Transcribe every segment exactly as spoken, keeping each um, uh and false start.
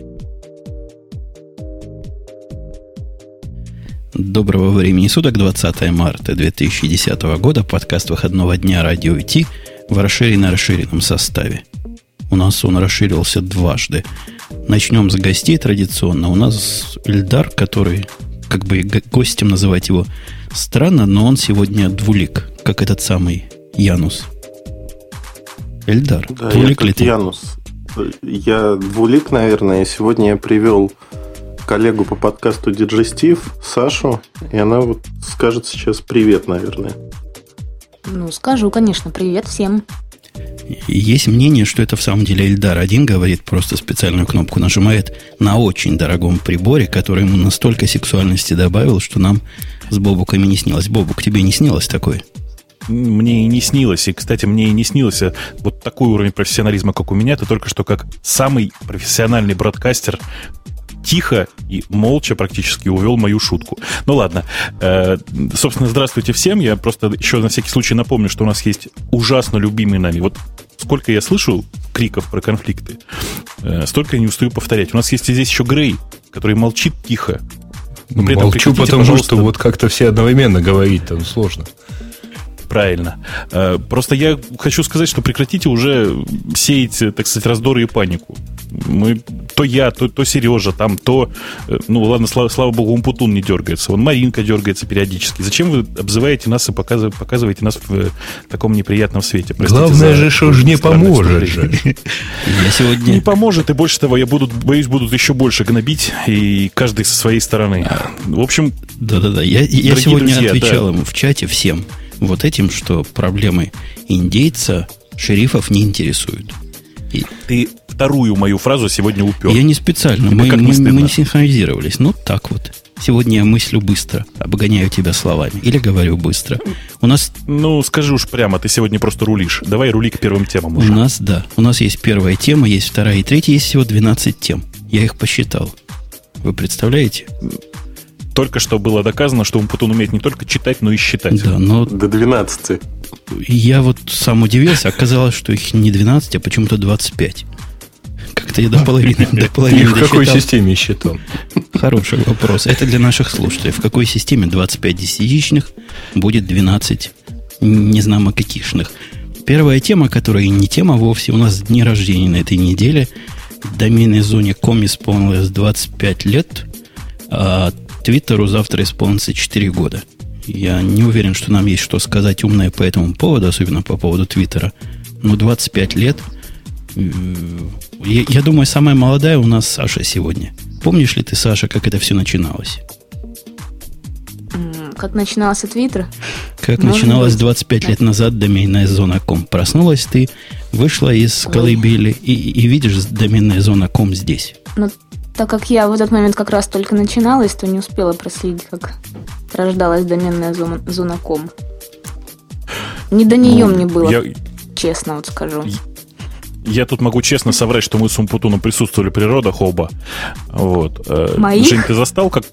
Доброго времени суток, двадцатое марта две тысячи десятого года, подкаст выходного дня «Радио ти» в расширенно-расширенном составе. У нас он расширился дважды. Начнем с гостей традиционно. У нас Эльдар, который, как бы гостем называть его странно, но он сегодня двулик, как этот самый Янус. Эльдар, да, двулик я ли ты? Янус. Я двулик, наверное. Сегодня я привел коллегу по подкасту Digestive, Сашу, и она вот скажет сейчас привет, наверное. Ну, скажу, конечно, привет всем. Есть мнение, что это в самом деле Эльдар один говорит, просто специальную кнопку нажимает на очень дорогом приборе, который ему настолько сексуальности добавил, что нам с Бобуками не снилось. Бобук, тебе не снилось такое? Мне и не снилось. И, кстати, мне и не снилось вот такой уровень профессионализма, как у меня. Это только что как самый профессиональный бродкастер тихо и молча практически увел мою шутку. Ну ладно. Э, собственно, здравствуйте всем. Я просто еще на всякий случай напомню, что у нас есть ужасно любимый нами. Вот сколько я слышу криков про конфликты, э, столько я не устаю повторять. У нас есть здесь еще Грей, который молчит тихо. Но при этом молчу, потому пожалуйста... что вот как-то все одновременно говорить там сложно. Правильно. Просто я хочу сказать, что прекратите уже сеять, так сказать, раздоры и панику. Мы, то я, то, то Сережа, там, то... Ну, ладно, слава, слава богу, Умпутун не дергается. Вон Маринка дергается периодически. Зачем вы обзываете нас и показываете, показываете нас в таком неприятном свете? Простите. Главное же, что же не поможет же. Я сегодня... Не поможет, и больше того, я буду, боюсь, будут еще больше гнобить, и каждый со своей стороны. В общем... Да-да-да, я, я сегодня друзья, отвечал да. ему в чате всем вот этим, что проблемы индейца шерифов не интересуют. И... Ты вторую мою фразу сегодня упер. Я не специально, мы, мы, мы не синхронизировались. Ну, так вот. Сегодня я мыслю быстро, обгоняю тебя словами. Или говорю быстро. У нас... Ну, скажи уж прямо, ты сегодня просто рулишь. Давай рули к первым темам уже. У нас, да. У нас есть первая тема, есть вторая и третья. Есть всего двенадцать тем. Я их посчитал. Вы представляете? Только что было доказано, что Умпутун умеет не только читать, но и считать. Да, но... До двенадцати. Я вот сам удивился. Оказалось, что их не двенадцать, а почему-то двадцать пять. Как-то я до половины, до половины и в какой системе считал? Хороший вопрос. Это для наших слушателей. В какой системе двадцать пять десятичных будет двенадцать незнамо-какишных? Первая тема, которая не тема вовсе, у нас дни рождения на этой неделе. Доменной зоне ком исполнилось двадцать пять лет, а Твиттеру завтра исполнится четыре года. Я не уверен, что нам есть что сказать умное по этому поводу, особенно по поводу Твиттера. Но двадцать пять лет... Я, я думаю, самая молодая у нас Саша сегодня. Помнишь ли ты, Саша, как это все начиналось? Как начинался Твиттер? Как Может начиналось быть. двадцать пять лет назад доменная зона ком. Проснулась ты, вышла из колыбели и, и видишь доменная зона ком здесь. Ну, так как я в этот момент как раз только начиналась, то не успела проследить, как рождалась доменная зона, зона ком. Не до нее ну, мне было, я... честно вот скажу. Я тут могу честно соврать, что мы с Умпутуном присутствовали при родах оба. Вот. Моих? Жень, ты застал как?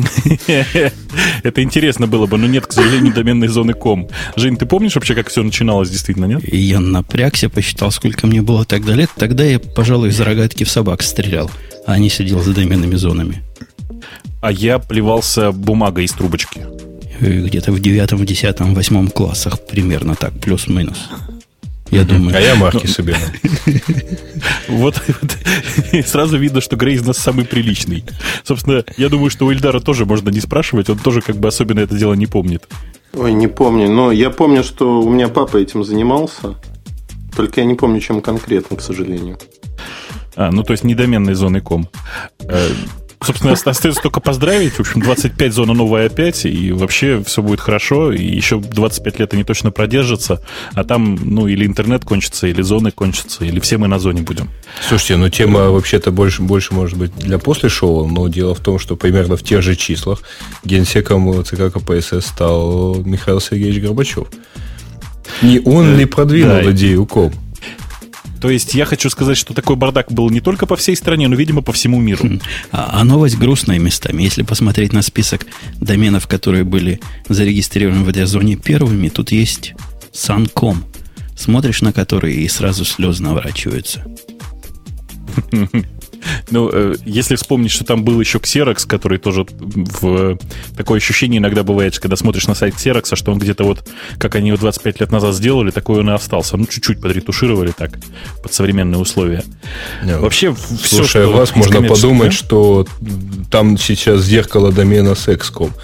Это интересно было бы, но нет, к сожалению, доменной зоны ком. Жень, ты помнишь вообще, как все начиналось действительно, нет? Я напрягся, посчитал, сколько мне было тогда лет. Тогда я, пожалуй, из рогатки в собак стрелял, а не сидел за доменными зонами. А я плевался бумагой из трубочки. Где-то в девятом, в десятом, восьмом классах примерно так, плюс-минус. Я думаю. А я марки ну, собирал. Вот, вот сразу видно, что Грей из нас самый приличный. Собственно, я думаю, что у Эльдара тоже можно не спрашивать, он тоже как бы особенно это дело не помнит. Ой, не помню. Но я помню, что у меня папа этим занимался. Только я не помню, чем конкретно, к сожалению. А, ну то есть не доменной зоны ком. Собственно, остается только поздравить. В общем, двадцать пять зона новая опять, и вообще все будет хорошо. И еще двадцать пять лет они точно продержатся. А там, ну, или интернет кончится, или зоны кончатся, или все мы на зоне будем. Слушайте, ну тема вообще-то больше, больше может быть для после шоу, но дело в том, что примерно в тех же числах генсеком ЦК КПСС стал Михаил Сергеевич Горбачев. Не он ли продвинул да. идею ком? То есть я хочу сказать, что такой бардак был не только по всей стране, но, видимо, по всему миру. А, а новость грустная местами. Если посмотреть на список доменов, которые были зарегистрированы в этой зоне первыми, тут есть сан точка ком. Смотришь на который, и сразу слезы наворачиваются. Ну, э, если вспомнить, что там был еще Xerox, который тоже в... Такое ощущение иногда бывает, когда смотришь на сайт Xerox, что он где-то вот, как они его двадцать пять лет назад сделали, такой он и остался. Ну, чуть-чуть подретушировали так, под современные условия. Не, Вообще, слушай, все, что... вас можно подумать, что там сейчас зеркало домена секс точка ком.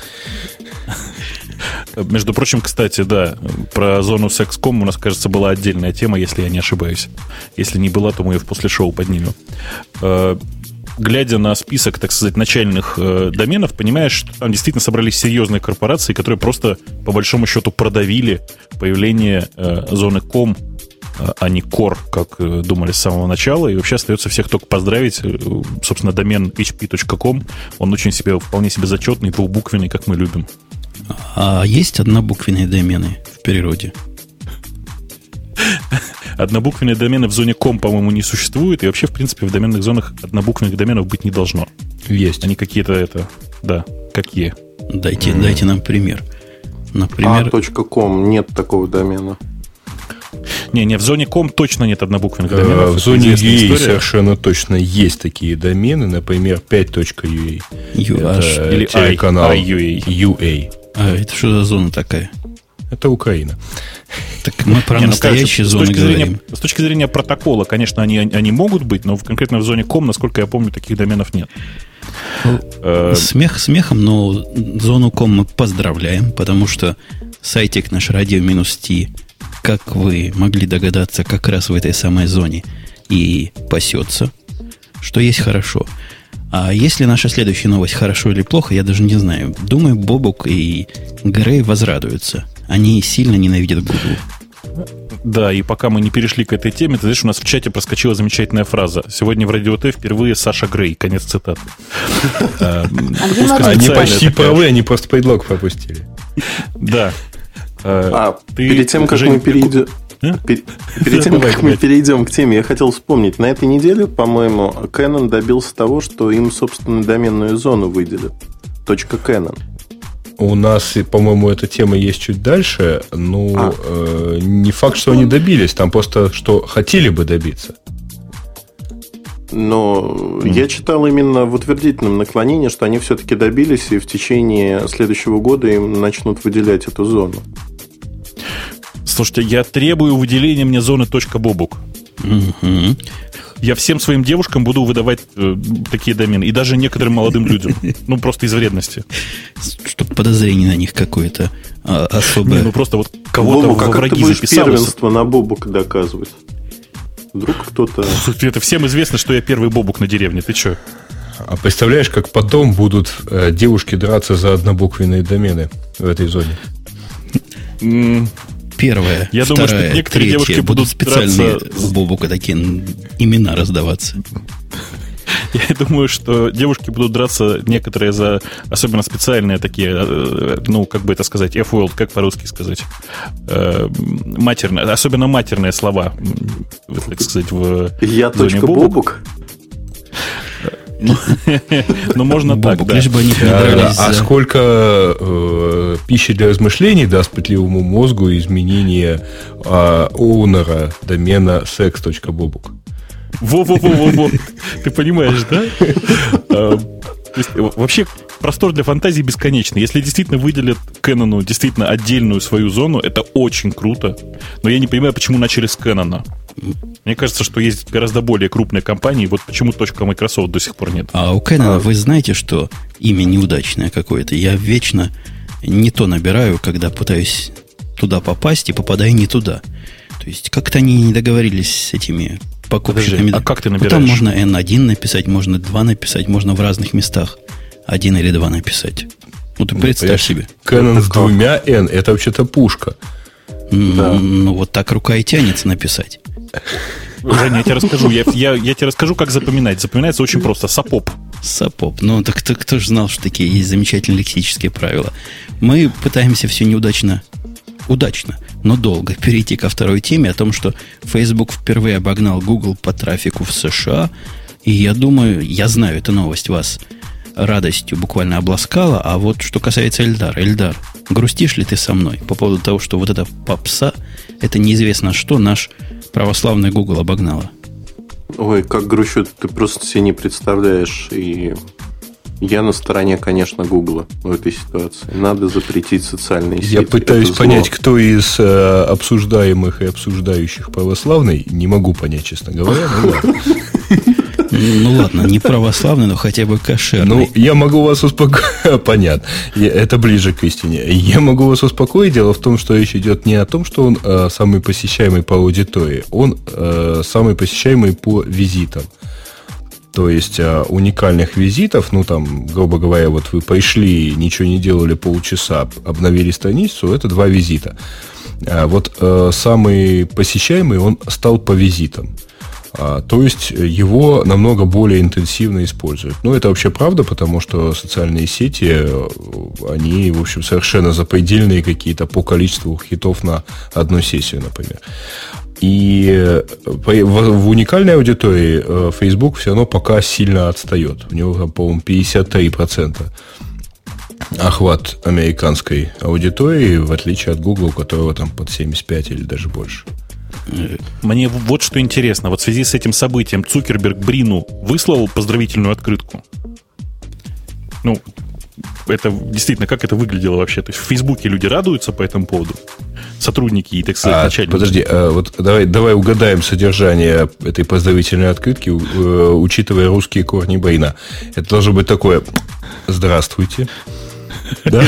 Между прочим, кстати, да, про зону секс точка ком у нас, кажется, была отдельная тема, если я не ошибаюсь. Если не была, то мы ее после шоу поднимем. Глядя на список, так сказать, начальных э, доменов, понимаешь, что там действительно собрались серьезные корпорации, которые просто, по большому счету, продавили появление э, зоны ком, э, а не кор, как э, думали с самого начала. И вообще остается всех только поздравить. Э, собственно, домен эйч пи точка ком, он очень себе, вполне себе зачетный, двухбуквенный, как мы любим. А есть однобуквенные домены в природе? Однобуквенные домены в зоне ком, по-моему, не существует. И вообще, в принципе, в доменных зонах однобуквенных доменов быть не должно. Есть. Они какие-то это... Да, какие? Дайте, mm. дайте нам пример. Например... а точка ком нет такого домена. Не, не, в зоне ком точно нет однобуквенных доменов. В зоне ю эй совершенно точно есть такие домены. Например, пять точка ю эй. ю аш. Или телеканал ю эй. ю эй. А это что за зона такая? Это Украина. Так мы про не, настоящие ну, зоны с говорим. Зрения, с точки зрения протокола, конечно, они, они могут быть, но конкретно в зоне ком, насколько я помню, таких доменов нет. Ну, смех смехом, но зону ком мы поздравляем, потому что сайтик наш радио-ти, как вы могли догадаться, как раз в этой самой зоне и пасется, что есть хорошо. А если наша следующая новость хорошо или плохо, я даже не знаю. Думаю, Бобук и Грей возрадуются. Они сильно ненавидят Google. Да, и пока мы не перешли к этой теме, ты знаешь, у нас в чате проскочила замечательная фраза. Сегодня в Радио Т впервые Саша Грей. Конец цитаты. Они почти правы, они просто предлог пропустили. Да. А, перед тем, как мы перейдем... Перед, перед тем, как мы перейдем к теме, я хотел вспомнить. На этой неделе, по-моему, Canon добился того, что им, собственно, доменную зону выделят. .canon. У нас, по-моему, эта тема есть чуть дальше, но а. э, не факт, что они добились. Там просто, что хотели бы добиться. Но mm. я читал именно в утвердительном наклонении, что они все-таки добились, и в течение следующего года им начнут выделять эту зону. Слушайте, я требую выделения мне зоны .бобук. Mm-hmm. Я всем своим девушкам буду выдавать э, такие домены. И даже некоторым молодым людям. Ну, просто из вредности. Чтобы подозрение на них какое-то а, особое. Не, ну, просто вот кого-то Бобук, во а как враги ты будешь записалось. Первенство на Бобук доказывать? Вдруг кто-то... Это всем известно, что я первый Бобук на деревне. Ты что? А представляешь, как потом будут э, девушки драться за однобуквенные домены в этой зоне? Первая, я вторая, думаю, что некоторые третья девушки будут специальные драться... у Бобука такие имена раздаваться. Я думаю, что девушки будут драться некоторые за особенно специальные такие, ну, как бы это сказать, F-word, как по-русски сказать, матерные, особенно матерные слова, так сказать, в Я точка Бобук. Ну, можно так, да. Лишь бы они передрались. А сколько э, пищи для размышлений даст пытливому мозгу изменение э, оунера домена секс точка бобук? Во-во-во-во-во. Ты понимаешь, да? То есть, вообще, простор для фантазии бесконечный. Если действительно выделят Canon действительно отдельную свою зону, это очень круто. Но я не понимаю, почему начали с Canon. Мне кажется, что есть гораздо более крупные компании. Вот почему точка Microsoft до сих пор нет. А у Canon а... вы знаете, что имя неудачное какое-то? Я вечно не то набираю, когда пытаюсь туда попасть, и попадаю не туда. То есть как-то они не договорились с этими покупщиками. Подожди, а как ты набираешь? Там можно эн один написать, можно два написать, можно в разных местах один или два написать. Ну, ты представь ну, себе. Canon с двумя N, это вообще-то пушка. Ну, да. ну, вот так рука и тянется написать. Женя, я тебе расскажу. Я, я, я тебе расскажу, как запоминать. Запоминается очень просто. Сапоп. Сапоп. Ну, так кто, кто же знал, что такие есть замечательные лексические правила. Мы пытаемся все неудачно, удачно, но долго перейти ко второй теме о том, что Facebook впервые обогнал Google по трафику в США. И я думаю, я знаю, эта новость вас радостью буквально обласкала. А вот что касается Эльдара. Эльдар, грустишь ли ты со мной по поводу того, что вот эта попса, это неизвестно что, наш православный Google обогнала? Ой, как грущу, ты просто себе не представляешь. И я на стороне, конечно, Гугла в этой ситуации. Надо запретить социальные сети. Я пытаюсь понять, кто из э, обсуждаемых и обсуждающих православный. Не могу понять, честно говоря. Ну ладно. Ну ладно, не православный, но хотя бы кошерный. Ну, я могу вас успокоить. Понятно. Это ближе к истине. Я могу вас успокоить. Дело в том, что речь идет не о том, что он э, самый посещаемый по аудитории. Он э, самый посещаемый по визитам. То есть э, уникальных визитов, ну там, грубо говоря, вот вы пришли, ничего не делали полчаса, обновили страницу, это два визита. А вот э, самый посещаемый он стал по визитам. То есть его намного более интенсивно используют. Ну, это вообще правда, потому что социальные сети, они, в общем, совершенно запредельные какие-то по количеству хитов на одну сессию, например. И в уникальной аудитории Facebook все равно пока сильно отстает. У него, по-моему, пятьдесят три процента охват американской аудитории, в отличие от Google, у которого там под семьдесят пять или даже больше. Мне вот что интересно. Вот в связи с этим событием Цукерберг Брину выслал поздравительную открытку. Ну, это действительно, как это выглядело вообще? То есть в Фейсбуке люди радуются по этому поводу? Сотрудники и, так сказать, а, начальники. Подожди, а вот давай, давай угадаем содержание этой поздравительной открытки, учитывая русские корни Брина. Это должно быть такое: здравствуйте. Да?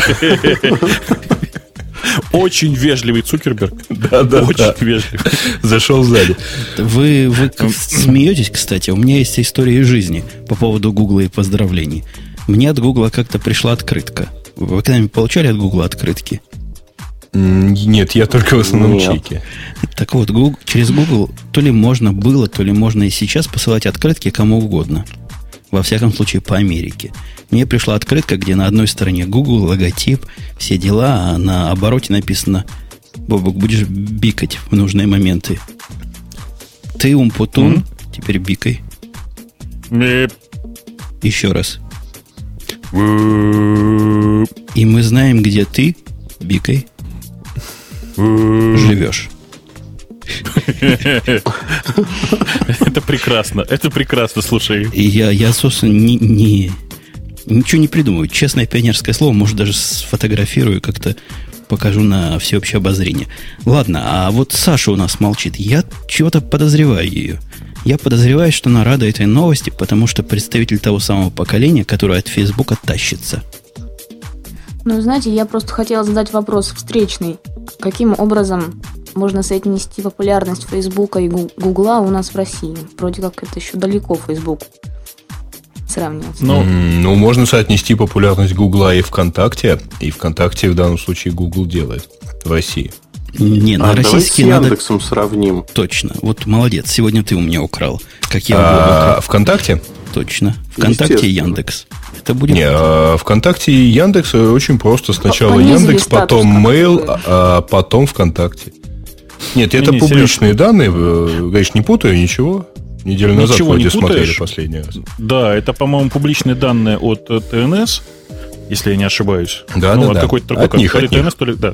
Очень вежливый Цукерберг. Да, да, Очень да. вежливый. Зашел сзади. Вы, вы смеетесь, кстати. У меня есть история из жизни по поводу Гугла и поздравлений. Мне от Гугла как-то пришла открытка. Вы когда-нибудь получали от Гугла открытки? Нет, я только в основном Нет. чеки. Так вот, Google, через Google то ли можно было, то ли можно и сейчас посылать открытки кому угодно. Во всяком случае, по Америке. Мне пришла открытка, где на одной стороне Google, логотип, все дела, а на обороте написано: Бобок, будешь бикать в нужные моменты. Ты умпутун, mm-hmm. теперь бикай. Меп. Еще раз. И мы знаем, где ты, бикай, живешь. Это прекрасно, это прекрасно, слушай. И я, я собственно, не, не, ничего не придумываю. Честное пионерское слово, может, даже сфотографирую, как-то покажу на всеобщее обозрение. Ладно, а вот Саша у нас молчит. Я чего-то подозреваю ее. Я подозреваю, что она рада этой новости, потому что представитель того самого поколения, которое от Фейсбука тащится. Ну, знаете, я просто хотела задать вопрос встречный. Каким образом можно соотнести популярность Фейсбука и Гугла у нас в России? Вроде как это еще далеко Фейсбук сравнивать. Ну, ну, можно соотнести популярность Гугла и ВКонтакте. И ВКонтакте в данном случае Google делает в России. Не, на а российский давай с надо... Яндексом сравним. Точно. Вот молодец. Сегодня ты у меня украл. Как я а, ВКонтакте? Точно. ВКонтакте и Яндекс. Это будет... Не, а ВКонтакте и Яндекс очень просто. Сначала Понизили Яндекс, потом Mail, а потом ВКонтакте. Нет, это не, публичные серьезно. Данные. Говоришь, не путаю ничего. Неделю назад Ничего вроде не смотрели последний раз. Да, это, по-моему, публичные данные от ТНС, если я не ошибаюсь. Да, ну, да, от да. Какой-то от такой, них, то ли от них. ТНС, то ли... Да.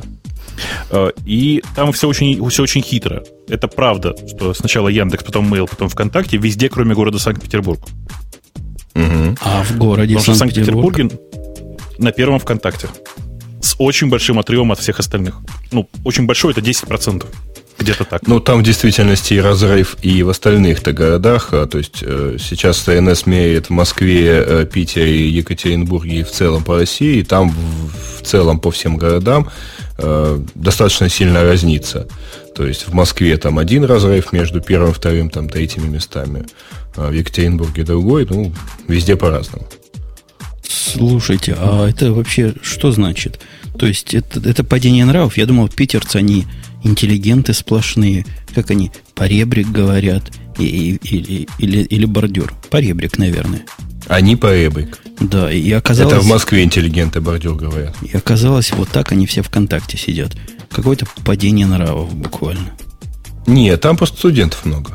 И там все очень, все очень хитро. Это правда, что сначала Яндекс, потом Mail, потом ВКонтакте, везде, кроме города Санкт-Петербург. Угу. А в городе Потому Санкт-Петербург? что Санкт-Петербурге на первом ВКонтакте. С очень большим отрывом от всех остальных. Ну, очень большой, это десять процентов. Где-то так. Ну, там в действительности разрыв и в остальных-то городах. То есть сейчас ТНС меряет в Москве, Питере, Екатеринбурге и в целом по России. И там в целом по всем городам достаточно сильно разнится. То есть в Москве там один разрыв между первым, вторым, там, третьими местами. А в Екатеринбурге другой. Ну, везде по-разному. Слушайте, а это вообще что значит? То есть это, это падение нравов? Я думал, питерцы, они интеллигенты сплошные. Как они? Поребрик говорят. И, и, или, или, или бордюр. Поребрик, наверное. Они поребрик. Да, и оказалось... Это в Москве интеллигенты бордюр говорят. И оказалось, вот так они все ВКонтакте сидят. Какое-то падение нравов буквально. Нет, там просто студентов много.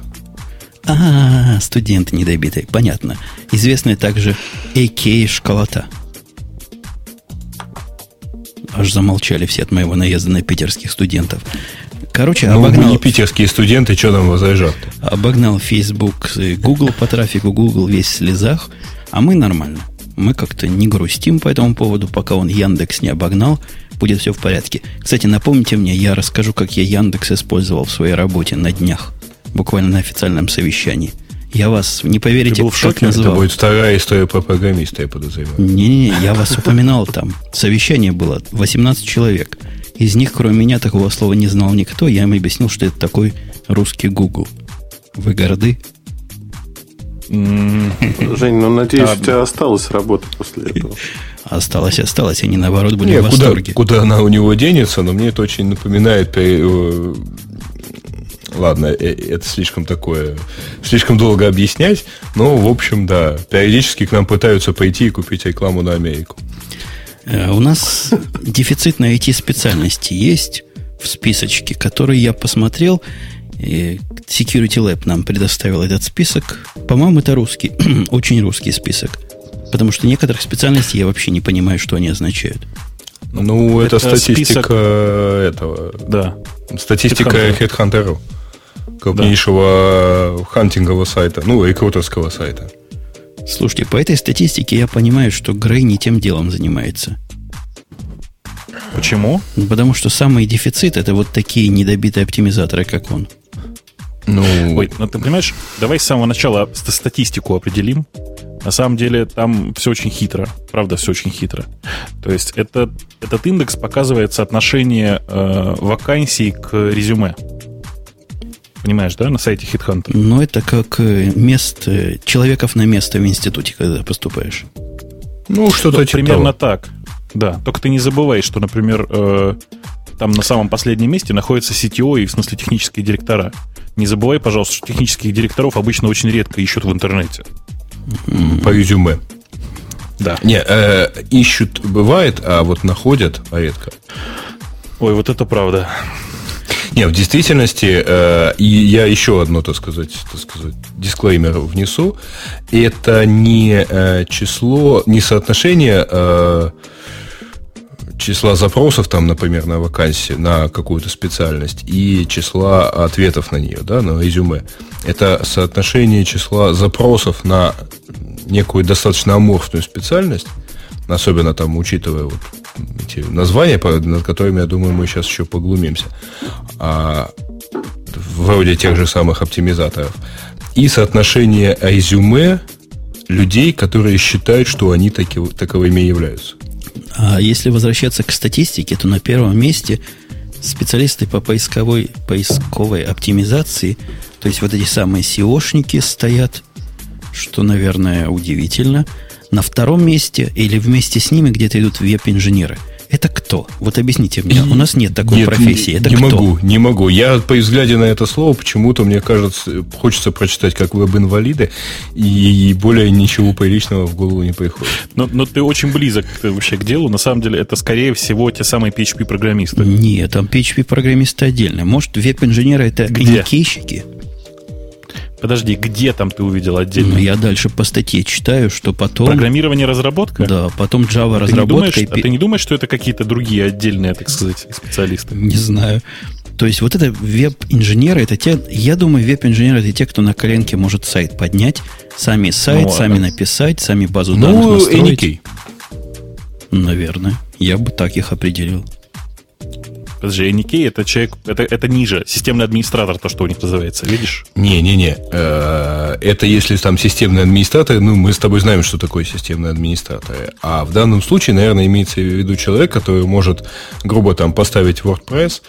А, студенты недобитые, понятно. Известная также эй кей школота. Аж замолчали все от моего наезда на питерских студентов. Короче, ну, обогнал... мы не питерские студенты, что нам возражать-то? Обогнал Facebook и Google по трафику, Google весь в слезах, а мы нормально. Мы как-то не грустим по этому поводу, пока он Яндекс не обогнал, будет все в порядке. Кстати, напомните мне, я расскажу, как я Яндекс использовал в своей работе на днях, буквально на официальном совещании. Я вас, не поверите, в шоке, назвал. Это будет вторая история про программиста, я подозреваю. Не-не-не, я вас упоминал там. Совещание было восемнадцать человек. Из них, кроме меня, такого слова не знал никто. Я им объяснил, что это такой русский Google. Вы горды? Жень, ну, надеюсь, у тебя осталась работа после этого. Осталось, осталось. Они, наоборот, были в восторге. Куда, куда она у него денется, но мне это очень напоминает... Ладно, это слишком такое... Слишком долго объяснять, но, в общем, да, периодически к нам пытаются пойти и купить рекламу на Америку. У нас дефицит на ай ти-специальности есть в списочке, который я посмотрел. Security Lab нам предоставил этот список. По-моему, это русский, очень русский список. Потому что некоторых специальностей я вообще не понимаю, что они означают. Ну, это, это статистика список... этого. Да. Статистика HeadHunter, крупнейшего да. хантингового сайта, ну, рекрутерского сайта. Слушайте, по этой статистике я понимаю, что Грей не тем делом занимается. Почему? Потому что самый дефицит это вот такие недобитые оптимизаторы, как он. Ну... Ой, ну ты понимаешь, давай с самого начала статистику определим. На самом деле там все очень хитро. Правда, все очень хитро. То есть это, этот индекс показывает соотношение э, вакансий к резюме. Понимаешь, да, на сайте HeadHunter? Ну, это как место, человеков на место в институте, когда поступаешь. Ну, что-то ну, типа примерно того. Так. Да, только ты не забывай, что, например, э, там на самом последнем месте находятся си ти о, и в смысле технические директора. Не забывай, пожалуйста, что технических директоров обычно очень редко ищут в интернете. По резюме. Да. Не, э, ищут бывает, а вот находят а редко. Ой, вот это правда. Не, в действительности, э, и я еще одно, так сказать, так сказать, дисклеймер внесу. Это не э, число, не соотношение э, числа запросов, там, например, на вакансии, на какую-то специальность, и числа ответов на нее, да, на резюме. Это соотношение числа запросов на некую достаточно аморфную специальность, особенно там, учитывая вот эти названия, над которыми, я думаю, мы сейчас еще поглумимся, а, вроде тех же самых оптимизаторов, и соотношение резюме людей, которые считают, что они таки, таковыми являются. А если возвращаться к статистике, то на первом месте специалисты по поисковой, поисковой оптимизации, то есть вот эти самые сеошники стоят, что, наверное, удивительно. На втором месте или вместе с ними где-то идут веб-инженеры. Это кто? Вот объясните мне. У нас нет такой нет, профессии. Это не кто? могу, не могу. Я, по взгляде на это слово, почему-то, мне кажется, хочется прочитать как веб-инвалиды, и более ничего приличного в голову не приходит. Но, но ты очень близок вообще к делу. На самом деле, это, скорее всего, те самые пи эйч пи-программисты. Нет, там пи эйч пи-программисты отдельно. Может, веб-инженеры это эникейщики? Подожди, где там ты увидел отдельно? Ну, я дальше по статье читаю, что потом... Программирование, разработка? Да, потом Java а разработка. Ты не думаешь, и... А ты не думаешь, что это какие-то другие отдельные, так сказать, специалисты? Не знаю. То есть вот это веб-инженеры, это те... Я думаю, веб-инженеры это те, кто на коленке может сайт поднять, сами сайт, ну, сами а... написать, сами базу ну, данных настроить. эн и кей. Наверное. Я бы так их определил. Подожди, эн и кей это человек, это, это ниже. Системный администратор, то, что у них называется, видишь? Не-не-не. Это если там системный администратор, ну, мы с тобой знаем, что такое системный администратор. А в данном случае, наверное, имеется в виду человек, который может, грубо там, поставить WordPress,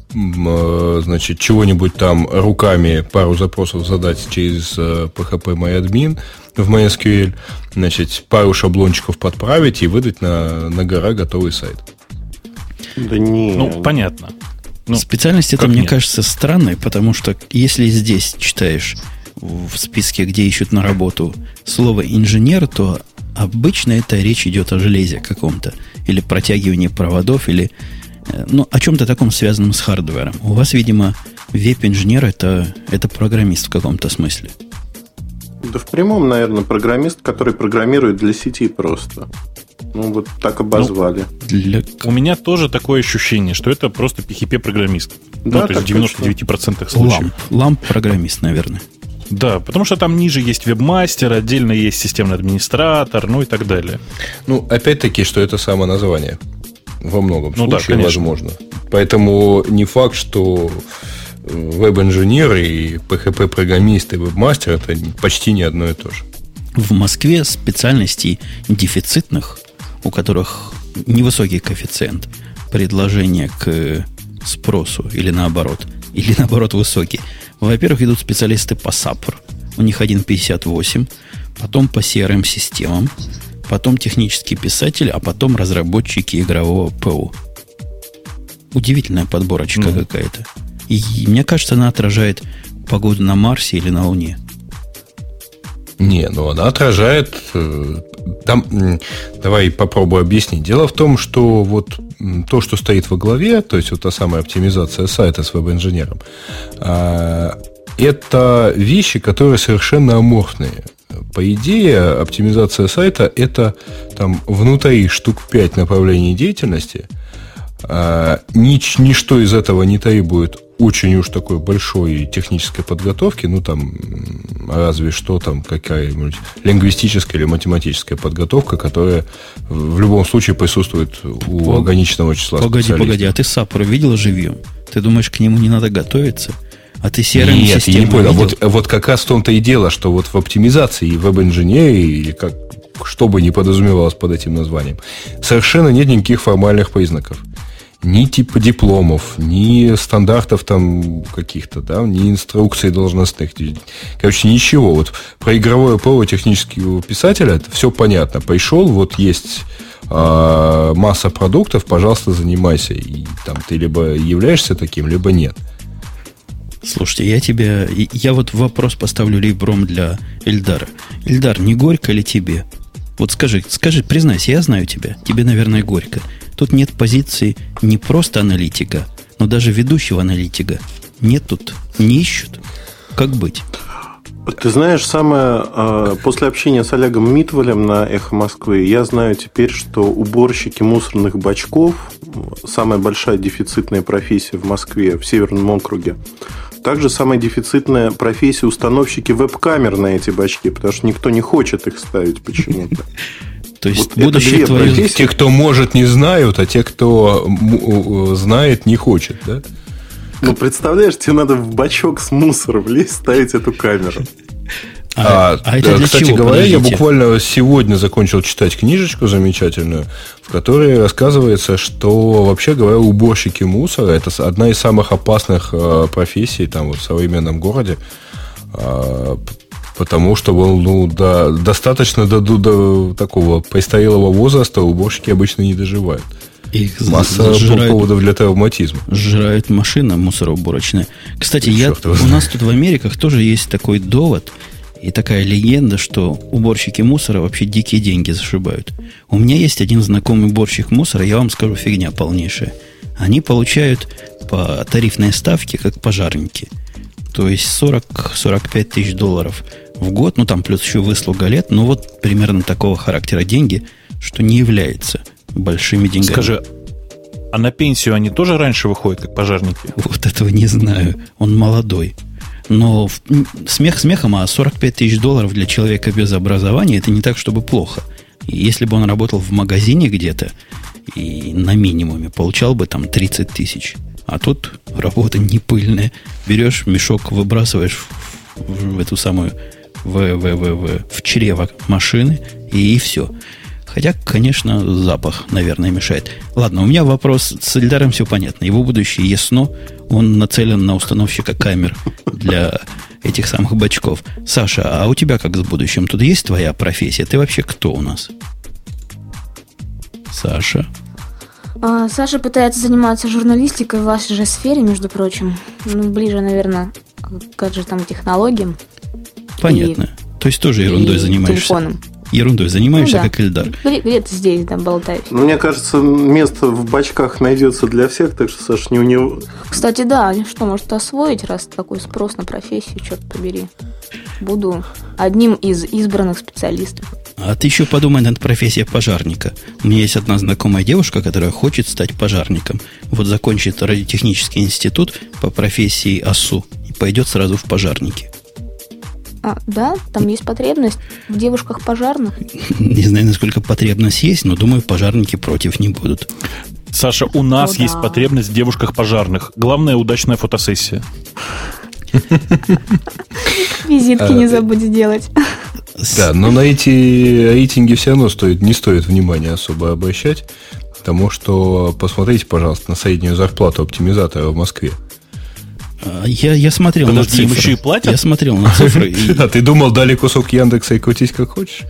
значит, чего-нибудь там руками пару запросов задать через пи эйч пи MyAdmin в MySQL, значит, пару шаблончиков подправить и выдать на, на гора готовый сайт. Да не. Ну, понятно. Ну, специальность это, мне нет? кажется, странной, потому что если здесь читаешь в списке, где ищут на работу слово инженер, то обычно это речь идет о железе каком-то, или протягивании проводов, или ну, о чем-то таком связанном с хардвером. У вас, видимо, веб-инженер это, это программист в каком-то смысле. Да в прямом, наверное, программист, который программирует для сети просто. Ну, вот так обозвали. Ну, для... У меня тоже такое ощущение, что это просто пи эйч пи-программист. Да, ну, то есть в девяноста девяти процентах случаев. Ламп. Ламп-программист, наверное. Да, потому что там ниже есть вебмастер, отдельно есть системный администратор, ну и так далее. Ну, опять-таки, что это само название. Во многом ну, случае да, возможно. Поэтому не факт, что веб-инженер и пи эйч пи-программист и вебмастер это почти не одно и то же. В Москве специальностей дефицитных, у которых невысокий коэффициент предложения к спросу, или наоборот, или наоборот высокий. Во-первых, идут специалисты по саппор. У них один пятьдесят восемь, потом по си ар эм-системам, потом технический писатель, а потом разработчики игрового ПО. Удивительная подборочка mm-hmm. какая-то. И мне кажется, она отражает погоду на Марсе или на Луне. Не, ну она отражает... Там, давай попробую объяснить. Дело в том, что вот то, что стоит во главе, то есть вот та самая оптимизация сайта с веб-инженером, это вещи, которые совершенно аморфные. По идее, оптимизация сайта – это там внутри штук пять направлений деятельности. Нич, ничто из этого не требует очень уж такой большой технической подготовки, ну там разве что там какая-нибудь лингвистическая или математическая подготовка, которая в любом случае присутствует у Пог... ограниченного числа Погоди, специалистов. погоди, а ты саппор видел живьем? Ты думаешь, к нему не надо готовиться? А ты си ар эм-систему Нет, я не понял. видел? Вот, вот как раз в том-то и дело, что вот в оптимизации и веб-инженерии, или как, что бы ни подразумевалось под этим названием, совершенно нет никаких формальных признаков. Ни типа дипломов, ни стандартов там каких-то, да, ни инструкций должностных. Короче, ничего. Вот про игровое ПО технического писателя это все понятно. Пришел, вот есть э, масса продуктов, пожалуйста, занимайся. И там ты либо являешься таким, либо нет. Слушайте, я тебе... Я вот вопрос поставлю ребром для Эльдара. Эльдар, не горько ли тебе? Вот скажи, скажи, признайся, я знаю тебя. Тебе, наверное, горько. Тут нет позиции не просто аналитика, но даже ведущего аналитика. Нет тут, не ищут. Как быть? Ты знаешь, самое, после общения с Олегом Митвалем на «Эхо Москвы» я знаю теперь, что уборщики мусорных бачков самая большая дефицитная профессия в Москве, в Северном округе. Также самая дефицитная профессия установщики веб-камер на эти бачки, потому что никто не хочет их ставить почему-то. То есть вот будущее твое... Те, кто может, не знают, а те, кто знает, не хочет, да? Ну, представляешь, тебе надо в бачок с мусором влезть, ставить эту камеру. А, а, а это для кстати чего? говоря, Подождите. Я буквально сегодня закончил читать книжечку замечательную, в которой рассказывается, что, вообще говоря, уборщики мусора – это одна из самых опасных профессий там, вот, в современном городе. Потому что ну, до, достаточно до, до такого престарелого возраста уборщики обычно не доживают. Их масса сжирают, поводов для травматизма. Сжирает машина мусороуборочная. Кстати, я, у нас тут в Америках тоже есть такой довод и такая легенда, что уборщики мусора вообще дикие деньги зашибают. У меня есть один знакомый уборщик мусора, я вам скажу, фигня полнейшая. Они получают по тарифной ставке, как пожарники. То есть сорок-сорок пять тысяч долларов в год, ну там плюс еще выслуга лет, ну вот примерно такого характера деньги, что не является большими деньгами. Скажи, а на пенсию они тоже раньше выходят, как пожарники? Вот этого не знаю. Он молодой. Но смех смехом, а сорок пять тысяч долларов для человека без образования это не так, чтобы плохо. И если бы он работал в магазине где-то и на минимуме, получал бы там тридцать тысяч. А тут работа не пыльная. Берешь мешок, выбрасываешь в, в, в эту самую в, в, в, в, в чрево машины, и, и все. Хотя, конечно, запах, наверное, мешает. Ладно, у меня вопрос с Эльдаром все понятно. Его будущее ясно. Он нацелен на установщика камер для этих самых бачков. Саша, а у тебя как с будущим? Тут есть твоя профессия? Ты вообще кто у нас? Саша? А, Саша пытается заниматься журналистикой в вашей же сфере, между прочим. Ну, ближе, наверное, к гаджетам и технологиям. Понятно. И, То есть тоже ерундой и занимаешься. Телефоном. Ерундой занимаешься, ну, да. как Эльдар. Где-то здесь, да, болтаюсь. Ну, мне кажется, место в бачках найдется для всех, так что, Саш, не у него... Кстати, да, что, может освоить, раз такой спрос на профессию, черт побери. Буду одним из избранных специалистов. А ты еще подумай над профессией пожарника. У меня есть одна знакомая девушка, которая хочет стать пожарником. Вот закончит радиотехнический институт по профессии АСУ и пойдет сразу в пожарники. А, да? Там есть потребность в девушках пожарных? Не знаю, насколько потребность есть, но думаю, пожарники против не будут. Saша, у нас О, есть да. потребность в девушках пожарных. Главное, удачная фотосессия. Визитки не забудь сделать. Да, но на эти рейтинги все равно стоит, не стоит внимания особо обращать, потому что посмотрите, пожалуйста, на среднюю зарплату оптимизатора в Москве. Я, я смотрел Подожди, на им цифры. еще и платят? Я смотрел на цифры. И... А ты думал, дали кусок Яндекса и крутись как хочешь?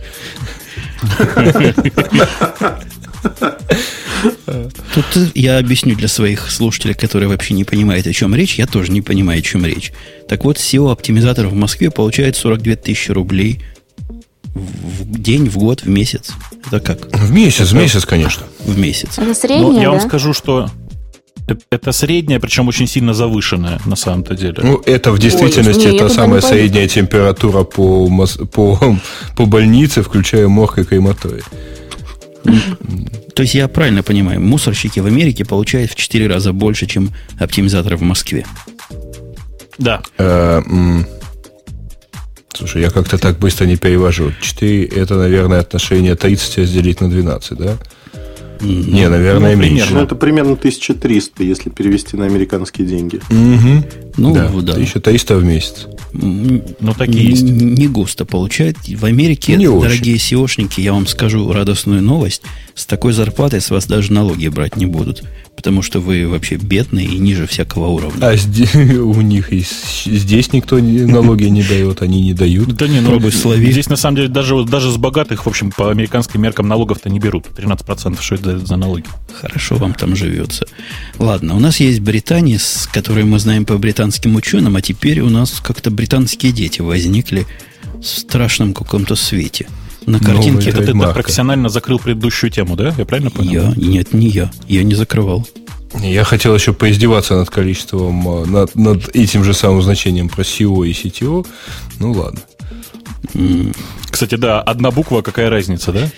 Тут я объясню для своих слушателей, которые вообще не понимают, о чем речь. Я тоже не понимаю, о чем речь. Так вот, сео-оптимизатор в Москве получает сорок две тысячи рублей в день, в год, в месяц. Это как? В месяц, в месяц, конечно. В месяц. Это среднее, Но я да? вам скажу, что это средняя, причем очень сильно завышенная на самом-то деле. Ну, это в действительности Ой, не, та я самая туда не средняя температура по, мос- по, по больнице, включая морг и крематорий. То есть я правильно понимаю, мусорщики в Америке получают в четыре раза больше, чем оптимизаторы в Москве. Да. Э, м, Слушай, я как-то так быстро не перевожу. четыре это, наверное, отношение тридцать разделить на двенадцать, да? Mm-hmm. Не, наверное, ну, меньше. Ну, это примерно тысяча триста, если перевести на американские деньги. Угу. Ну, да, да. тысяча триста в месяц. М, Ну, такие н- есть. Не густо получает. В Америке, Не дорогие сеошники, я вам скажу радостную новость. С такой зарплатой с вас даже налоги брать не будут. Потому что вы вообще бедные и ниже всякого уровня. А здесь, у них и с- здесь никто не- налоги не дает, они не дают. Да не, ну, Пробуй слови. здесь на самом деле даже, даже с богатых, в общем, по американским меркам налогов-то не берут. тринадцать процентов, что это за налоги? Хорошо вам там живется. Ладно, у нас есть британец, который мы знаем по британским ученым, а теперь у нас как-то британские дети возникли в страшном каком-то свете. На картинке... Это ты Марка. так профессионально закрыл предыдущую тему, да? Я правильно понял? Я? Нет, не я. Я не закрывал. Я хотел еще поиздеваться над количеством, а, над, над этим же самым значением про сео и си ти о. Ну, ладно. Кстати, да, одна буква, какая разница, да?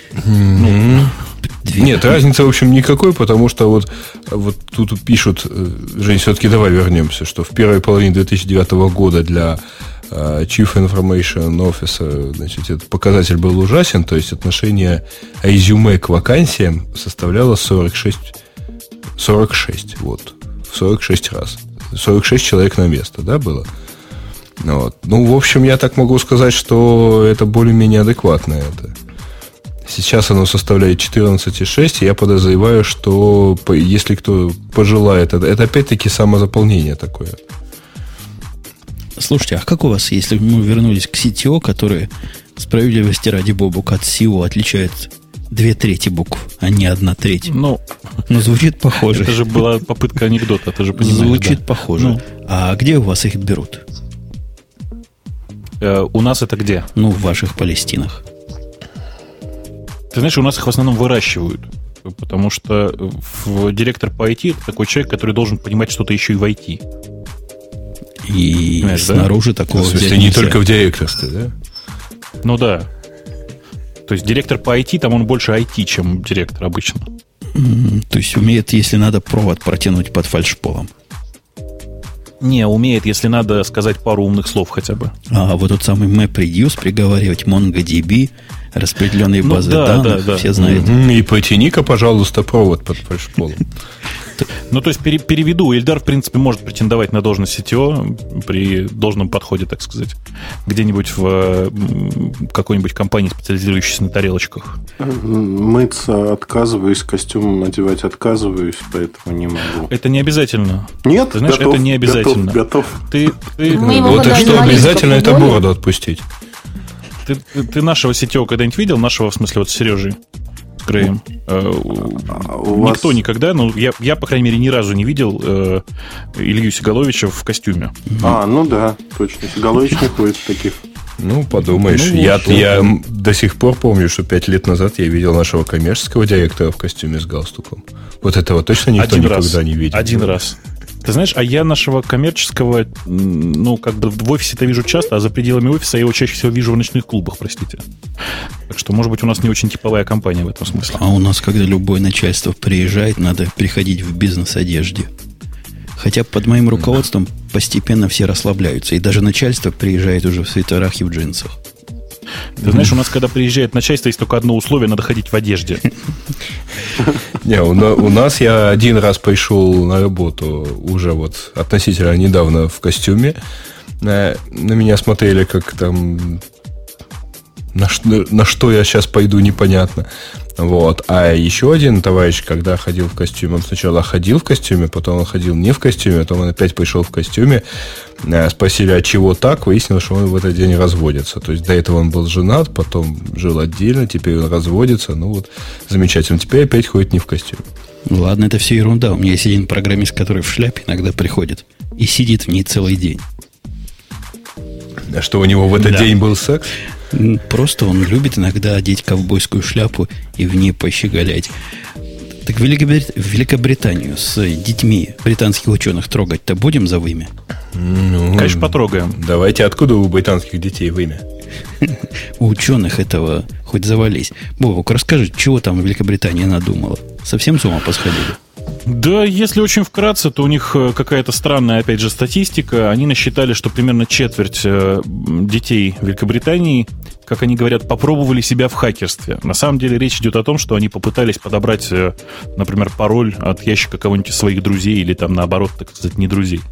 Две. Нет, разницы, в общем, никакой, потому что вот, вот тут пишут, э, Жень, все-таки давай вернемся, что в первой половине две тысячи девятого года для э, Chief Information Officer, значит, этот показатель был ужасен, то есть отношение резюме к вакансиям составляло сорок шесть, сорок шесть, вот, в сорок шесть раз. сорок шесть человек на место, да, было? Вот. Ну, в общем, я так могу сказать, что это более-менее адекватно это. Сейчас оно составляет четырнадцать целых шесть десятых. Я подозреваю, что если кто пожелает, это, это опять-таки самозаполнение такое. Слушайте, а как у вас, если мы вернулись к си ти о, которые, справедливости ради Бобук, от сео отличает две трети букв, а не одна треть? Ну, Но звучит похоже. это же была попытка анекдота, ты же понимаешь. Звучит да. похоже. Ну. А где у вас их берут? Э, у нас это где? Ну, в ваших Палестинах. Ты знаешь, у нас их в основном выращивают. Потому что в, директор по ай ти это такой человек, который должен понимать что-то еще и в ай ти. И Понимаешь, снаружи да? такого В смысле, взять не нельзя. только в директорстве, да? Ну да. То есть директор по ай ти, там он больше ай ти, чем директор обычно. М, То есть умеет, если надо, провод протянуть под фальшполом. Не, умеет, если надо сказать пару умных слов хотя бы. А вот тот самый MapReduce приговаривать MongoDB, распределенные Ну базы да, данных, да, да. все знают. Мгм. И потяни-ка, пожалуйста, провод под фальшполом. Ну, то есть пере- переведу. Ильдар, в принципе, может претендовать на должность си ти о при должном подходе, так сказать. Где-нибудь в м, какой-нибудь компании, специализирующейся на тарелочках. Мыться отказываюсь, костюм надевать отказываюсь, поэтому не могу. Это не обязательно. Нет, Ты знаешь, готов, это не обязательно. Готов, готов. Ты, ты, Мы его Вот и куда что, журналистов обязательно это уволили? бороду отпустить. ты, ты- ты нашего си ти о когда-нибудь видел? Нашего, в смысле, вот Сережи с Греем? Э, А у Никто вас- никогда, ну, я, я, по крайней мере, ни разу не видел э, Илью Сигаловича в костюме. А, ну да, точно. Сигалович не ходит в таких. Ну, подумаешь. Ну, я, вот, я м, до сих пор помню, что пять лет назад я видел нашего коммерческого директора в костюме с галстуком. Вот этого точно никто Один никогда раз. не видел. Один раз. Ты знаешь, а я нашего коммерческого, ну, как бы в офисе-то вижу часто, а за пределами офиса я его чаще всего вижу в ночных клубах, простите. Так что, может быть, у нас не очень типовая компания в этом смысле. А у нас, когда любое начальство приезжает, надо приходить в бизнес-одежде. Хотя под моим руководством постепенно все расслабляются. И даже начальство приезжает уже в свитерах и в джинсах. Ты знаешь, у нас, когда приезжает начальство, есть только одно условие – надо ходить в одежде. Не, у нас я один раз пришел на работу уже вот относительно недавно в костюме. На, на меня смотрели, как там... На что, на что я сейчас пойду, непонятно. Вот. А еще один товарищ, когда ходил в костюме, он сначала ходил в костюме, потом он ходил не в костюме, потом он опять пришел в костюме. Спросили, а чего так? Выяснилось, что он в этот день разводится. То есть до этого он был женат, потом жил отдельно, теперь он разводится. Ну вот, замечательно. Теперь опять ходит не в костюме. Ладно, это все ерунда. У меня есть один программист, который в шляпе иногда приходит и сидит в ней целый день. А что, у него в этот да. день был секс? Просто он любит иногда одеть ковбойскую шляпу и в ней пощеголять. Так в Великобританию с детьми британских ученых трогать-то будем за вымя? Ну, конечно, потрогаем. Давайте, откуда у британских детей вымя? У ученых этого хоть завались. Бобок, расскажи, чего там в Великобритании надумала? Совсем с ума посходили? Да, если очень вкратце, то у них какая-то странная, опять же, статистика. Они насчитали, что примерно четверть детей Великобритании, как они говорят, попробовали себя в хакерстве. На самом деле речь идет о том, что они попытались подобрать, например, пароль от ящика кого-нибудь из своих друзей или там, наоборот, так сказать, не друзей.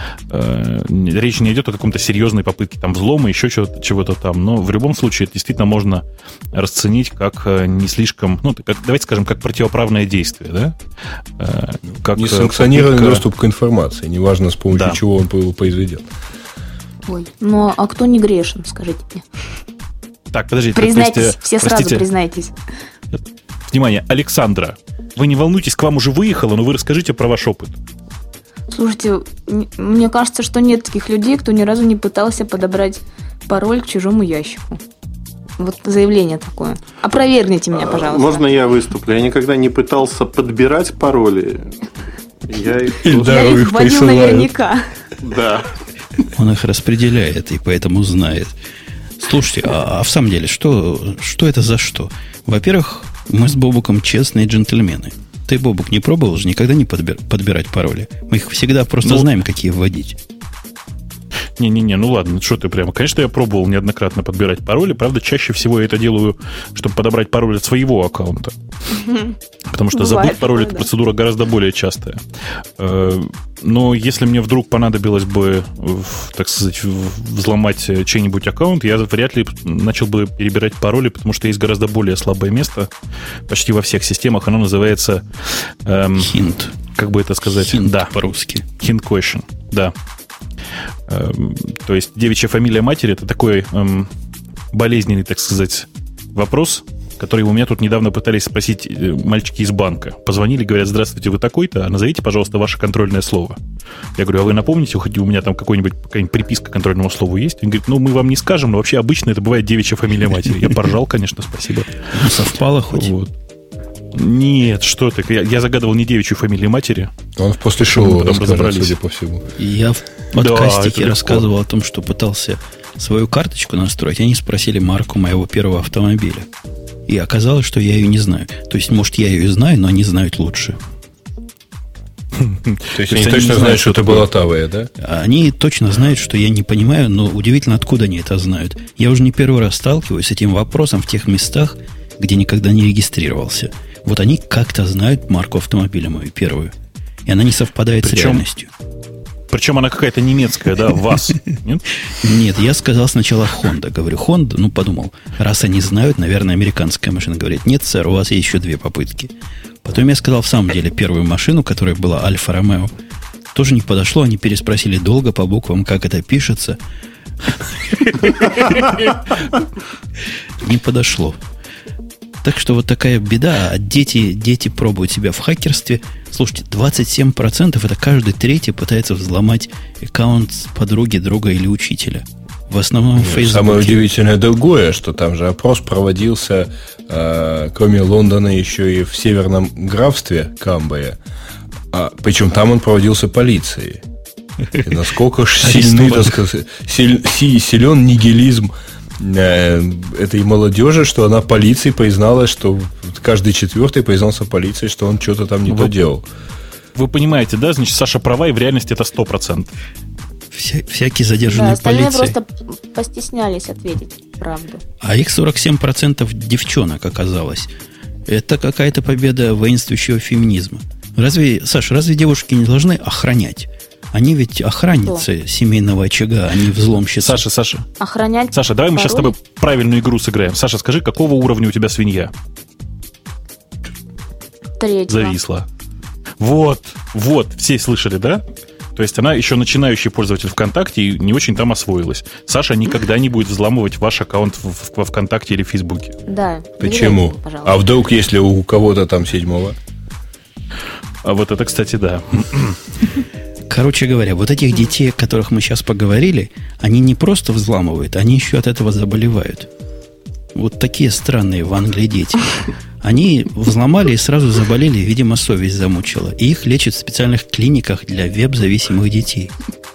Речь не идет о каком-то серьезной попытке там взлома, еще чего-то, чего-то там, но в любом случае это действительно можно расценить как не слишком, ну, как, давайте скажем, как противоправное действие, да? Как несанкционированный попытка... доступ к информации, неважно, с помощью да. чего он был произведен. Ой, ну а кто не грешен, скажите мне? Так, подождите. Признайтесь, есть, все простите, сразу признайтесь. Внимание, Александра, вы не волнуйтесь, к вам уже выехала, но вы расскажите про ваш опыт. Слушайте, мне кажется, что нет таких людей, кто ни разу не пытался подобрать пароль к чужому ящику. Вот заявление такое. Опровергните меня, пожалуйста. Можно я выступлю? Я никогда не пытался подбирать пароли. Я их, я их вводил наверняка. Да. Он их распределяет и поэтому знает. Слушайте, а, а в самом деле, что, что это за что? Во-первых, мы с Бобуком честные джентльмены. Ты, Бобук, не пробовал же никогда не подбир, подбирать пароли? Мы их всегда просто ну, знаем, какие вводить. Не-не-не, ну ладно, что ты прямо. Конечно, я пробовал неоднократно подбирать пароли. Правда, чаще всего я это делаю, чтобы подобрать пароль от своего аккаунта. Потому что Бывает, забыть пароль – это процедура гораздо более частая. Но если мне вдруг понадобилось бы, так сказать, взломать чей-нибудь аккаунт, я вряд ли начал бы перебирать пароли, потому что есть гораздо более слабое место почти во всех системах. Оно называется... Эм, Hint. Как бы это сказать? Hint да. по-русски. Hint question, да. То есть девичья фамилия матери – это такой эм, болезненный, так сказать, вопрос, который у меня тут недавно пытались спросить мальчики из банка. Позвонили, говорят: здравствуйте, вы такой-то, а назовите, пожалуйста, ваше контрольное слово. Я говорю: а вы напомните, хоть у меня там какой-нибудь, какая-нибудь приписка к контрольному слову есть? Он говорит: ну, мы вам не скажем, но вообще обычно это бывает девичья фамилия матери. Я поржал, конечно, спасибо. Совпало хоть? Вот. Нет, что ты, я, я загадывал не девичью фамилию матери. Он после шоу потом разобрались, судя по всему. Я в подкастике да, рассказывал о том, что пытался свою карточку настроить. Они спросили марку моего первого автомобиля. И оказалось, что я ее не знаю. То есть, может, я ее знаю, но они знают лучше. То есть, они точно знают, что это была Тавия, да? Они точно знают, что я не понимаю, но удивительно, откуда они это знают. Я уже не первый раз сталкиваюсь с этим вопросом в тех местах, где никогда не регистрировался. Вот они как-то знают марку автомобиля мою первую. И она не совпадает причем, с реальностью. Причем она какая-то немецкая, да, ВАЗ. Нет? Нет, я сказал сначала Honda. Говорю, Honda, ну подумал, раз они знают, наверное, американская машина. Говорит: нет, сэр, у вас есть еще две попытки. Потом я сказал в самом деле первую машину, которая была Альфа Ромео. Тоже не подошло, они переспросили долго по буквам, как это пишется. Не подошло. Так что вот такая беда. А дети, дети пробуют себя в хакерстве. Слушайте, двадцать семь процентов это каждый третий пытается взломать аккаунт подруги, друга или учителя. В основном в Фейсбуке. Самое удивительное другое, что там же опрос проводился, э, кроме Лондона, еще и в северном графстве Камбрия. А, причем там он проводился полицией. И насколько ж сильный, так сказать, силен нигилизм этой молодежи, что она полиции призналась, что каждый четвертый признался полиции, что он что-то там не вы, то делал. Вы понимаете, да? Значит, Саша права, и в реальности это сто процентов. Вся, всякие задержанные да, полиции. просто постеснялись ответить правду. А их сорок семь процентов девчонок оказалось. Это какая-то победа воинствующего феминизма. Разве, Саша, разве девушки не должны охранять? Они ведь охранницы Кто? семейного очага, они взломщицы. Саша, Саша. Охранять Саша, давай пароль? Мы сейчас с тобой правильную игру сыграем. Саша, скажи, какого уровня у тебя свинья? Третьего. Зависла. Вот, вот, все слышали, да? То есть она еще начинающий пользователь ВКонтакте и не очень там освоилась. Саша никогда не будет взламывать ваш аккаунт во ВКонтакте или в Фейсбуке. Да. Почему? А вдруг, если у кого-то там седьмого? А вот это, кстати, да. Короче говоря, вот этих детей, о которых мы сейчас поговорили, они не просто взламывают, они еще от этого заболевают. Вот такие странные в Англии дети. Они взломали и сразу заболели, видимо, совесть замучила. И их лечат в специальных клиниках для веб-зависимых детей.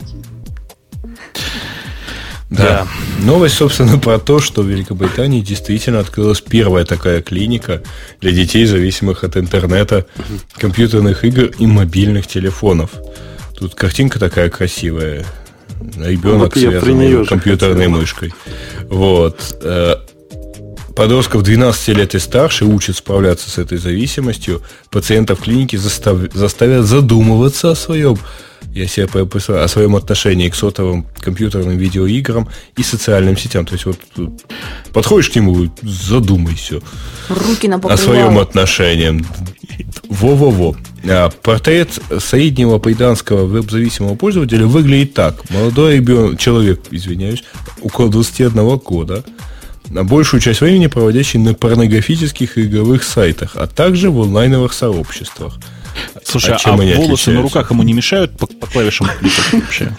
Да. да. Новость, собственно, про то, что в Великобритании действительно открылась первая такая клиника для детей, зависимых от интернета, компьютерных игр и мобильных телефонов. Тут картинка такая красивая. Ребенок вот связанный компьютерной мышкой. Вот. Подростков двенадцати лет и старше учат справляться с этой зависимостью. Пациентов клиники застав... заставят задумываться о своем, я себе представляю, о своем отношении к сотовым компьютерным видеоиграм и социальным сетям. То есть вот подходишь к нему и задумайся Руки на о своем отношении. Во-во-во. А портрет среднего британского веб-зависимого пользователя выглядит так. Молодой ребенок, человек, извиняюсь, около двадцати одного года, на большую часть времени проводящий на порнографических и игровых сайтах, а также в онлайновых сообществах. Слушай, а, а волосы отличаются? На руках ему не мешают по, по клавишам кликать вообще?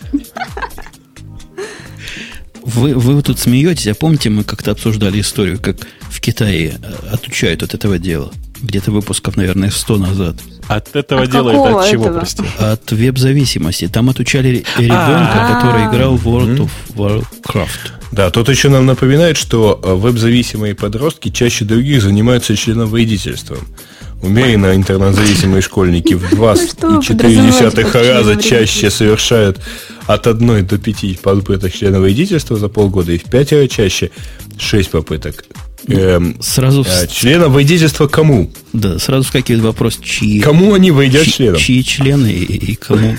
Вы, вы тут смеетесь, а помните, мы как-то обсуждали историю, как в Китае отучают от этого дела? Где-то выпусков, наверное, сто назад. От этого от дела это от чего, этого? Прости? От веб-зависимости. Там отучали ребенка, который играл в World of Warcraft. Да, тут еще нам напоминает, что веб-зависимые подростки чаще других занимаются членовредительством. Умеренно интернет-зависимые школьники в два целых четыре десятых раза чаще совершают от одной до пяти попыток членовредительства за полгода, и в пятеро чаще шесть попыток. Эм, сразу э, членовредительство кому? Да, сразу вскакивает вопрос, чьи... Кому они вредят чьи, членам? Чьи члены и, и кому...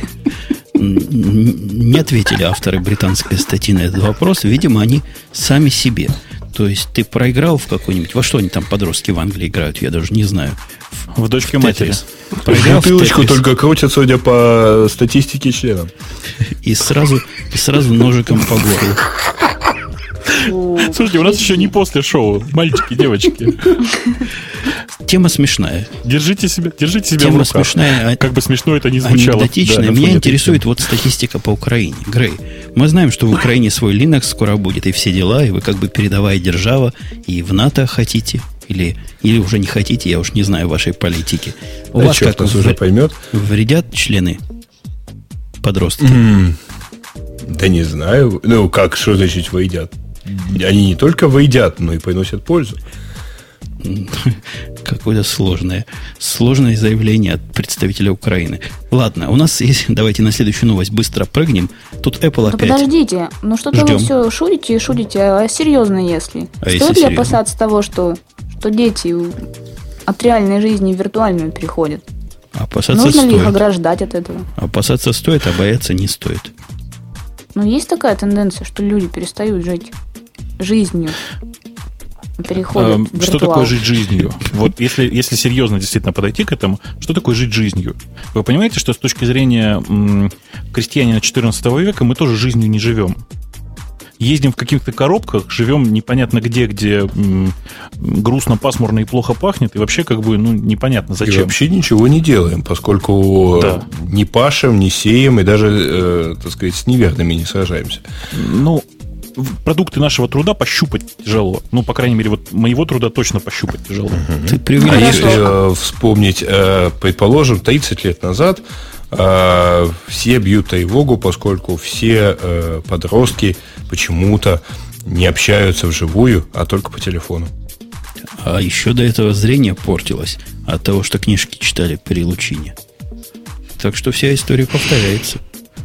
Не ответили авторы британской статьи на этот вопрос. Видимо, они сами себе. То есть ты проиграл в какой-нибудь... Во что они там, подростки в Англии играют? Я даже не знаю. В дочке матери. Проиграл в бутылочку только крутят, судя по статистике, членам. И сразу, и сразу ножиком по горлу. Слушайте, у нас еще не после шоу. Мальчики, девочки. Тема смешная. Держите себя, держите себя Тема в руках. смешная. Как бы смешно это ни звучало. Анекдотичная. Да, меня интересует вот статистика по Украине. Грей, мы знаем, что в Украине свой Linux скоро будет, и все дела, и вы как бы передовая держава, и в НАТО хотите, или, или уже не хотите, я уж не знаю вашей политики. У да вас как в, уже поймет. Вредят члены подростки? Mm. Да не знаю. Ну, как, что значит вредят? Они не только выедят, но и приносят пользу. Какое-то сложное, сложное заявление от представителя Украины. Ладно, у нас есть... Давайте на следующую новость быстро прыгнем. Тут Apple да опять... Подождите, ну что-то Ждем. Вы все шутите и шутите, а серьезно если? А Стоит если ли серьезно? Опасаться того, что, что дети от реальной жизни в виртуальную переходят? Опасаться Нужно стоит. ли их ограждать от этого? Опасаться стоит, а бояться не стоит. Но есть такая тенденция, что люди перестают жить жизнью, переходят а, в что такое жить жизнью? Вот если, если серьезно действительно подойти к этому, что такое жить жизнью? Вы понимаете, что с точки зрения м, крестьянина четырнадцатого века мы тоже жизнью не живем. Ездим в каких-то коробках, живем непонятно где, где м, грустно, пасмурно и плохо пахнет, и вообще как бы ну, непонятно зачем. И вообще ничего не делаем, поскольку да. не пашем, не сеем, и даже, э, так сказать, с неверными не сражаемся. Ну, продукты нашего труда пощупать тяжело. Ну, по крайней мере, вот моего труда точно пощупать тяжело. Uh-huh. Ты привел... А если э, вспомнить, э, предположим, тридцать лет назад э, все бьют тревогу, поскольку все э, подростки почему-то не общаются вживую, а только по телефону. А еще до этого зрение портилось от того, что книжки читали при лучине. Так что вся история повторяется.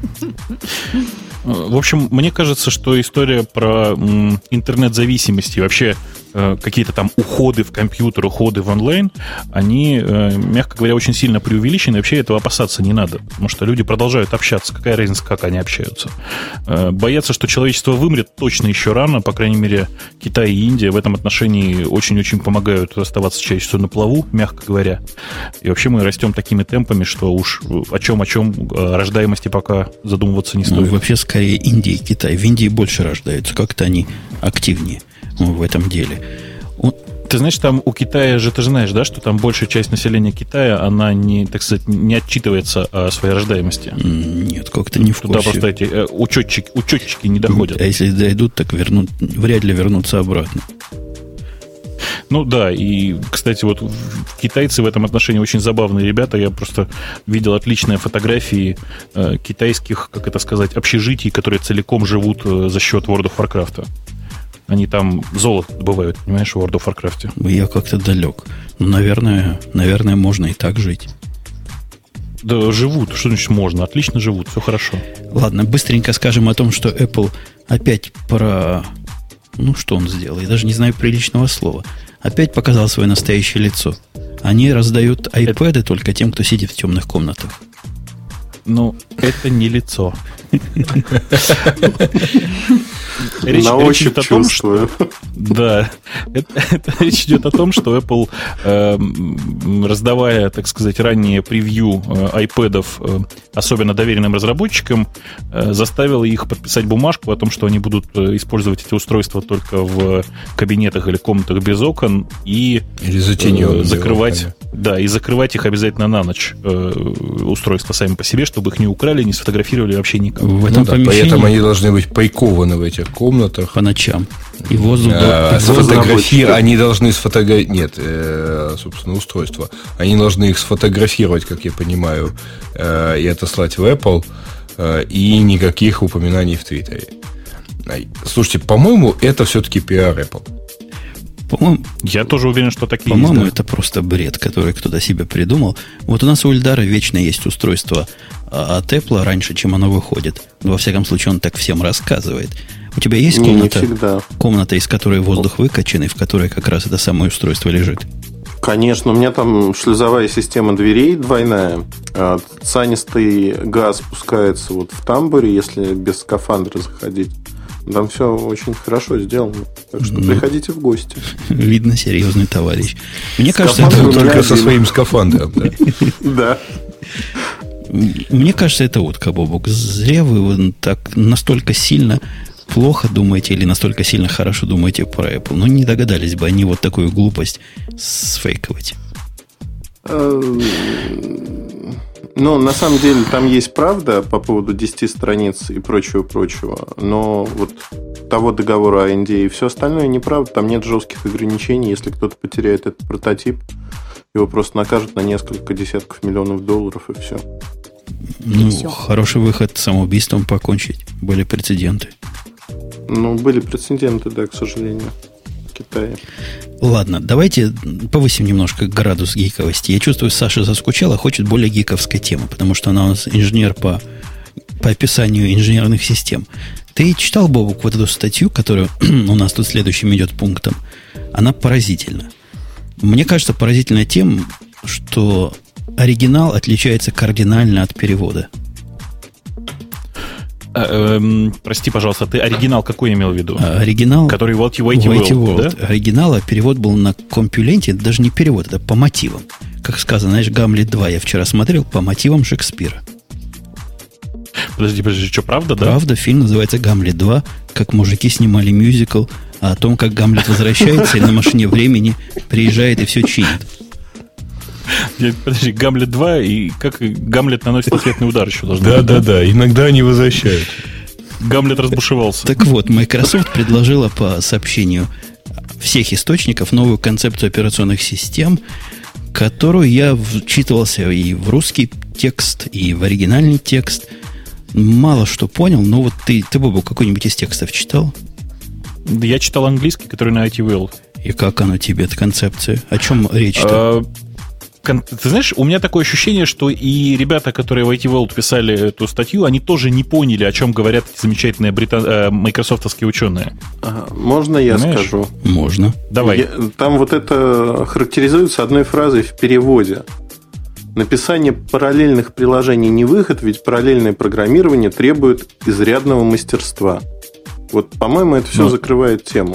В общем, мне кажется, что история про м, интернет-зависимость и вообще э, какие-то там уходы в компьютер, уходы в онлайн, они, э, мягко говоря, очень сильно преувеличены. И вообще этого опасаться не надо, потому что люди продолжают общаться. Какая разница, как они общаются? Э, бояться, что человечество вымрет, точно еще рано. По крайней мере, Китай и Индия в этом отношении очень-очень помогают оставаться человечеству на плаву, мягко говоря. И вообще мы растем такими темпами, что уж о чем, о чем рождаемости пока задумываться не стоит. Ну, вообще, скорее Индия и Китай. В Индии больше рождаются, как-то они активнее в этом деле. Он... Ты знаешь, там у Китая же, ты же знаешь, да, что там большая часть населения Китая, она не, так сказать, не отчитывается о своей рождаемости. Нет, как-то не в курсе. Туда просто эти э, учетчики, учетчики не доходят. А если дойдут, так вернут, вряд ли вернутся обратно. Ну да, и, кстати, вот китайцы в этом отношении очень забавные ребята. Я просто видел отличные фотографии э, китайских, как это сказать, общежитий, которые целиком живут э, за счет World of Warcraft. Они там золото добывают, понимаешь, в World of Warcraft. Я как-то далек. Ну, наверное, наверное, можно и так жить. Да, живут. Что значит можно? Отлично живут, все хорошо. Ладно, быстренько скажем о том, что Apple опять про... Ну, что он сделал? Я даже не знаю приличного слова. Опять показал свое настоящее лицо. Они раздают iPad это... только тем, кто сидит в темных комнатах. Ну, это не лицо. Речь, На речь идет о том, что... Да, это, это речь идет о том, что Apple, э, раздавая, так сказать, раннее превью э, iPad'ов, э, особенно доверенным разработчикам, э, заставила их подписать бумажку о том, что они будут использовать эти устройства только в кабинетах или комнатах без окон и или затененными э, закрывать, окнами. Да, и закрывать их обязательно на ночь э, устройства сами по себе, чтобы их не украли, не сфотографировали вообще никак. В этом ну, да, помещении... Поэтому они должны быть пайкованы в этих комнатах по ночам. И воздух... А, и сфотографи... Они должны сфотографировать... Нет, э, собственно, устройство. Они должны их сфотографировать, как я понимаю, э, и отослать в Apple, э, и никаких упоминаний в Твиттере. Слушайте, по-моему, это все-таки пиар Apple. По-моему, я тоже уверен, что такие по-моему, есть. Да? Это просто бред, который кто-то себе придумал. Вот у нас у Ильдара вечно есть устройство от Apple раньше, чем оно выходит. Во всяком случае, он так всем рассказывает. У тебя есть комната, не комната, из которой воздух выкачан, и в которой как раз это самое устройство лежит? Конечно, у меня там шлюзовая система дверей двойная. Цианистый газ спускается вот в тамбуре, если без скафандра заходить. Там все очень хорошо сделано. Так что ну, приходите в гости. Видно, серьезный товарищ. Мне кажется, это только со своим скафандром. Да. Мне кажется, это утка, Бобок. Зря вы так настолько сильно плохо думаете или настолько сильно хорошо думаете про Apple. Но не догадались бы они вот такую глупость сфейковать. Ну, на самом деле, там есть правда по поводу десяти страниц и прочего-прочего, но вот того договора о эн ди эй и все остальное неправда. Там нет жестких ограничений. Если кто-то потеряет этот прототип, его просто накажут на несколько десятков миллионов долларов, и все. Ну, и все. Хороший выход самоубийством покончить. Были прецеденты. Ну, были прецеденты, да, к сожалению. Китае. Ладно, давайте повысим немножко градус гиковости. Я чувствую, Саша заскучала, хочет более гиковской темы, потому что она у нас инженер по, по описанию инженерных систем. Ты читал, Бобук, вот эту статью, которая у нас тут следующим идет пунктом? Она поразительна. Мне кажется, поразительна тем, что оригинал отличается кардинально от перевода. А, эм, прости, пожалуйста, ты оригинал какой имел в виду? А, оригинал... Который What You Wait World, World, да? Оригинала перевод был на компьюленте, это даже не перевод, это по мотивам. Как сказано, знаешь, Гамлет два я вчера смотрел по мотивам Шекспира. Подожди, подожди, что, правда, да? Правда, фильм называется «Гамлет два», как мужики снимали мюзикл о том, как Гамлет возвращается и на машине времени приезжает и все чинит. Подожди, Гамлет два, и как Гамлет наносит ответный удар еще должен быть. Да-да-да, иногда они возвращают. Гамлет разбушевался. Так вот, Microsoft предложила по сообщению всех источников новую концепцию операционных систем, которую я вчитывался и в русский текст, и в оригинальный текст. Мало что понял, но вот ты, ты Бобу, какой-нибудь из текстов читал? Я читал английский, который на ай ти World. И как оно тебе, эта концепция? О чем речь-то? Ты знаешь, у меня такое ощущение, что и ребята, которые в ай ти World писали эту статью, они тоже не поняли, о чем говорят эти замечательные британ... майкрософтовские ученые. Можно я Понимаешь? скажу? Можно. Давай. Я, там вот это характеризуется одной фразой в переводе. Написание параллельных приложений не выход, ведь параллельное программирование требует изрядного мастерства. Вот, по-моему, это все ну, закрывает тему.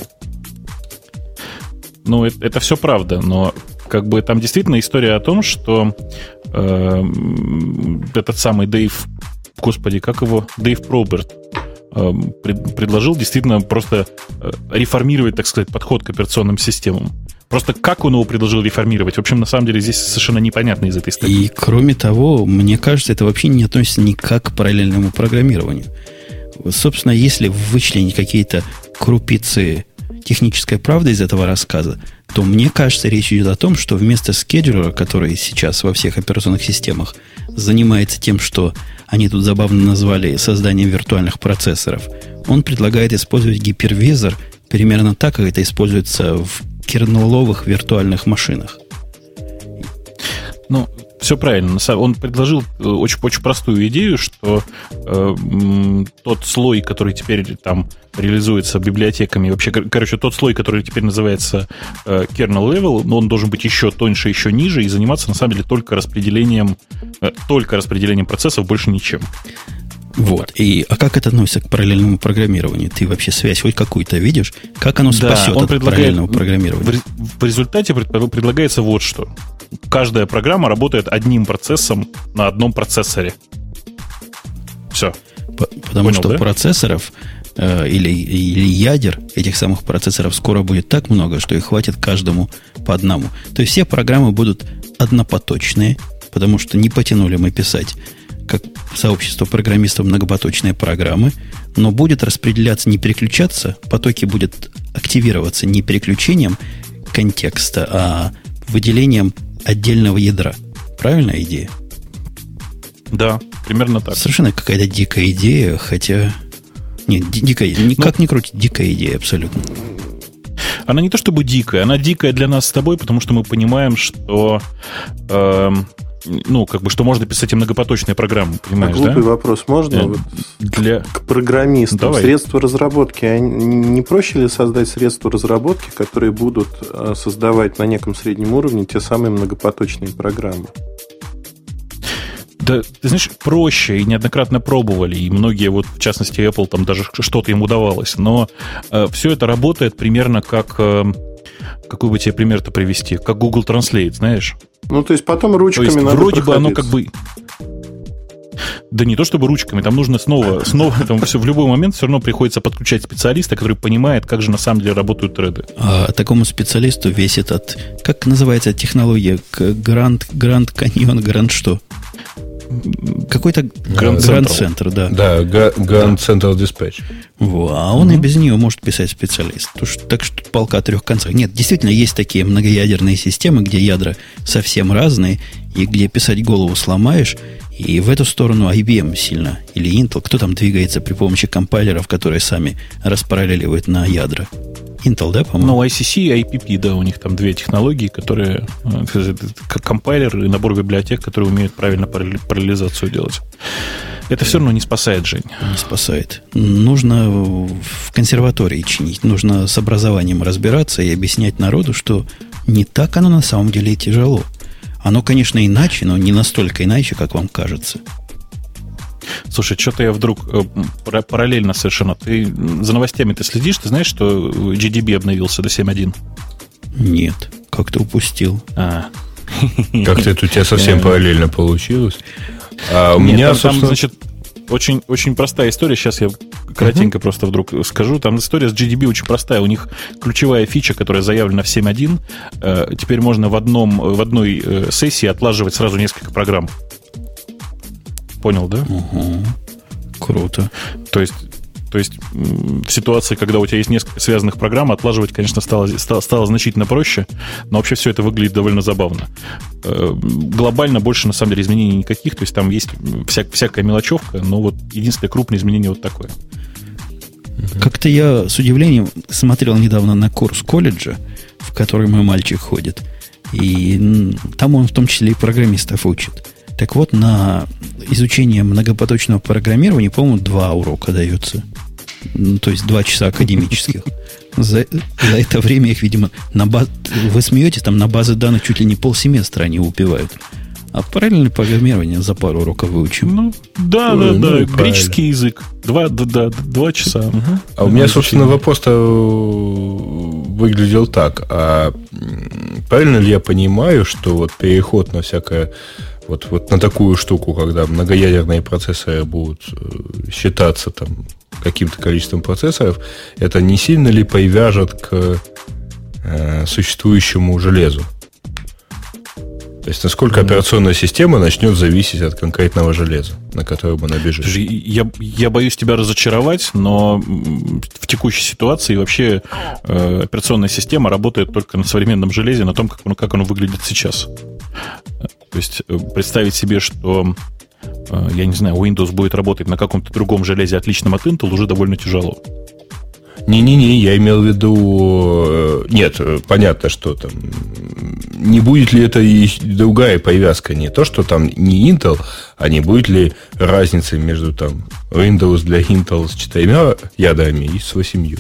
Ну, это, это все правда, но как бы там действительно история о том, что э, этот самый Дэйв, господи, как его, Дэйв Проберт э, пред, предложил действительно просто э, реформировать, так сказать, подход к операционным системам. Просто как он его предложил реформировать? В общем, на самом деле, здесь совершенно непонятно из этой статьи. И, кроме того, мне кажется, это вообще не относится никак к параллельному программированию. Собственно, если вычленить какие-то крупицы технической правды из этого рассказа, то мне кажется, речь идет о том, что вместо скеджулера, который сейчас во всех операционных системах занимается тем, что они тут забавно назвали созданием виртуальных процессоров, он предлагает использовать гипервизор примерно так, как это используется в кернеловых виртуальных машинах. Ну, все правильно. Он предложил очень, очень простую идею, что э, тот слой, который теперь там реализуется библиотеками, вообще, короче, тот слой, который теперь называется э, kernel level, он должен быть еще тоньше, еще ниже и заниматься, на самом деле, только распределением, э, только распределением процессов, больше ничем. Вот. И, а как это относится к параллельному программированию? Ты вообще связь хоть какую-то видишь? Как оно спасет да, он от параллельного программирования? В, в результате предлагается вот что. Каждая программа работает одним процессом на одном процессоре. Все. Потому Понял, что да? процессоров э, или, или ядер этих самых процессоров скоро будет так много, что их хватит каждому по одному. То есть все программы будут однопоточные, потому что не потянули мы писать как сообщество программистов многопоточные программы, но будет распределяться, не переключаться, потоки будут активироваться не переключением контекста, а выделением отдельного ядра. Правильная идея? Да, примерно так. Совершенно какая-то дикая идея, хотя... Нет, дикая, никак ну, не крутит, дикая идея абсолютно. Она не то чтобы дикая, она дикая для нас с тобой, потому что мы понимаем, что... Э, ну, как бы, что можно писать и многопоточные программы, понимаешь, а глупый да? вопрос можно? Для... Вот для... К программистам. Давай. Средства разработки. А не проще ли создать средства разработки, которые будут создавать на неком среднем уровне те самые многопоточные программы? Да, ты знаешь, проще, и неоднократно пробовали, и многие, вот, в частности, Apple, там даже что-то им удавалось, но э, все это работает примерно как... Э, какой бы тебе пример-то привести? Как Google Translate, знаешь? Ну, то есть потом ручками то есть, надо вроде проходиться. бы оно как бы... Да не то чтобы ручками, там нужно снова, снова там все, в любой момент все равно приходится подключать специалиста, который понимает, как же на самом деле работают треды. А такому специалисту весь этот... Как называется технология? Гранд, Гранд Каньон, Гранд что? Какой-то Гранд-центр, да. Да, Гранд-центр диспатч. Во, а он mm-hmm. и без нее может писать специалист. Так что палка о трех концах. Нет, действительно, есть такие многоядерные системы, где ядра совсем разные, и где писать голову сломаешь, и в эту сторону ай би эм сильно, или Intel, кто там двигается при помощи компайлеров, которые сами распараллеливают на ядра. Intel, да, по-моему? Ну, ай си си и ай пи пи, да, у них там две технологии, которые, как компайлер и набор библиотек, которые умеют правильно параллелизацию делать. Это все равно не спасает, Жень. Не спасает. Нужно в консерватории чинить, нужно с образованием разбираться и объяснять народу, что не так оно на самом деле и тяжело. Оно, конечно, иначе, но не настолько иначе, как вам кажется. Слушай, что-то я вдруг э, параллельно совершенно. Ты за новостями ты следишь? Ты знаешь, что джи ди би обновился до семь точка один? Нет, как-то упустил. А. Как-то это у тебя совсем параллельно получилось? А у меня, там, значит, очень, очень простая история. Сейчас я кратенько uh-huh. просто вдруг скажу. Там история с джи ди би очень простая. У них ключевая фича, которая заявлена в семь точка один, э, теперь можно в, одном, в одной э, сессии отлаживать сразу несколько программ. Понял, да? Угу. Круто. То есть, То есть в ситуации, когда у тебя есть несколько связанных программ, отлаживать, конечно, стало, стало, стало значительно проще, но вообще все это выглядит довольно забавно. Глобально больше, на самом деле, изменений никаких, то есть там есть вся, всякая мелочевка, но вот единственное крупное изменение вот такое. Как-то я с удивлением смотрел недавно на курс колледжа, в который мой мальчик ходит, и там он в том числе и программистов учит. Так вот, на изучение многопоточного программирования, по-моему, два урока дается. Ну, то есть два часа академических. За, за это время их, видимо, на баз... вы смеетесь, там на базы данных чуть ли не полсеместра они упивают. А параллельное программирование за пару уроков выучим. Ну, да, Ой, да, ну, да. Греческий язык. Два, да, да, два часа. Угу. А у меня, собственно, вопрос-то выглядел так. А правильно ли я понимаю, что вот переход на всякое... Вот, вот на такую штуку, когда многоядерные процессоры будут считаться там каким-то количеством процессоров, это не сильно ли привяжет к э, существующему железу? То есть, насколько mm-hmm. операционная система начнет зависеть от конкретного железа, на котором она бежит? Я, я боюсь тебя разочаровать, но в текущей ситуации вообще э, операционная система работает только на современном железе, на том, как оно, как оно выглядит сейчас. То есть представить себе, что, э, я не знаю, Windows будет работать на каком-то другом железе, отличном от Intel, уже довольно тяжело. Не-не-не, я имел в виду... Нет, понятно, что там... Не будет ли это и другая привязка? Не то, что там не Intel, а не будет ли разницы между там Windows для Intel с четырьмя ядрами и с восемью?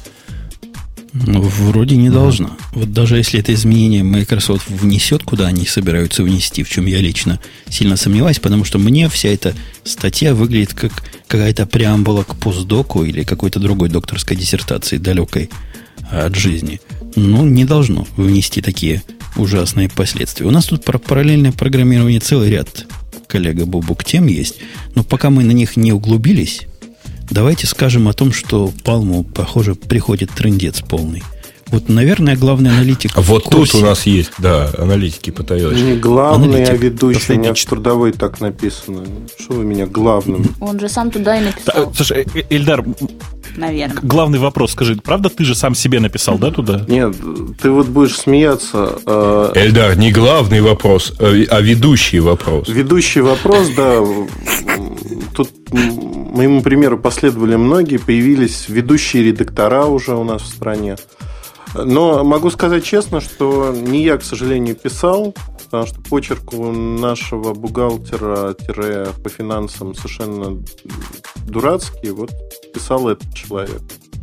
Ну, вроде не должна. Вот даже если это изменение Microsoft внесет, куда они собираются внести, в чем я лично сильно сомневаюсь, потому что мне вся эта статья выглядит как какая-то преамбула к постдоку или какой-то другой докторской диссертации, далекой от жизни. Ну, не должно внести такие ужасные последствия. У нас тут про параллельное программирование целый ряд, коллега Бобук, тем есть, но пока мы на них не углубились, давайте скажем о том, что Палму, похоже, приходит трындец полный. Вот, наверное, главный аналитик... А вот тут у нас есть, да, аналитики пытаются. Не главный, аналитик, а ведущий. У меня в трудовой так написано. Что вы меня главным? Он же сам туда и написал. Слушай, Эльдар, наверное. Главный вопрос, скажи, правда ты же сам себе написал, да, туда? Нет, ты вот будешь смеяться. Э... Эльдар, не главный вопрос, а ведущий вопрос. Ведущий вопрос, да. Тут, моему примеру, последовали многие. Появились ведущие редактора уже у нас в стране. Но могу сказать честно, что не я, к сожалению, писал, потому что почерк у нашего бухгалтера по финансам совершенно дурацкий. Вот писал этот человек.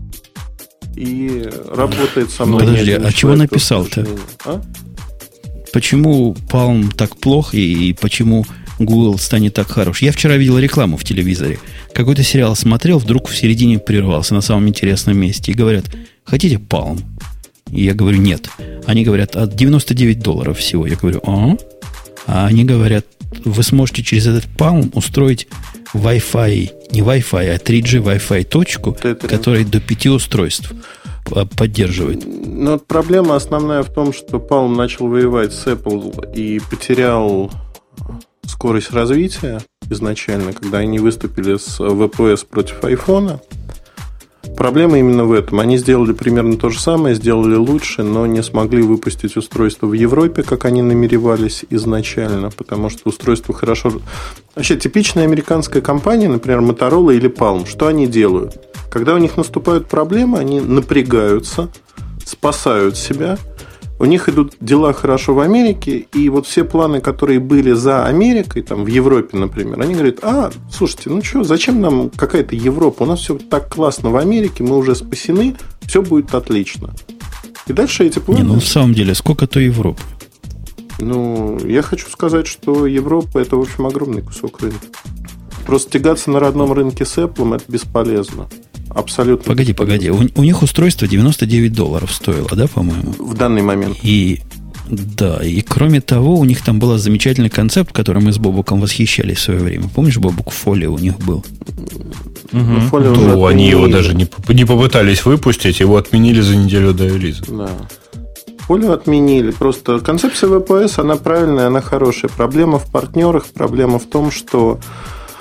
И работает со мной. Ну, подожди, а чего написал-то? А? Почему Palm так плох и, и почему Google станет так хорош? Я вчера видел рекламу в телевизоре. Какой-то сериал смотрел, вдруг в середине прервался на самом интересном месте. И говорят, хотите Palm? И я говорю, нет. Они говорят, от девяносто девять долларов всего. Я говорю, а? А они говорят, вы сможете через этот Palm устроить Wi-Fi, не Wi-Fi, а три джи Wi-Fi точку, это... которая до пяти устройств поддерживает. Но проблема основная в том, что Palm начал воевать с Apple и потерял скорость развития изначально, когда они выступили с ви пи эс против айфона. Проблема именно в этом. Они сделали примерно то же самое, сделали лучше, но не смогли выпустить устройство в Европе, как они намеревались изначально, потому что устройство хорошо... Вообще, типичная американская компания, например, Motorola или Palm, что они делают? Когда у них наступают проблемы, они напрягаются, спасают себя, у них идут дела хорошо в Америке, и вот все планы, которые были за Америкой, там в Европе, например, они говорят, а, слушайте, ну что, зачем нам какая-то Европа? У нас все так классно в Америке, мы уже спасены, все будет отлично. И дальше эти планы... Не, ну в самом деле, сколько то Европы? Ну, я хочу сказать, что Европа – это, в общем, огромный кусок рынка. Просто тягаться на родном рынке с Apple – это бесполезно. Абсолютно. Погоди, погоди. У, у них устройство девяносто девять долларов стоило, да, по-моему? В данный момент. И да, и кроме того, у них там был замечательный концепт, которым мы с Бобуком восхищались в свое время. Помнишь, Бобук, Фолио у них был? Угу. То они его даже не, не попытались выпустить, его отменили за неделю до релиза. Да. Фолио отменили. Просто концепция ви пи эс, она правильная, она хорошая. Проблема в партнерах, проблема в том, что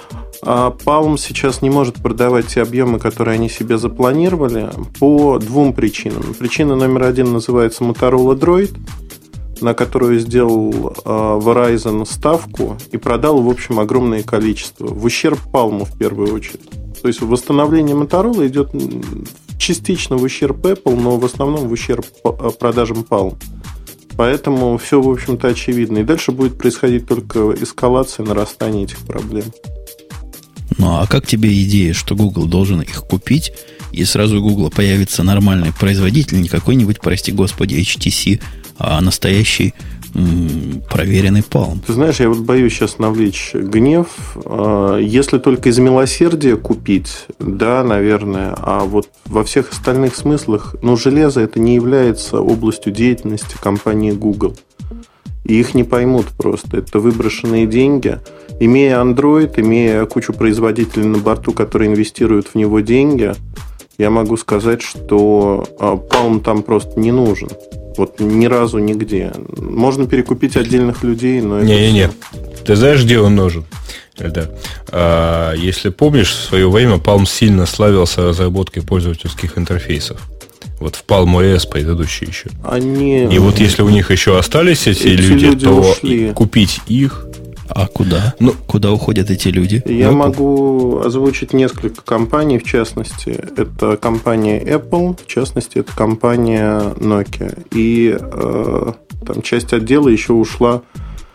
А Palm сейчас не может продавать те объемы, которые они себе запланировали, по двум причинам. Причина номер один называется Motorola Droid, на которую сделал э, Verizon ставку и продал, в общем, огромное количество. В ущерб Palm в первую очередь. То есть восстановление Motorola идет частично в ущерб Apple, но в основном в ущерб продажам Palm. Поэтому все, в общем-то, очевидно. И дальше будет происходить только эскалация, нарастание этих проблем. Ну, а как тебе идея, что Google должен их купить, и сразу у Google появится нормальный производитель, не какой-нибудь, прости господи, эйч ти си, а настоящий м- проверенный Palm? Ты знаешь, я вот боюсь сейчас навлечь гнев. Если только из милосердия купить, да, наверное, а вот во всех остальных смыслах, ну, железо это не является областью деятельности компании Google. И их не поймут просто. Это выброшенные деньги. Имея Android, имея кучу производителей на борту, которые инвестируют в него деньги, я могу сказать, что Palm там просто не нужен. Вот ни разу нигде. Можно перекупить отдельных людей, но... Не-не-не. Ты знаешь, где он нужен? Да. А, если помнишь, в свое время Palm сильно славился разработкой пользовательских интерфейсов. Вот в Palm о эс предыдущий еще. Они... И вот если у них еще остались эти, эти люди, люди, то ушли. Купить их... А куда? Ну, куда уходят эти люди? Я Apple? могу озвучить несколько компаний, в частности. Это компания Apple, в частности, это компания Nokia. И э, там часть отдела еще ушла.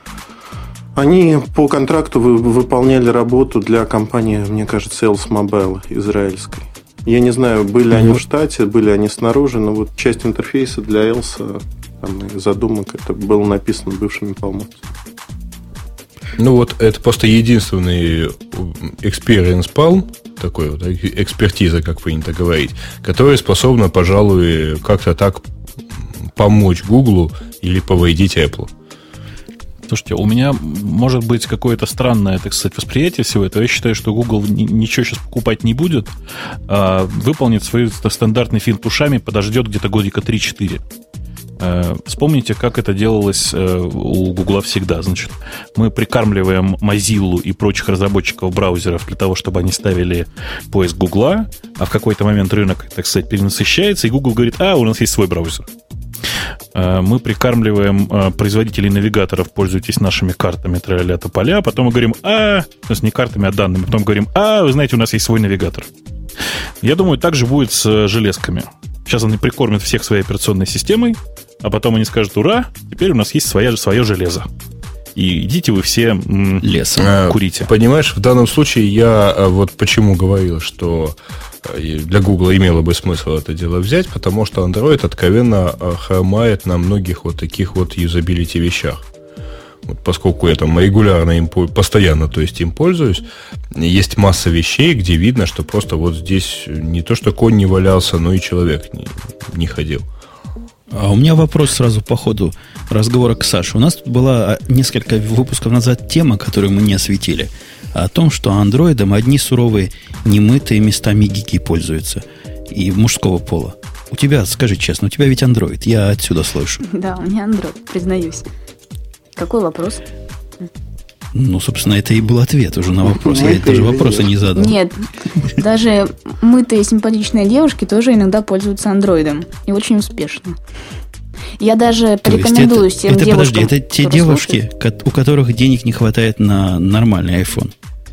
Они по контракту вы, выполняли работу для компании, мне кажется, Else Mobile, израильской. Я не знаю, были mm-hmm. они в штате, были они снаружи, но вот часть интерфейса для Else, там, и задумок, это было написано бывшими полмовцами. Ну вот это просто единственный experience Palm, такой вот экспертиза, как принято говорить, которая способна, пожалуй, как-то так помочь Google или повредить Apple. Слушайте, у меня может быть какое-то странное, так сказать, восприятие всего этого. Я считаю, что Google ничего сейчас покупать не будет, а выполнит свой стандартный финт ушами, подождет где-то годика три-четыре. Вспомните, как это делалось у Гугла всегда. Значит, мы прикармливаем Mozilla и прочих разработчиков браузеров для того, чтобы они ставили поиск Гугла, а в какой-то момент рынок, так сказать, перенасыщается, и Google говорит: а, у нас есть свой браузер. Мы прикармливаем производителей навигаторов: пользуйтесь нашими картами, тра-ля-ля, тополя. Потом мы говорим: а, то есть не картами, а данными. Потом говорим: а, вы знаете, у нас есть свой навигатор. Я думаю, так же будет с железками. Сейчас они прикормят всех своей операционной системой, а потом они скажут: ура, теперь у нас есть своя, свое железо. И идите вы все м- лесом, а, курите. Понимаешь, в данном случае я вот почему говорил, что для Google имело бы смысл это дело взять, потому что Android откровенно хромает на многих вот таких вот юзабилити вещах. Вот поскольку я там регулярно им, постоянно, то есть им пользуюсь, есть масса вещей, где видно, что просто вот здесь не то, что конь не валялся, но и человек не, не ходил. А у меня вопрос сразу по ходу разговора к Саше. У нас тут была несколько выпусков назад тема, которую мы не осветили, о том, что андроидом одни суровые, немытые местами гики пользуются, и мужского пола. У тебя, скажи честно, у тебя ведь андроид, я отсюда слышу. Да, у меня андроид, признаюсь. Какой вопрос? Ну, собственно, это и был ответ уже на вопрос. Я даже вопроса не задал. Нет, даже мытые симпатичные девушки тоже иногда пользуются андроидом. И очень успешно. Я даже порекомендую всем это, девушкам... Подожди, это те девушки, слушают, у которых денег не хватает на нормальный iPhone?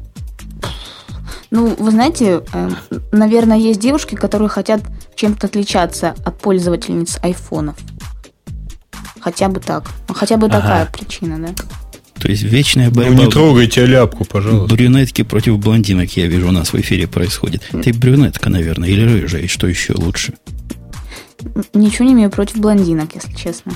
Ну, вы знаете, наверное, есть девушки, которые хотят чем-то отличаться от пользовательниц айфонов. Хотя бы так. Хотя бы ага. такая причина, да? То есть вечная борьба... Ну, не трогайте ляпку, пожалуйста. Брюнетки против блондинок, я вижу, у нас в эфире происходит. Ты брюнетка, наверное, или рыжая, и что еще лучше? Ничего не имею против блондинок, если честно.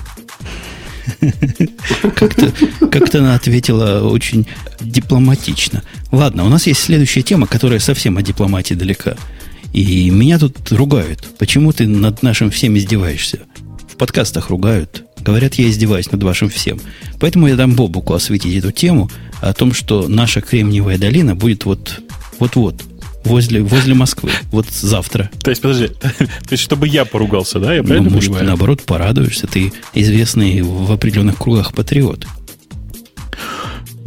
Как-то, как-то она ответила очень дипломатично. Ладно, у нас есть следующая тема, которая совсем от дипломатии далека. И меня тут ругают. Почему ты над нашим всем издеваешься? В подкастах ругают. Говорят, я издеваюсь над вашим всем. Поэтому я дам Бобуку осветить эту тему о том, что наша Кремниевая долина будет вот, вот-вот, возле, возле Москвы. Вот завтра. То есть, подожди, то есть, чтобы я поругался, да? Я правильно ну, может, понимаю? наоборот, порадуешься. Ты известный в определенных кругах патриот.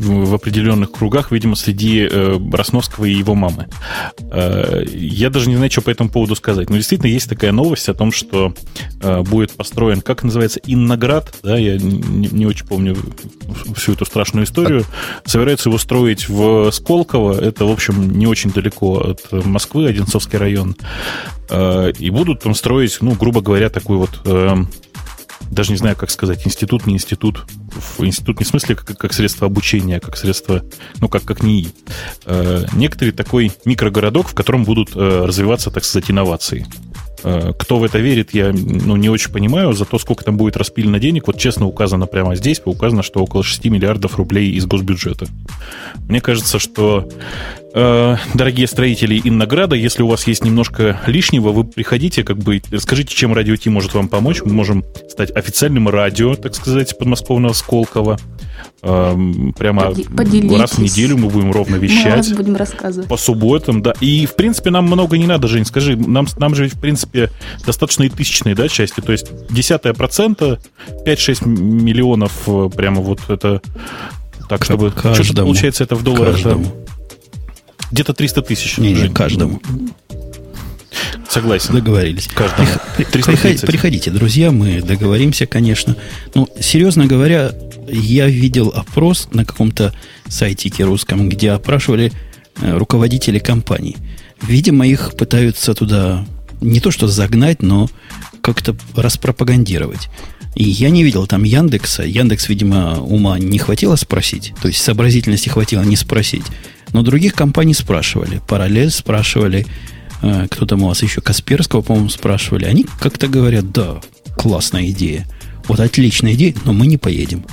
в, в определенных кругах, видимо, среди э, Росновского и его мамы. Э, я даже не знаю, что по этому поводу сказать. Но действительно есть такая новость о том, что э, будет построен, как называется, Инноград, да, я не, не очень помню всю эту страшную историю. Собираются его строить в Сколково. Это, в общем, не очень далеко от Москвы, Одинцовский район. Э, и будут там строить, ну, грубо говоря, такой вот... Э, даже не знаю, как сказать, институт, не институт. Институт не в смысле как, как средство обучения, а как средство, ну, как, как НИИ. Э, некоторый такой микрогородок, в котором будут э, развиваться, так сказать, инновации. Э, кто в это верит, я ну, не очень понимаю. Зато сколько там будет распилено денег, вот честно указано прямо здесь, указано, что около шести миллиардов рублей из госбюджета. Мне кажется, что э, дорогие строители Иннограда, если у вас есть немножко лишнего, вы приходите, как бы, расскажите, чем Радио Ти может вам помочь. Мы можем стать официальным радио, так сказать, подмосковного Сколково. Э, прямо Поделитесь. Раз в неделю мы будем ровно вещать. Мы будем рассказывать. По субботам, да. И, в принципе, нам много не надо, Жень. Скажи, нам, нам же, в принципе, достаточно и тысячные, да, части. То есть десятая процента, пять-шесть миллионов прямо вот это... Так, чтобы... Каждому. Что получается это в долларах? Каждому. Где-то триста тысяч. Не, не, каждому. Согласен. Договорились. Каждому. Приходите, приходите, друзья, мы договоримся, конечно. Ну, серьезно говоря, я видел опрос на каком-то сайтике русском, где опрашивали руководителей компаний. Видимо, их пытаются туда не то что загнать, но как-то распропагандировать. И я не видел там Яндекса. Яндекс, видимо, ума не хватило спросить. То есть сообразительности хватило не спросить. Но других компаний спрашивали. Параллель спрашивали. Э, кто там у вас еще? Касперского, по-моему, спрашивали. Они как-то говорят, да, классная идея. Вот отличная идея, но мы не поедем.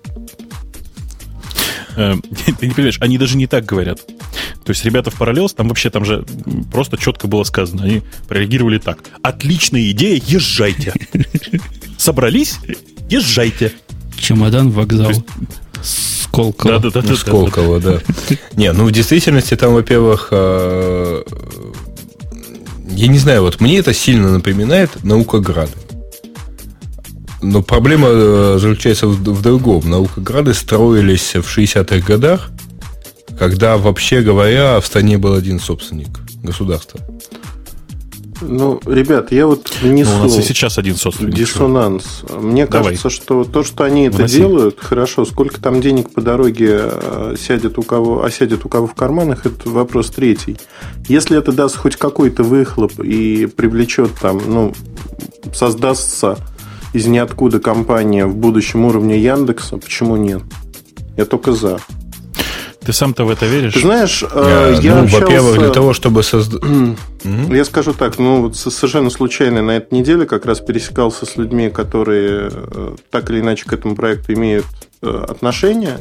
Ты не понимаешь, они даже не так говорят. То есть ребята в Parallels, там вообще там же просто четко было сказано. Они прореагировали так. Отличная идея, езжайте. Собрались, езжайте. Чемодан, вокзал. Есть... Сколково. Да, да, да, ну, Сколково, да. Не, ну в действительности там, во-первых, я не знаю, вот мне это сильно напоминает Наукограды. Но проблема заключается в другом. Наукограды строились в шестидесятых годах, когда, вообще говоря, в стране был один собственник государства. Ну, ребят, я вот внесу ну, у нас и сейчас один собственник. Диссонанс. Мне Давай. кажется, что то, что они это Вноси. делают, хорошо, сколько там денег по дороге сядет у кого, осядет у кого в карманах, это вопрос третий. Если это даст хоть какой-то выхлоп и привлечет там, ну, создастся из ниоткуда компания в будущем уровне Яндекса, почему нет? Я только за. Ты сам-то в это веришь? Ты знаешь, я, я ну, общался... во-первых, для того, чтобы создать... Я скажу так, ну, вот совершенно случайно на этой неделе как раз пересекался с людьми, которые так или иначе к этому проекту имеют отношение.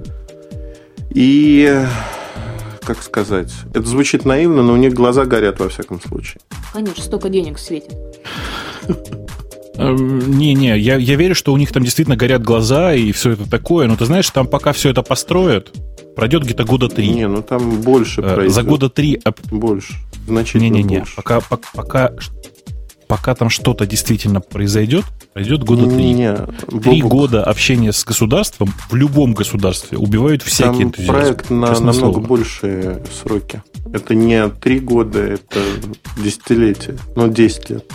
И, как сказать, это звучит наивно, но у них глаза горят во всяком случае. Конечно, столько денег светит. Не-не, я, я верю, что у них там действительно горят глаза и все это такое, но ты знаешь, там пока все это построят, пройдет где-то года три. Не, ну там больше пройдет. За года три... Больше, значительно Не-не-не, больше. пока, пока, пока, пока там что-то действительно произойдет, пройдет года три. Не-не, Три Бобук, года общения с государством в любом государстве убивают всякий там энтузиазм. проект на Честное намного слово. большие сроки. Это не три года, это десятилетие, ну десять лет.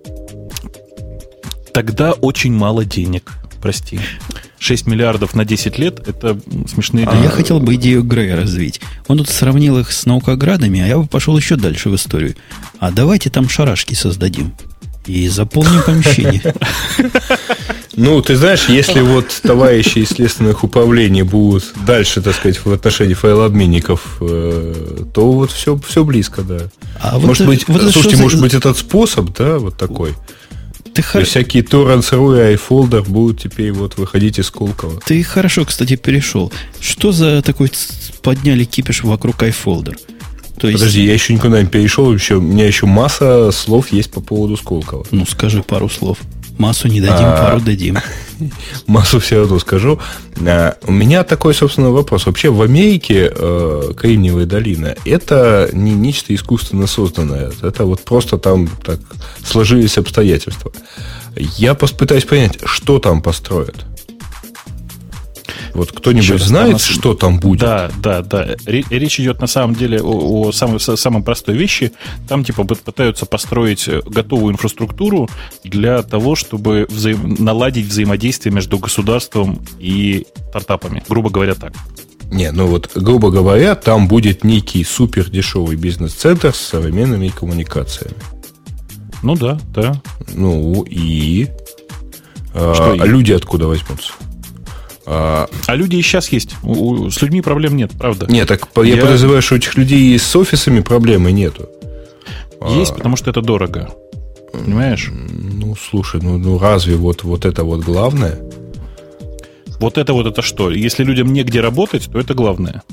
Тогда очень мало денег, прости. шесть миллиардов на десять лет – это смешные А деньги. я хотел бы идею Грея развить. Он тут сравнил их с наукоградами, а я бы пошел еще дальше в историю. А давайте там шарашки создадим. И заполним помещение. Ну, ты знаешь, если вот товарищи из следственных управлений будут дальше, так сказать, в отношении файлообменников, то вот все, все близко, да. А может вот, быть, вот слушайте, за... может быть, этот способ, да, вот такой. Ты То есть хор... всякие торрентс.ру и iFolder будут теперь вот выходить из Сколково. Ты хорошо, кстати, перешел. Что за такой подняли кипиш вокруг iFolder? То есть... Подожди, я еще никуда не перешел, еще, у меня еще масса слов есть по поводу Сколково. Ну, скажи пару слов. Массу не дадим, А... пару дадим. Массу все равно скажу. А, у меня такой, собственно, вопрос. Вообще в Америке э, Кремниевая долина – это не нечто искусственно созданное. Это вот просто там так сложились обстоятельства. Я попытаюсь понять, что там построят. Вот кто-нибудь раз, знает, нас... что там будет? Да, да, да. Речь идет на самом деле о, о самой, самой простой вещи. Там типа пытаются построить готовую инфраструктуру для того, чтобы взаим... наладить взаимодействие между государством и стартапами. Грубо говоря, так. Не, ну вот, грубо говоря, там будет некий супер дешевый бизнес-центр с современными коммуникациями. Ну да, да. Ну и... А, а люди откуда возьмутся? А, а люди и сейчас есть. У, у, с людьми проблем нет, правда. Нет, так я, я подозреваю, что у этих людей с офисами проблемы нету. Есть, а, потому что это дорого. Понимаешь? Ну, слушай, ну, ну разве вот, вот это вот главное? Вот это вот это что? Если людям негде работать, то это главное.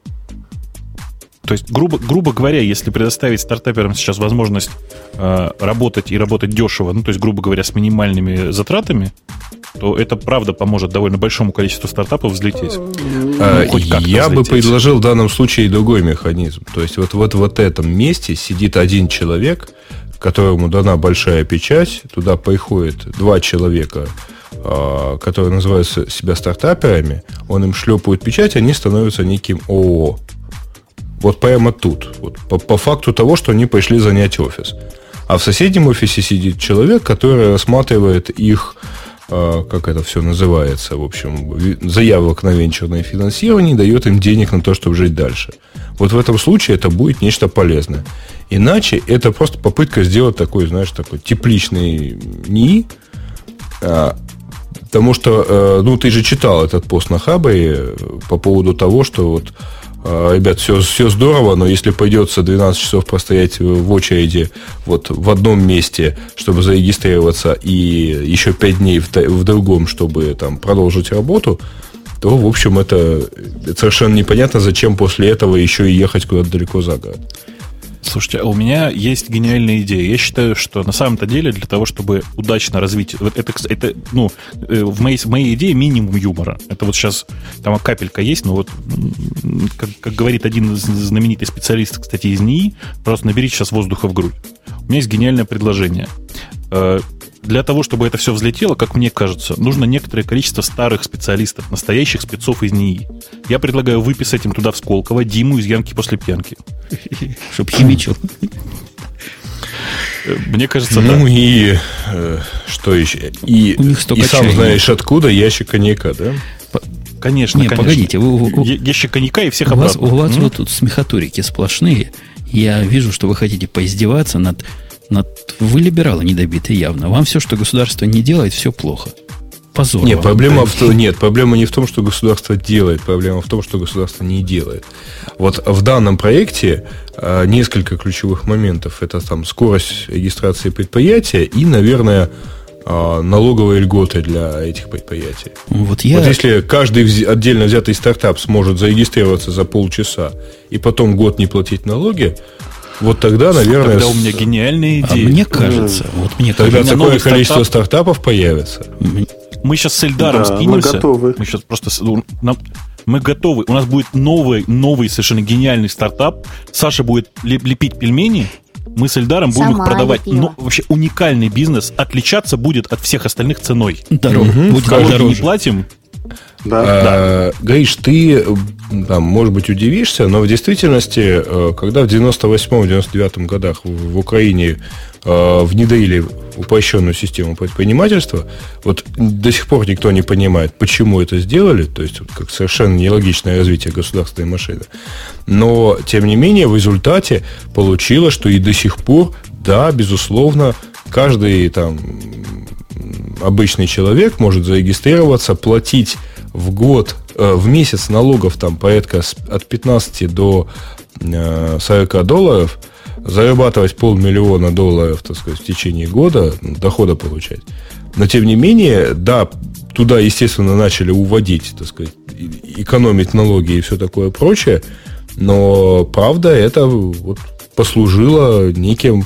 То есть, грубо, грубо говоря, если предоставить стартаперам сейчас возможность э, работать и работать дешево, ну, то есть, грубо говоря, с минимальными затратами, то это, правда, поможет довольно большому количеству стартапов взлететь. Ну, хоть как-то Я взлететь. бы предложил в данном случае другой механизм. То есть, вот, вот в вот этом месте сидит один человек, которому дана большая печать, туда приходит два человека, которые называют себя стартаперами, он им шлепает печать, они становятся неким ООО. Вот прямо тут. Вот, по, по факту того, что они пришли занять офис. А в соседнем офисе сидит человек, который рассматривает их, э, как это все называется, в общем, заявок на венчурное финансирование, дает им денег на то, чтобы жить дальше. Вот в этом случае это будет нечто полезное. Иначе это просто попытка сделать такой, знаешь, такой тепличный НИИ, э, потому что, э, ну, ты же читал этот пост на Хабре по поводу того, что вот ребят, все, все здорово, но если придется двенадцать часов простоять в очереди вот в одном месте, чтобы зарегистрироваться, и еще пять дней в, в другом, чтобы там продолжить работу, то, в общем, это, это совершенно непонятно, зачем после этого еще и ехать куда-то далеко за город. Слушайте, а у меня есть гениальная идея. Я считаю, что на самом-то деле для того, чтобы удачно развить... Вот это, это, ну, в моей, в моей идее минимум юмора. Это вот сейчас там капелька есть, но вот, как, как говорит один знаменитый специалист, кстати, из НИИ, просто наберите сейчас воздуха в грудь. У меня есть гениальное предложение. Для того, чтобы это все взлетело, как мне кажется, нужно некоторое количество старых специалистов, настоящих спецов из НИИ. Я предлагаю выписать им туда в Сколково Диму из Янки после пьянки. Чтоб химичил. Мне кажется, ну да. Ну и э, что еще? И, У них столько и сам чая знаешь откуда ящик коньяка, да? Конечно, Не, конечно. погодите. Вы, вы, ящик коньяка и всех у обратно. Вас, у вас вот тут смехотурики сплошные. Я вижу, что вы хотите поиздеваться над... над... Вы либералы недобитые явно. Вам все, что государство не делает, все плохо. Позор. Нет, проблема в том, нет, проблема не в том, что государство делает, проблема в том, что государство не делает. Вот в данном проекте а, несколько ключевых моментов. Это там скорость регистрации предприятия и, наверное, а, налоговые льготы для этих предприятий. Вот, я... вот если каждый отдельно взятый стартап сможет зарегистрироваться за полчаса и потом год не платить налоги, вот тогда, наверное... Тогда у меня гениальная идея. А мне кажется, вот мне тогда кажется, такое количество стартап... стартапов появится. Мы сейчас с Эльдаром да, скинемся. Мы готовы. Мы сейчас просто... Нам... Мы готовы. У нас будет новый, новый совершенно гениальный стартап. Саша будет лепить пельмени. Мы с Эльдаром будем Сама их продавать. Ну, вообще уникальный бизнес. Отличаться будет от всех остальных ценой. Дорого. Угу. Будет налоги не платим. Да. А, да. Гриш, ты, там, может быть, удивишься, но в действительности, когда в девяносто восьмом - девяносто девятом годах в Украине внедрили упрощенную систему предпринимательства, вот до сих пор никто не понимает, почему это сделали, то есть как совершенно нелогичное развитие государственной машины. Но, тем не менее, в результате получилось, что и до сих пор, да, безусловно, каждый там обычный человек может зарегистрироваться, платить в год, э, в месяц налогов там порядка от пятнадцати до сорока долларов, зарабатывать полмиллиона долларов, так сказать, в течение года, дохода получать. Но, тем не менее, да, туда, естественно, начали уводить, так сказать, экономить налоги и все такое прочее, но, правда, это вот послужило неким...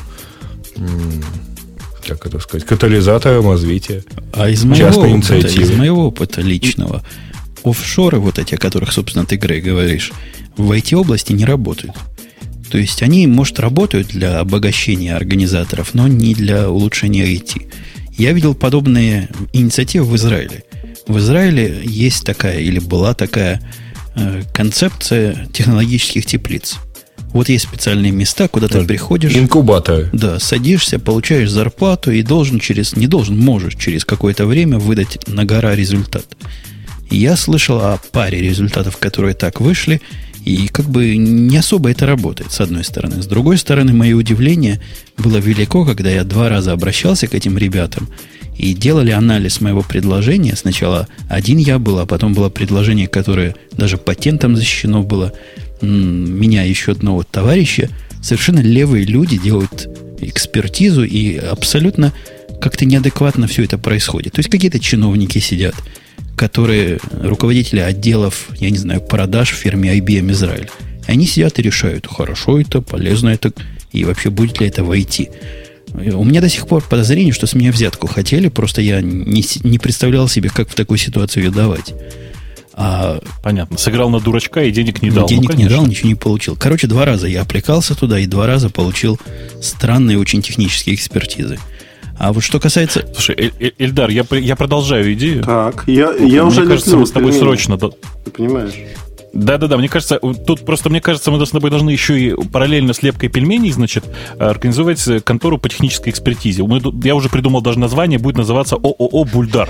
как это сказать, катализатором развития а из частной моего опыта, из моего опыта личного, офшоры вот эти, о которых, собственно, ты, Грей, говоришь, в ай ти-области не работают. То есть они, может, работают для обогащения организаторов, но не для улучшения ай ти. Я видел подобные инициативы в Израиле. В Израиле есть такая, или была такая э, концепция технологических теплиц. Вот есть специальные места, куда ты приходишь. Инкубаторы. Да, садишься, получаешь зарплату и должен через, не должен, можешь через какое-то время выдать на гора результат. И я слышал о паре результатов, которые так вышли, и как бы не особо это работает, с одной стороны. С другой стороны, мое удивление было велико, когда я два раза обращался к этим ребятам, и делали анализ моего предложения. Сначала один я был, а потом было предложение, которое даже патентом защищено было, меня и еще одного товарища. Совершенно левые люди делают экспертизу, и абсолютно как-то неадекватно все это происходит. То есть какие-то чиновники сидят, которые руководители отделов, я не знаю, продаж в фирме ай би эм Израиль. Они сидят и решают, хорошо это, полезно это, и вообще будет ли это войти. У меня до сих пор подозрение, что с меня взятку хотели, просто я не, не представлял себе, как в такую ситуацию ее давать. А Понятно. Сыграл на дурачка и денег не дал. Денег ну, не дал, ничего не получил. Короче, два раза я аппликался туда, и два раза получил странные очень технические экспертизы. А вот что касается... Слушай, Эль, Эльдар, я, я продолжаю идею. Так, я, я уже... Мне кажется, мы с тобой срочно... Ты понимаешь? Да-да-да, мне кажется, тут просто, мне кажется, мы с тобой должны еще и параллельно с лепкой пельменей, значит, организовать контору по технической экспертизе. Мы, я уже придумал даже название, будет называться ООО «Бульдар».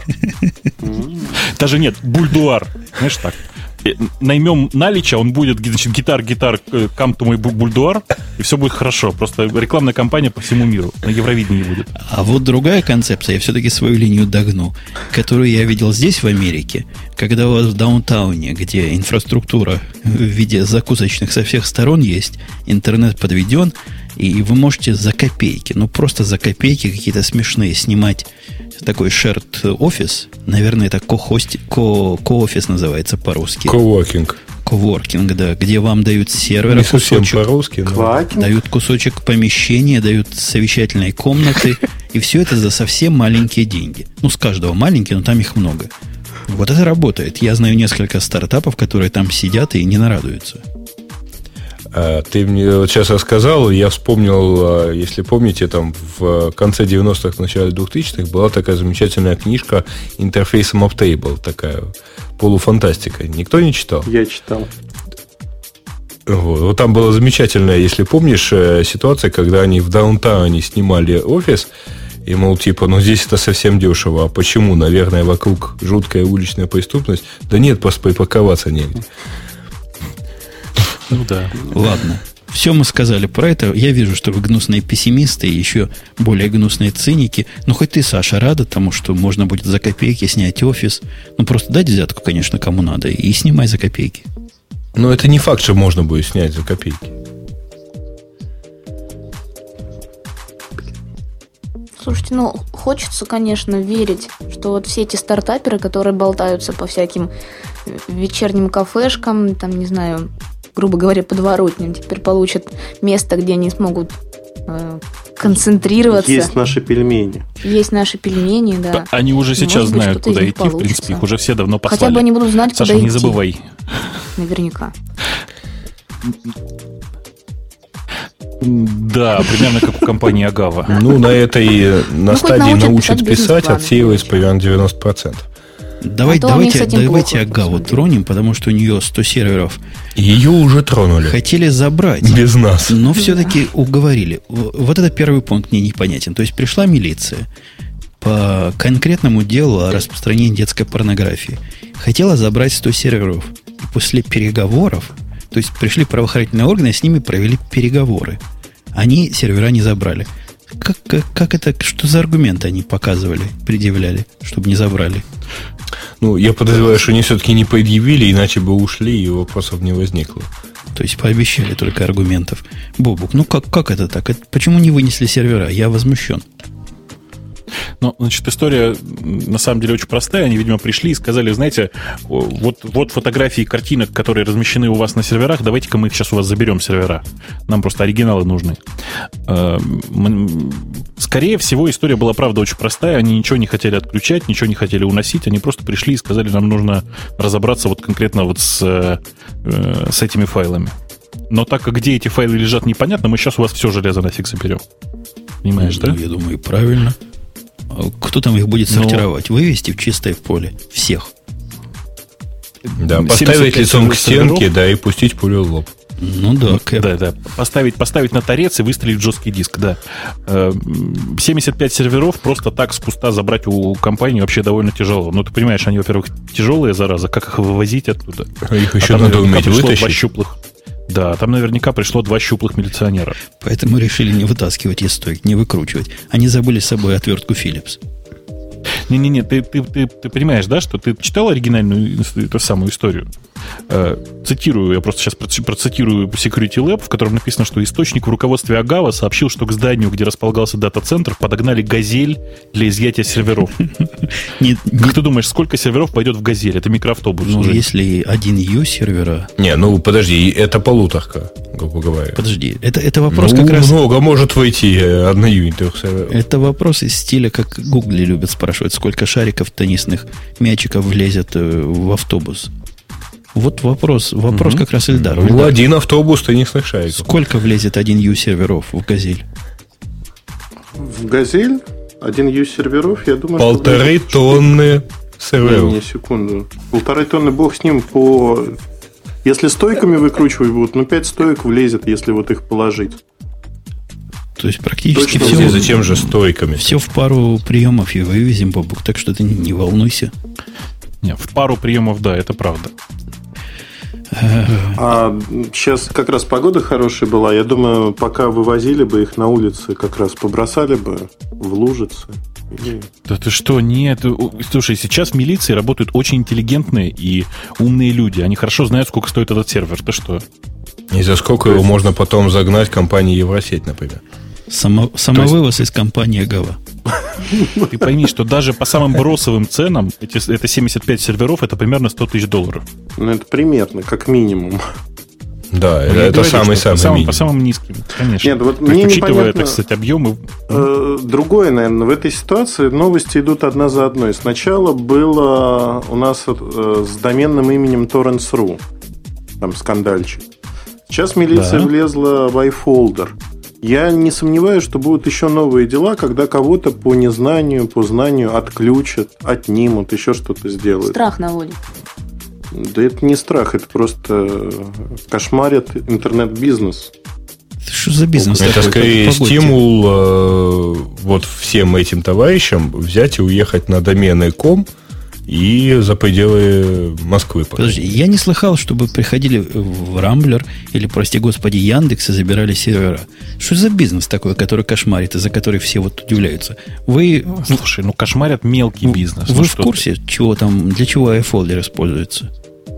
Даже нет, «Бульдуар». Знаешь, так. Наймем Налича, он будет, значит, гитар-гитар, come to my бульдуар, и все будет хорошо. Просто рекламная кампания по всему миру. На Евровидении будет. А вот другая концепция, я все-таки свою линию догну, которую я видел здесь, в Америке, когда у вас в даунтауне, где инфраструктура в виде закусочных со всех сторон есть, интернет подведен, и вы можете за копейки, ну просто за копейки какие-то смешные снимать такой shared офис. Наверное, это ко-хости, ко- ко-офис называется по-русски. Коворкинг. Коворкинг, да, где вам дают сервер, не совсем по-русски, но... дают кусочек помещения, дают совещательные комнаты, и все это за совсем маленькие деньги. Ну, с каждого маленькие, но там их много. Вот это работает. Я знаю несколько стартапов, которые там сидят и не нарадуются. Ты мне вот сейчас рассказал, я вспомнил, если помните, там в конце девяностых, начале двухтысячных была такая замечательная книжка «Интерфейсом Uptable», такая полуфантастика. Никто не читал? Я читал. Вот. Вот там была замечательная, если помнишь, ситуация, когда они в даунтауне снимали офис, и, мол, типа, ну здесь это совсем дешево. А почему? Наверное, вокруг жуткая уличная преступность. Да нет, просто припарковаться негде. Ну да. Ладно. Все мы сказали про это. Я вижу, что вы гнусные пессимисты и еще более гнусные циники. Но хоть ты, Саша, рада тому, что можно будет за копейки снять офис. Ну, просто дать взятку, конечно, кому надо, и снимай за копейки. Но это не факт, что можно будет снять за копейки. Слушайте, ну, хочется, конечно, верить, что вот все эти стартаперы, которые болтаются по всяким вечерним кафешкам, там, не знаю, грубо говоря, подворотням, теперь получат место, где они смогут э, концентрироваться. Есть наши пельмени. Есть наши пельмени, да. Они уже сейчас быть, знают, куда идти, получится. В принципе, их уже все давно послали. Хотя бы они будут знать, Саша, куда не идти. забывай. Наверняка. Да, примерно как у компании Агава. Ну, на этой, на ну, стадии научат писать, отсеивается примерно девяносто процентов. Давай, а давайте давайте Агаву тронем, потому что у нее сто серверов. Ее уже тронули. Хотели забрать. Без нас. Но все-таки уговорили. Вот это первый пункт мне непонятен. То есть пришла милиция по конкретному делу о распространении детской порнографии. Хотела забрать сто серверов. И после переговоров, то есть пришли правоохранительные органы, с ними провели переговоры. Они сервера не забрали. Как, как, как это, что за аргументы они показывали, предъявляли, чтобы не забрали? Ну, я подозреваю, что они все-таки не предъявили, иначе бы ушли, и вопросов не возникло. То есть пообещали только аргументов. Бобук, ну как, как это так? Это, почему не вынесли сервера? Я возмущен. Ну, значит, история на самом деле очень простая. Они, видимо, пришли и сказали, знаете, вот, вот фотографии картинок, которые размещены у вас на серверах, давайте-ка мы их сейчас у вас заберем сервера. Нам просто оригиналы нужны. Скорее всего, история была, правда, очень простая. Они ничего не хотели отключать, ничего не хотели уносить. Они просто пришли и сказали, нам нужно разобраться вот конкретно вот с, с этими файлами. Но так как где эти файлы лежат, непонятно, мы сейчас у вас все железо нафиг заберем. Понимаешь, ну, да? Я думаю, правильно. Кто там их будет сортировать? Но... Вывести в чистое поле всех. Да, поставить лицом к стенке, да, и пустить пулю в лоб. Ну да, Кэп. Да, да. Поставить, поставить на торец и выстрелить в жесткий диск, да. семьдесят пять серверов просто так с куста забрать у компании вообще довольно тяжело. Ну, ты понимаешь, они, во-первых, тяжелые, зараза, как их вывозить оттуда? Их еще а надо уметь вытащить. Щуплых. Да, там наверняка пришло два щуплых милиционера. Поэтому решили не вытаскивать из стойки, не выкручивать. Они забыли с собой отвертку Philips. Не-не-не, ты, ты, ты, ты понимаешь, да, что ты читал оригинальную эту самую историю? Э, цитирую, я просто сейчас процитирую Security Lab, в котором написано, что источник в руководстве Агава сообщил, что к зданию, где располагался дата-центр, подогнали «Газель» для изъятия серверов. Как ты думаешь, сколько серверов пойдет в «Газель»? Это микроавтобус. Ну, если один ю сервера... Не, ну подожди, это полуторка, грубо говоря. Подожди, это, это вопрос как раз... много может войти одна ю серверов. Это вопрос из стиля, как Гугли любят спрашивать, сколько шариков теннисных мячиков влезет в автобус. Вот вопрос, вопрос угу. как раз Ильдару. Ну, Ильдар, один автобус теннисных шариков. Сколько влезет один ю серверов в «Газель»? В «Газель» один ю серверов, я думаю, полторы что... тонны серверов. Не, не, секунду. Полторы тонны, бог с ним, по... Если стойками выкручивать будут, ну, пять стоек влезет, если вот их положить. То есть практически Точно все... влезет. Зачем же стойками? Все в пару приемов и вывезем, бабук, так что ты не, не волнуйся. Не, в пару приемов, да, это правда. А сейчас как раз погода хорошая была. Я думаю, пока вывозили бы их на улице, как раз побросали бы в лужицы. И... Да ты что, нет. Слушай, сейчас в милиции работают очень интеллигентные и умные люди. Они хорошо знают, сколько стоит этот сервер. Ты что? И за сколько его можно потом загнать компании Евросеть, например? Само, самовывоз есть... из компании Агава. Ты пойми, что даже по самым бросовым ценам эти, это семьдесят пять серверов, это примерно сто тысяч долларов. Ну, это примерно, как минимум. Да, ну, это самый-самый самый минимум. По самым низким, конечно. Нет, вот То мне есть, учитывая, непонятно, так сказать, объемы... Э, другое, наверное, в этой ситуации новости идут одна за одной. Сначала было у нас э, с доменным именем torrents точка ру, там скандальчик. Сейчас милиция да. влезла в iFolder. Я не сомневаюсь, что будут еще новые дела, когда кого-то по незнанию, по знанию отключат, отнимут, еще что-то сделают. Страх наводит. Да это не страх, это просто кошмарит интернет-бизнес. Что за бизнес? Это такой? Скорее стимул э, вот всем этим товарищам взять и уехать на домены точка ком и за пределы Москвы. Подожди, я не слыхал, чтобы приходили в Рамблер или, прости господи, Яндекс и забирали сервера. Что за бизнес такой, который кошмарит, и за который все вот удивляются? Вы... Слушай, ну кошмарят мелкий бизнес. Вы ну, в курсе, чего там, для чего iFolder используется?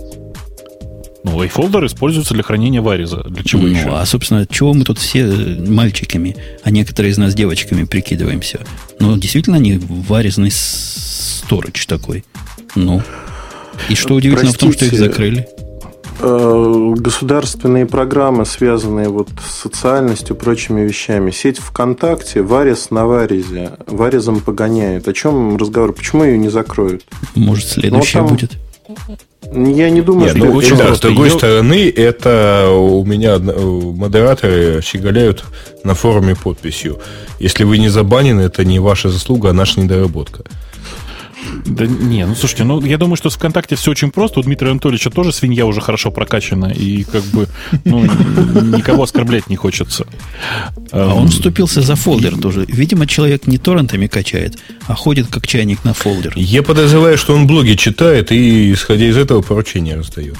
Ну, iFolder используется для хранения вариза. Для чего ну, еще? А, собственно, чего мы тут все мальчиками, а некоторые из нас девочками прикидываемся? Ну, действительно, они варизный сторидж такой. Ну. И что удивительно Простите, в том, что их закрыли? Государственные программы, связанные вот с социальностью и прочими вещами. Сеть ВКонтакте, варис на варизе, варизом погоняют. О чем разговор? Почему ее не закроют? Может, следующая там... будет? Я не думаю, Нет, что... Ну, очень да, с другой ее... стороны, это у меня модераторы щеголяют на форуме подписью. Если вы не забанены, это не ваша заслуга, а наша недоработка. Да не, ну слушайте, ну я думаю, что с ВКонтакте все очень просто. У Дмитрия Анатольевича тоже свинья уже хорошо прокачана, и как бы ну, никого оскорблять не хочется. А он вступился за фолдер тоже. Видимо, человек не торрентами качает, а ходит как чайник на фолдер. Я подозреваю, что он блоги читает и, исходя из этого, поручения раздает.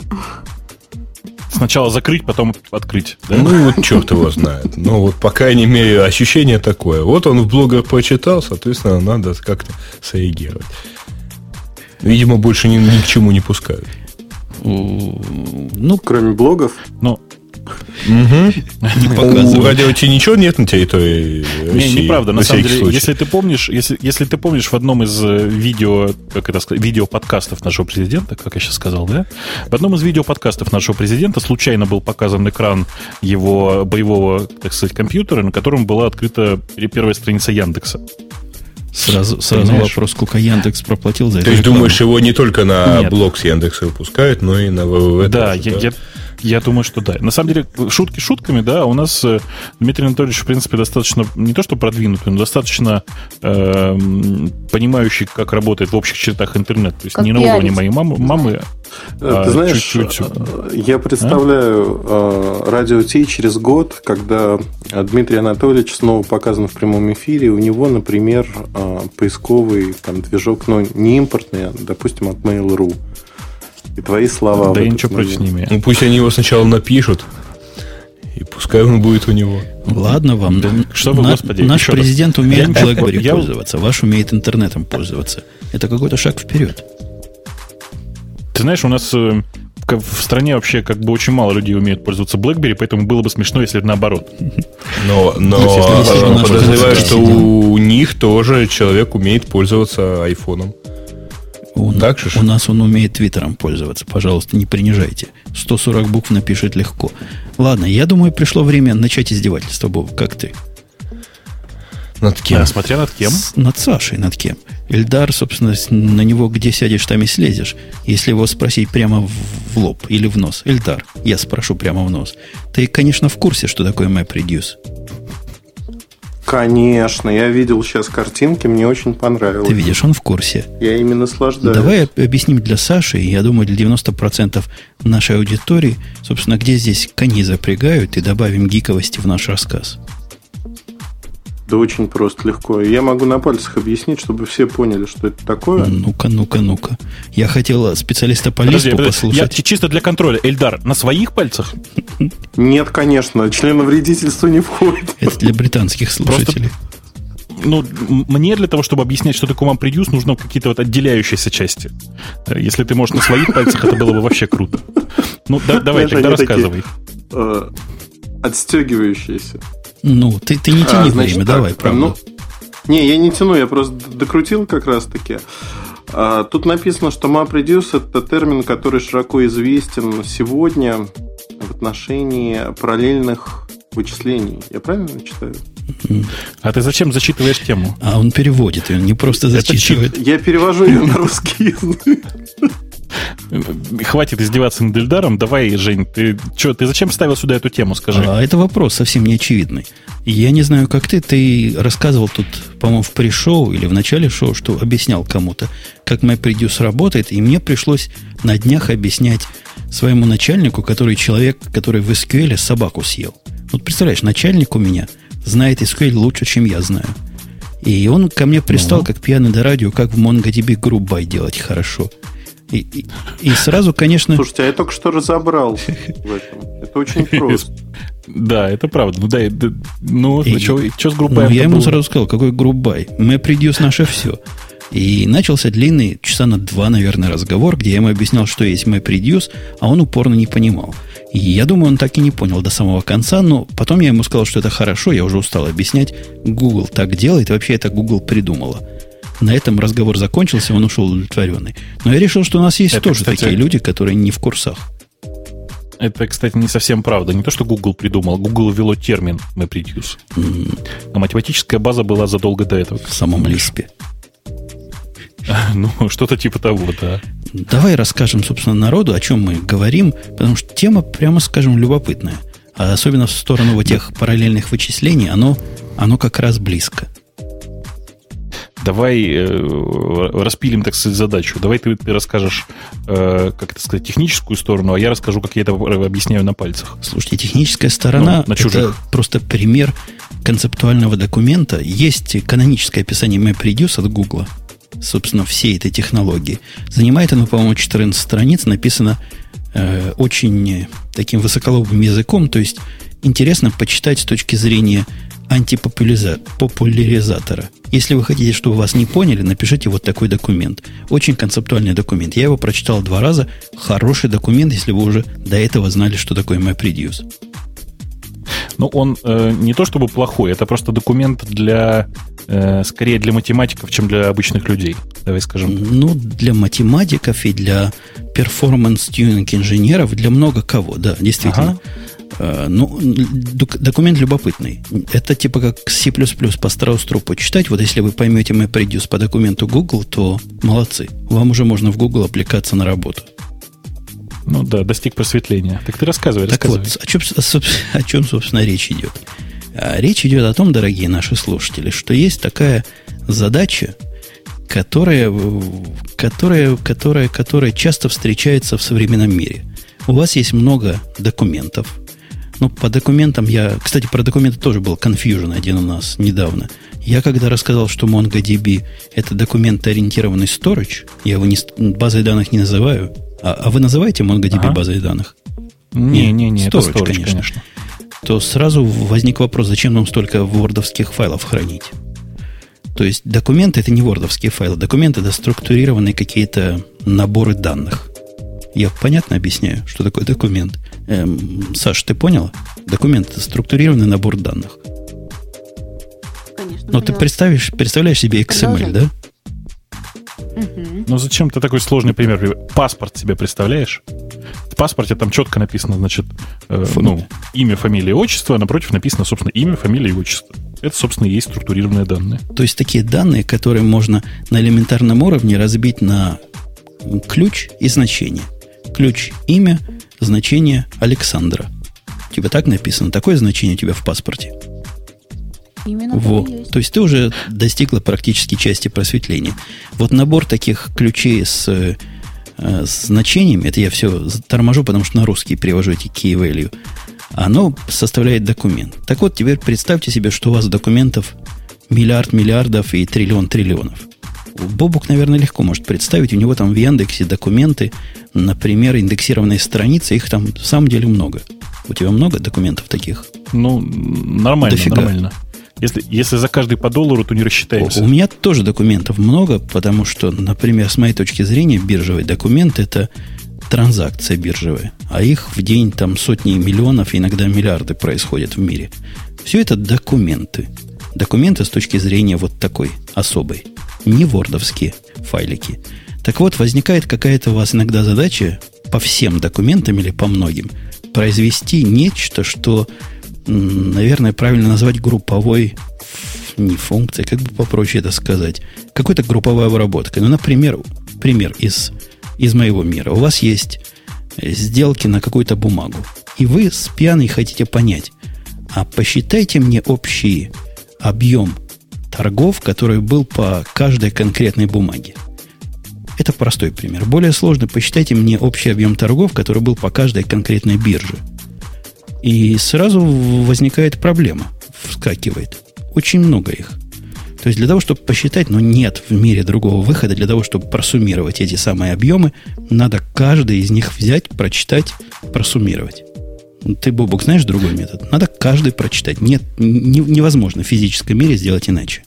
Сначала закрыть, потом открыть. Да? Ну, вот черт его знает. Ну, вот, по крайней мере, ощущение такое. Вот он в блогах прочитал, соответственно, надо как-то среагировать. Видимо, больше ни, ни к чему не пускают. Ну, кроме блогов. Ну, Угу. У Радио Ти ничего нет на территории России? Не, неправда. На, на самом деле, если ты помнишь, если, если ты помнишь в одном из видео, как это сказать, видеоподкастов нашего президента, как я сейчас сказал, да? В одном из видеоподкастов нашего президента случайно был показан экран его боевого, так сказать, компьютера, на котором была открыта первая страница Яндекса. Сразу, сразу вопрос, сколько Яндекс проплатил за это. То есть, думаешь, его не только на Нет. блог с Яндекса выпускают, но и на вэ вэ вэ? Да, я, я, Я думаю, что да. На самом деле, шутки шутками, да, у нас Дмитрий Анатольевич, в принципе, достаточно, не то что продвинутый, но достаточно э, понимающий, как работает в общих чертах интернет. То есть как не на уровне моей мамы, мамы Ты а знаешь, чуть-чуть. Я представляю а? Радио Ти через год, когда Дмитрий Анатольевич снова показан в прямом эфире, у него, например, поисковый там, движок, но не импортный, а, допустим, от Mail.ru. И твои слова. Да я ничего против не имею. Ну, пусть они его сначала напишут, и пускай он будет у него. Ладно вам. Да, что вы, на, Господи, наш президент раз. умеет BlackBerry я... пользоваться, ваш умеет интернетом пользоваться. Это какой-то шаг вперед. Ты знаешь, у нас э, в стране вообще как бы очень мало людей умеют пользоваться BlackBerry, поэтому было бы смешно, если наоборот. Но, но я подозреваю, что у них тоже человек умеет пользоваться айфоном. У, так же? У нас он умеет твиттером пользоваться. Пожалуйста, не принижайте. сто сорок букв напишет легко. Ладно, я думаю, пришло время начать издевательство, Боб. Как ты? Над кем? Да, смотря над кем. С, над Сашей, над кем. Эльдар, собственно, на него где сядешь, там и слезешь. Если его спросить прямо в, в лоб или в нос. Эльдар, я спрошу прямо в нос. Ты, конечно, в курсе, что такое MapReduce? Конечно, я видел сейчас картинки, мне очень понравилось. Ты видишь, он в курсе. Я ими наслаждаюсь. Давай объясним для Саши, я думаю, для девяноста процентов нашей аудитории, собственно, где здесь кони запрягают, и добавим гиковости в наш рассказ. Да очень просто, легко. Я могу на пальцах объяснить, чтобы все поняли, что это такое. Ну-ка, ну-ка, ну-ка. Я хотел специалиста по листу послушать. Я чисто для контроля. Эльдар, на своих пальцах? Нет, конечно. Членовредительство не входит. Это для британских слушателей. Просто, ну, мне для того, чтобы объяснять, что такое MapReduce, нужно какие-то вот отделяющиеся части. Если ты можешь на своих пальцах, это было бы вообще круто. Ну, да, давай, тогда рассказывай. Такие, э, отстегивающиеся. Ну, ты, ты не тяни а, значит, время, так, давай, правда. Ну, не, я не тяну, я просто докрутил как раз-таки. А, тут написано, что MapReduce – это термин, который широко известен сегодня в отношении параллельных вычислений. Я правильно читаю? А ты зачем зачитываешь тему? А он переводит ее, не просто зачитывает. Я перевожу ее на русский язык. Хватит издеваться над Эльдаром. Давай, Жень, ты, что, ты зачем ставил сюда эту тему, скажи? А это вопрос совсем не очевидный. Я не знаю, как ты. Ты рассказывал тут, по-моему, в пришоу или в начале шоу, что объяснял кому-то, как MapReduce работает, и мне пришлось на днях объяснять своему начальнику, который человек, который в эс кью эль собаку съел. Вот представляешь, начальник у меня знает эс кью эль лучше, чем я знаю. И он ко мне пристал, как пьяный до радио, как в MongoDB group by делать хорошо. И, и, и сразу, конечно... Слушайте, а я только что разобрался в этом. Это очень просто. Да, это правда. Ну, да, ну, что с группой? Ну, я ему сразу сказал, какой группбай? MapReduce наше все. И начался длинный, часа на два, наверное, разговор, где я ему объяснял, что есть MapReduce, а он упорно не понимал. И я думаю, он так и не понял до самого конца, но потом я ему сказал, что это хорошо, я уже устал объяснять. Google так делает, и вообще это Google придумала. На этом разговор закончился, он ушел удовлетворенный. Но я решил, что у нас есть это, тоже кстати, такие люди, которые не в курсах. Это, кстати, не совсем правда. Не то, что Google придумал. Google ввело термин MapReduce. Mm. А математическая база была задолго до этого. В самом Лиспе. Ну, что-то типа того, да. Давай расскажем, собственно, народу, о чем мы говорим, потому что тема, прямо скажем, любопытная. А особенно в сторону вот тех параллельных вычислений, оно, оно как раз близко. Давай э, распилим, так сказать, задачу. Давай ты, ты расскажешь, э, как это сказать, техническую сторону, а я расскажу, как я это объясняю на пальцах. Слушайте, техническая сторона ну, – это просто пример концептуального документа. Есть каноническое описание MapReduce от Google, собственно, всей этой технологии. Занимает оно, по-моему, четырнадцать страниц, написано э, очень таким высоколобым языком, то есть интересно почитать с точки зрения антипопуляризатора. Если вы хотите, чтобы вас не поняли, напишите вот такой документ. Очень концептуальный документ. Я его прочитал два раза. Хороший документ, если вы уже до этого знали, что такое MapReduce. Ну, он э, не то чтобы плохой, это просто документ для, э, скорее для математиков, чем для обычных людей. Давай скажем. Ну, для математиков и для перформанс-тюнинг-инженеров, для много кого, да, действительно. Ага. Ну, документ любопытный. Это типа как C++ по Страус-Тру почитать. Вот если вы поймете MapReduce по документу Google, то молодцы. Вам уже можно в Google аппликаться на работу. Ну да, достиг просветления. Так ты рассказывай, так рассказывай. Вот, о чем, о чем, собственно, речь идет? Речь идет о том, дорогие наши слушатели, что есть такая задача, которая, которая, которая, которая часто встречается в современном мире. У вас есть много документов. Ну, по документам я... Кстати, про документы тоже был confusion один у нас недавно. Я когда рассказал, что MongoDB – это документ-ориентированный storage, я его не, базой данных не называю. А, а вы называете MongoDB ага. базой данных? Не-не-не, это storage, конечно. конечно. То сразу возник вопрос, зачем нам столько вордовских файлов хранить? То есть документы – это не вордовские файлы. Документы – это структурированные какие-то наборы данных. Я понятно объясняю, что такое документ. Эм, Саш, ты поняла? Документ – это структурированный набор данных. Конечно. Но ты представишь, представляешь себе икс эм эль, да? Угу. Ну, зачем ты такой сложный пример? Паспорт себе представляешь? В паспорте там четко написано, значит, э, ну, имя, фамилия, отчество, а напротив написано, собственно, имя, фамилия и отчество. Это, собственно, и есть структурированные данные. То есть такие данные, которые можно на элементарном уровне разбить на ключ и значение. Ключ, имя, значение Александра. У тебя так написано? Такое значение у тебя в паспорте? Именно Во. так и есть. То есть ты уже достигла практически части просветления. Вот набор таких ключей с, э, с значениями, это я все торможу, потому что на русский перевожу эти key value, оно составляет документ. Так вот, теперь представьте себе, что у вас документов миллиард миллиардов и триллион триллионов. Бобук, наверное, легко может представить. У него там в Яндексе документы, например, индексированные страницы. Их там в самом деле много. У тебя много документов таких? Ну, нормально, Дофига. нормально. Если, если за каждый по доллару, то не рассчитаемся. У меня тоже документов много, потому что, например, с моей точки зрения, биржевый документ – это транзакция биржевая. А их в день там сотни миллионов, иногда миллиарды происходят в мире. Все это документы. Документы с точки зрения вот такой особой. Не вордовские файлики. Так вот, возникает какая-то у вас иногда задача по всем документам или по многим произвести нечто, что, наверное, правильно назвать групповой, не функцией, как бы попроще это сказать, какой-то групповой обработкой. Ну, например, пример из, из моего мира. У вас есть сделки на какую-то бумагу, и вы с пьяной хотите понять, а посчитайте мне общий объем торгов, который был по каждой конкретной бумаге. Это простой пример. Более сложный, посчитайте мне общий объем торгов, который был по каждой конкретной бирже. И сразу возникает проблема, вскакивает. Очень много их. То есть для того, чтобы посчитать, но нет в мире другого выхода, для того, чтобы просуммировать эти самые объемы, надо каждый из них взять, прочитать, просуммировать. Ты, Бобок, знаешь другой метод? Надо каждый прочитать. Нет, не, невозможно в физическом мире сделать иначе.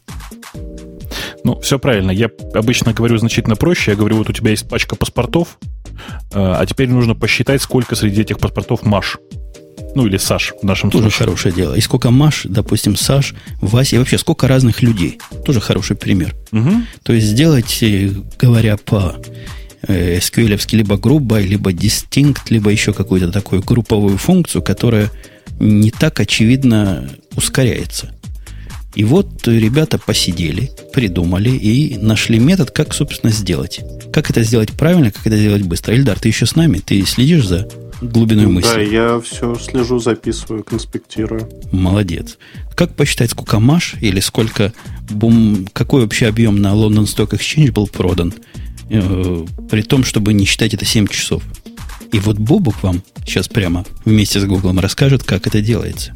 Ну, все правильно. Я обычно говорю значительно проще. Я говорю, вот у тебя есть пачка паспортов, а теперь нужно посчитать, сколько среди этих паспортов Маш. Ну, или Саш в нашем Тоже случае. Тоже хорошее дело. И сколько Маш, допустим, Саш, Вася, и вообще сколько разных людей. Тоже хороший пример. Угу. То есть сделать, говоря по эс кью эль-овски, либо group by, либо distinct, либо еще какую-то такую групповую функцию, которая не так очевидно ускоряется. И вот ребята посидели, придумали и нашли метод, как, собственно, сделать. Как это сделать правильно, как это сделать быстро. Эльдар, ты еще с нами? Ты следишь за глубиной мысли? Да, я все слежу, записываю, конспектирую. Молодец. Как посчитать, сколько Маш или сколько бум, какой вообще объем на London Stock Exchange был продан, э, при том, чтобы не считать это семь часов? И вот Бобук вам сейчас прямо вместе с Гуглом расскажет, как это делается.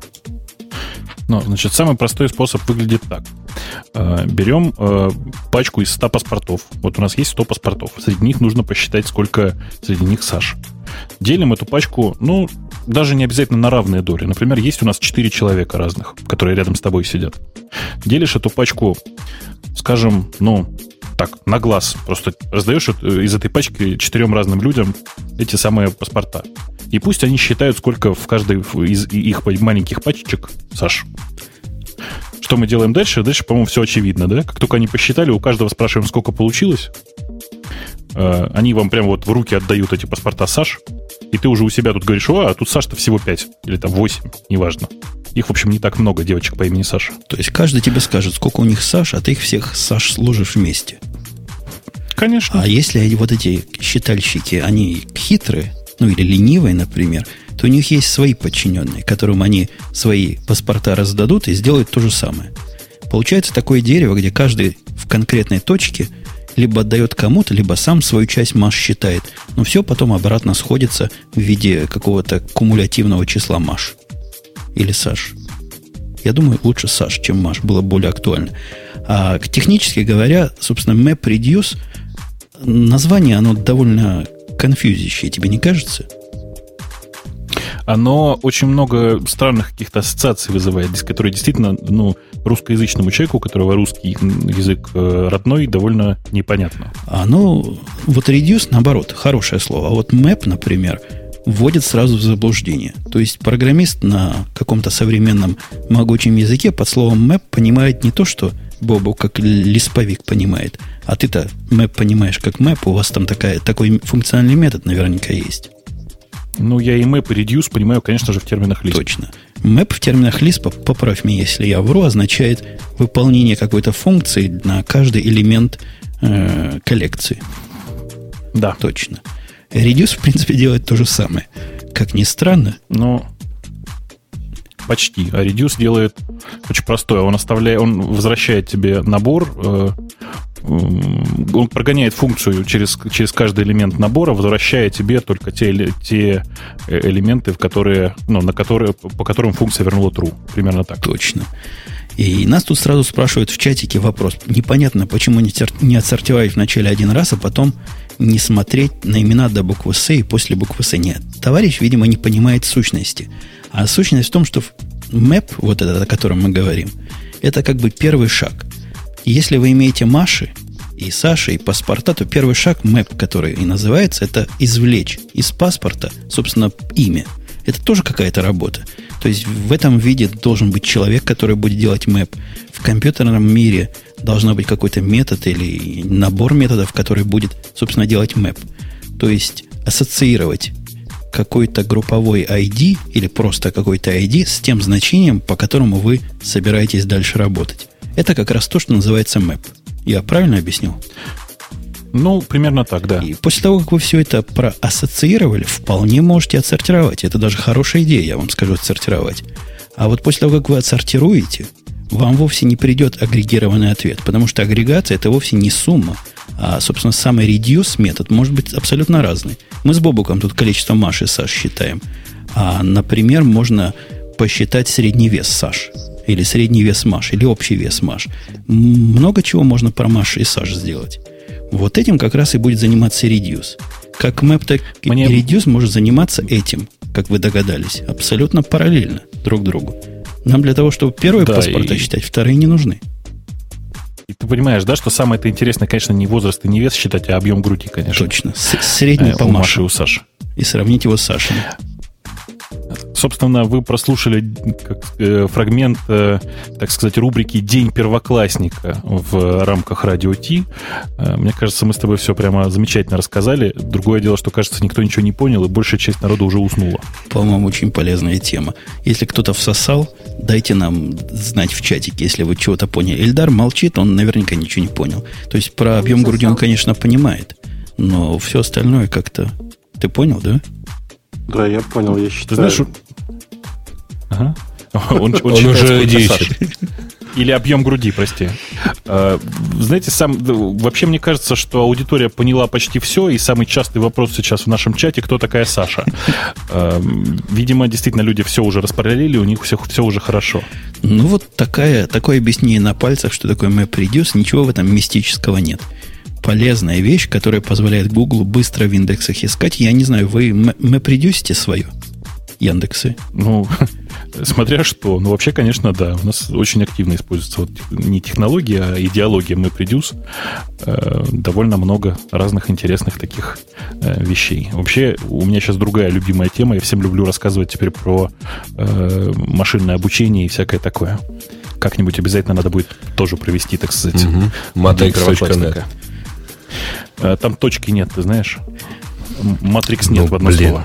Ну, значит, самый простой способ выглядит так. Э, берем э, пачку из ста паспортов. Вот у нас есть сто паспортов. Среди них нужно посчитать, сколько среди них Саш. Делим эту пачку, ну, даже не обязательно на равные доли. Например, есть у нас четыре человека разных, которые рядом с тобой сидят. Делишь эту пачку, скажем, ну, так, на глаз. Просто раздаешь из этой пачки четырем разным людям эти самые паспорта. И пусть они считают, сколько в каждой из их маленьких пачечек Саш. Что мы делаем дальше? Дальше, по-моему, все очевидно, да? Как только они посчитали, у каждого спрашиваем, сколько получилось. Они вам прямо вот в руки отдают эти паспорта Саш. И ты уже у себя тут говоришь, о, а тут Саш-то всего пять. Или там восемь, неважно. Их, в общем, не так много девочек по имени Саша. То есть каждый тебе скажет, сколько у них Саш, а ты их всех Саш сложишь вместе. Конечно. А если вот эти считальщики, они хитрые, ну или ленивые, например, то у них есть свои подчиненные, которым они свои паспорта раздадут и сделают то же самое. Получается такое дерево, где каждый в конкретной точке либо отдает кому-то, либо сам свою часть маш считает. Но все потом обратно сходится в виде какого-то кумулятивного числа маш. Или Саш. Я думаю, лучше Саш, чем маш, было более актуально. А технически говоря, собственно, MapReduce, название, оно довольно конфьюзящее, тебе не кажется? Оно очень много странных каких-то ассоциаций вызывает, которые действительно, ну, русскоязычному человеку, у которого русский язык родной, довольно непонятно. Оно, вот reduce, наоборот, хорошее слово. А вот map, например, вводит сразу в заблуждение. То есть программист на каком-то современном могучем языке под словом map понимает не то, что Бобу как лисповик понимает, а ты-то map понимаешь как map, у вас там такая, такой функциональный метод наверняка есть. Ну, я и map, и reduce понимаю, конечно же, в терминах Lisp. Точно. Map в терминах Lisp, поправь меня, если я вру, означает выполнение какой-то функции на каждый элемент э, коллекции. Да. Точно. Reduce, в принципе, делает то же самое. Как ни странно. Но почти. А reduce делает очень простое. Он оставляет, он возвращает тебе набор, э, он прогоняет функцию через, через каждый элемент набора, возвращая тебе только те, те элементы, в которые, ну, на которые, по которым функция вернула true. Примерно так. Точно. И нас тут сразу спрашивают в чатике вопрос. Непонятно, почему не, тер, не отсортировать вначале один раз, а потом не смотреть на имена до буквы С и после буквы С. Нет. Товарищ, видимо, не понимает сущности. А сущность в том, что map, вот этот, о котором мы говорим, это как бы первый шаг. Если вы имеете Маши и Саши, и паспорта, то первый шаг, map, который и называется, это извлечь из паспорта, собственно, имя. Это тоже какая-то работа. То есть в этом виде должен быть человек, который будет делать мэп. В компьютерном мире должен быть какой-то метод или набор методов, который будет, собственно, делать мэп. То есть ассоциировать какой-то групповой ай ди или просто какой-то ай ди с тем значением, по которому вы собираетесь дальше работать. Это как раз то, что называется мэп. Я правильно объяснил? Ну, примерно так, да. И после того, как вы все это проассоциировали, вполне можете отсортировать. Это даже хорошая идея, я вам скажу, отсортировать. А вот после того, как вы отсортируете, вам вовсе не придет агрегированный ответ, потому что агрегация – это вовсе не сумма, а, собственно, самый reduce метод может быть абсолютно разный. Мы с Бобуком тут количество Маш и Саш считаем. А, например, можно посчитать средний вес Саш, или средний вес Маш, или общий вес Маш. Много чего можно про Маш и Саш сделать. Вот этим как раз и будет заниматься reduce. Как map, так Мне... и reduce может заниматься этим, как вы догадались, абсолютно параллельно друг другу. Нам для того, чтобы первые да, паспорта и... считать, вторые не нужны. И ты понимаешь, да, что самое-то интересное, конечно, не возраст и не вес считать, а объем груди, конечно. Точно. Средний э, по Маше и у Саши. И сравнить его с Сашей. Собственно, вы прослушали как, э, фрагмент, э, так сказать, рубрики «День первоклассника» в рамках Радио Ти. Э, мне кажется, мы с тобой все прямо замечательно рассказали. Другое дело, что, кажется, никто ничего не понял, и большая часть народа уже уснула. По-моему, очень полезная тема. Если кто-то всосал, дайте нам знать в чатике, если вы чего-то поняли. Эльдар молчит, он наверняка ничего не понял. То есть про объем груди он, конечно, понимает, но все остальное как-то... Ты понял, да? Да, я понял, я считаю. Ты знаешь, ага. он, он, он уже десять. Или объем груди, прости. Знаете, сам, вообще мне кажется, что аудитория поняла почти все, и самый частый вопрос сейчас в нашем чате: кто такая Саша? Видимо, действительно, люди все уже распараллелили, у них все, все уже хорошо. Ну, вот такая, такое объяснение на пальцах, что такое MapReduce, ничего в этом мистического нет. Полезная вещь, которая позволяет Google быстро в индексах искать. Я не знаю, вы MapReduce свое? Яндексы? Ну, смотря что. Ну, вообще, конечно, да. У нас очень активно используется вот не технология, а идеология MapReduce. Э, довольно много разных интересных таких э, вещей. Вообще, у меня сейчас другая любимая тема. Я всем люблю рассказывать теперь про э, машинное обучение и всякое такое. Как-нибудь обязательно надо будет тоже провести, так сказать, Matrix точка нет. Там точки нет, ты знаешь. Матрикс нет, ну, в одно блин. слово.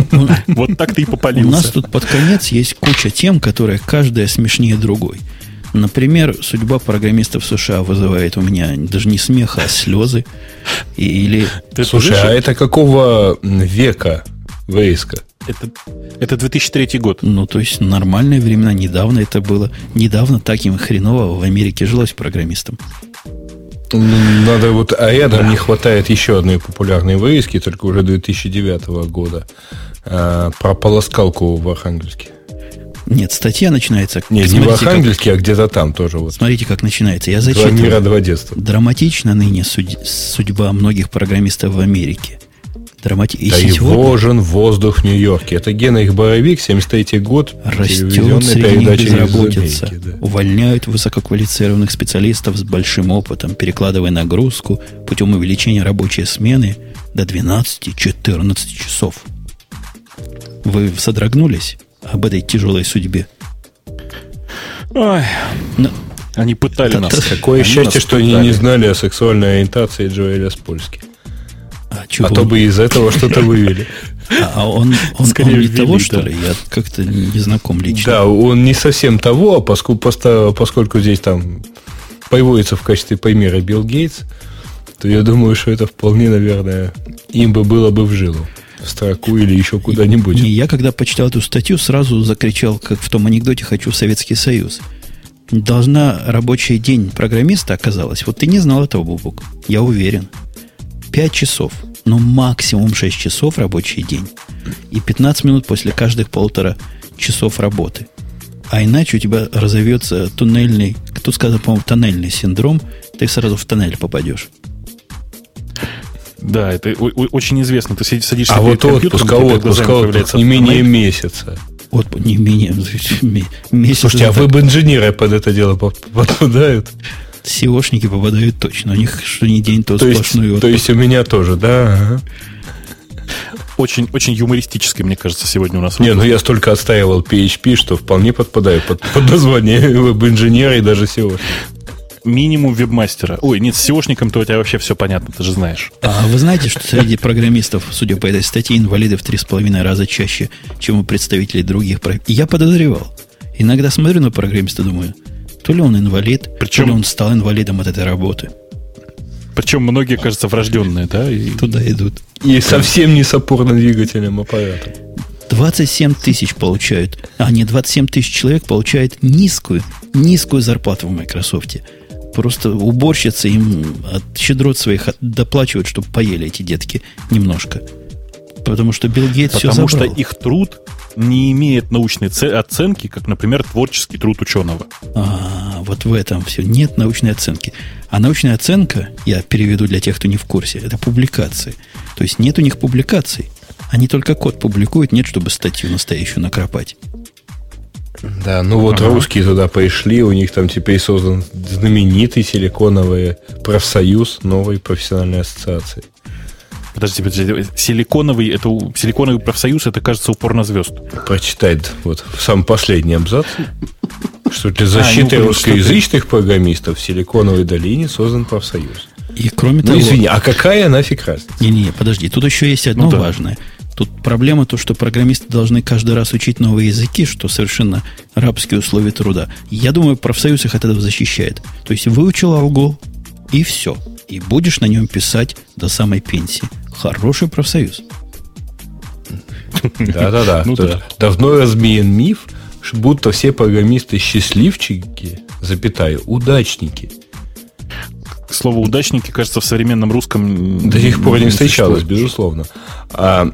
Вот так ты и попалился. У нас тут под конец есть куча тем, которые каждая смешнее другой. Например, судьба программистов в США вызывает у меня даже не смех, а слезы. Или... Ты Слушай, а это какого века вырезка? Это, это две тысячи третий год. Ну, то есть, нормальные времена. Недавно это было. Недавно так им хреново в Америке жилось программистам. Надо вот... А рядом да. не хватает еще одной популярной вырезки, только уже две тысячи девятого года. А, про полоскалку в Архангельске. Нет, статья начинается... Нет, не в Архангельске, как, а где-то там тоже. Вот. Смотрите, как начинается. Я зачитываю. Два мира, два детства. Драматична ныне судь, судьба многих программистов в Америке. Драмати... Тревожен воздух в Нью-Йорке. Это Гена их боевик, семьдесят третий год. Растет среди них безработица. Америки, да. Увольняют высококвалифицированных специалистов с большим опытом, перекладывая нагрузку путем увеличения рабочей смены до двенадцати-четырнадцати часов. Вы содрогнулись об этой тяжелой судьбе? Ой, Но... они пытали нас. Какое счастье, что они не знали о сексуальной ориентации Джоэля Спольски. А, а то бы из этого что-то вывели. А, а он, он, Скорее он не ввели, того, что да. ли? Я как-то не знаком лично. Да, он не совсем того, поскольку, поскольку здесь там появится в качестве примера Билл Гейтс, то я думаю, что это вполне, наверное, им бы было бы в жилу. В строку или еще куда-нибудь. И, я, когда почитал эту статью, сразу закричал, как в том анекдоте «Хочу в Советский Союз». Должна рабочий день программиста оказалась. Вот ты не знал этого, Бубук. Я уверен. Пять часов. Ну, максимум шесть часов рабочий день. И пятнадцать минут после каждых полутора часов работы. А иначе у тебя разовьется туннельный, кто сказал, по-моему, тоннельный синдром, ты сразу в тоннель попадешь. Да, это очень известно. Ты садишься а вот отпуск, а отпуск, отпуск не менее месяца. Отпуск не менее месяца. Слушайте, а веб-инженеры под это дело попадают? сеошники попадают точно. У них что ни день, то, то сплошной есть, отпуск. То есть у меня тоже, да? Ага. Очень, очень юмористический, мне кажется, сегодня у нас. Не, ну я столько отстаивал пи эйч пи, что вполне подпадаю под, под название веб-инженера и даже сеошника. Минимум вебмастера. Ой, нет, с сеошником-то у тебя вообще все понятно, ты же знаешь. А вы знаете, что среди программистов, судя по этой статье, инвалиды в три с половиной раза чаще, чем у представителей других программистов? Я подозревал. Иногда смотрю на программиста, думаю, то ли он инвалид, Причем... то ли он стал инвалидом от этой работы. Причем многие, кажется, врожденные, да? И... Туда идут. И да. совсем не с опорно-двигательным аппаратом. двадцать семь тысяч получают. А, не, двадцать семь тысяч человек получают низкую, низкую зарплату в Microsoft. Просто уборщицы им от щедрот своих доплачивают, чтобы поели эти детки немножко. Потому что Билл Гейтс все забрал. Потому что их труд не имеет научной оценки, как, например, творческий труд ученого. А, вот в этом все. Нет научной оценки. А научная оценка, я переведу для тех, кто не в курсе, это публикации. То есть нет у них публикаций. Они только код публикуют, нет, чтобы статью настоящую накропать. Да, ну вот ага. русские туда пришли, у них там теперь создан знаменитый силиконовый профсоюз новой профессиональной ассоциации. Подожди, подожди, силиконовый, это, силиконовый профсоюз, это, кажется, упор на звезд. Прочитать вот в самый последний абзац, что для защиты а, ну, русскоязычных программистов в Силиконовой долине создан профсоюз. И кроме ну, того... извини, а какая нафиг разница? Не-не, подожди, тут еще есть одно ну, да. важное. Тут проблема то, что программисты должны каждый раз учить новые языки, что совершенно рабские условия труда. Я думаю, профсоюз их от этого защищает. То есть выучил алгол, и все. И будешь на нем писать до самой пенсии. Хороший профсоюз. Да-да-да. Давно размеян миф, будто все программисты счастливчики, запятая, удачники. Слово «удачники», кажется, в современном русском... До сих пор не встречалось, безусловно. А,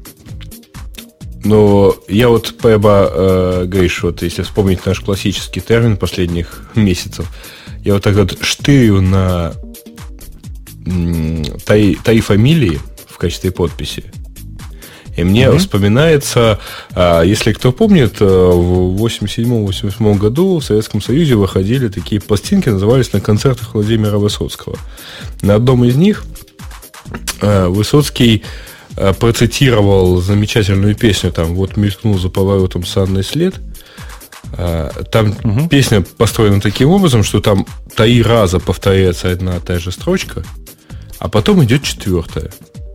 но я вот прямо, э, говоришь, вот если вспомнить наш классический термин последних месяцев, я вот так вот штырю на таи, таи фамилии в качестве подписи. И мне mm-hmm. вспоминается, если кто помнит, в восемьдесят седьмом — восемьдесят восьмом году в Советском Союзе выходили такие пластинки, назывались «На концертах Владимира Высоцкого». На одном из них Высоцкий процитировал замечательную песню, там «Вот мелькнул за поворотом санный след». Там mm-hmm. песня построена таким образом, что там три раза повторяется одна и та же строчка, а потом идет четвертая.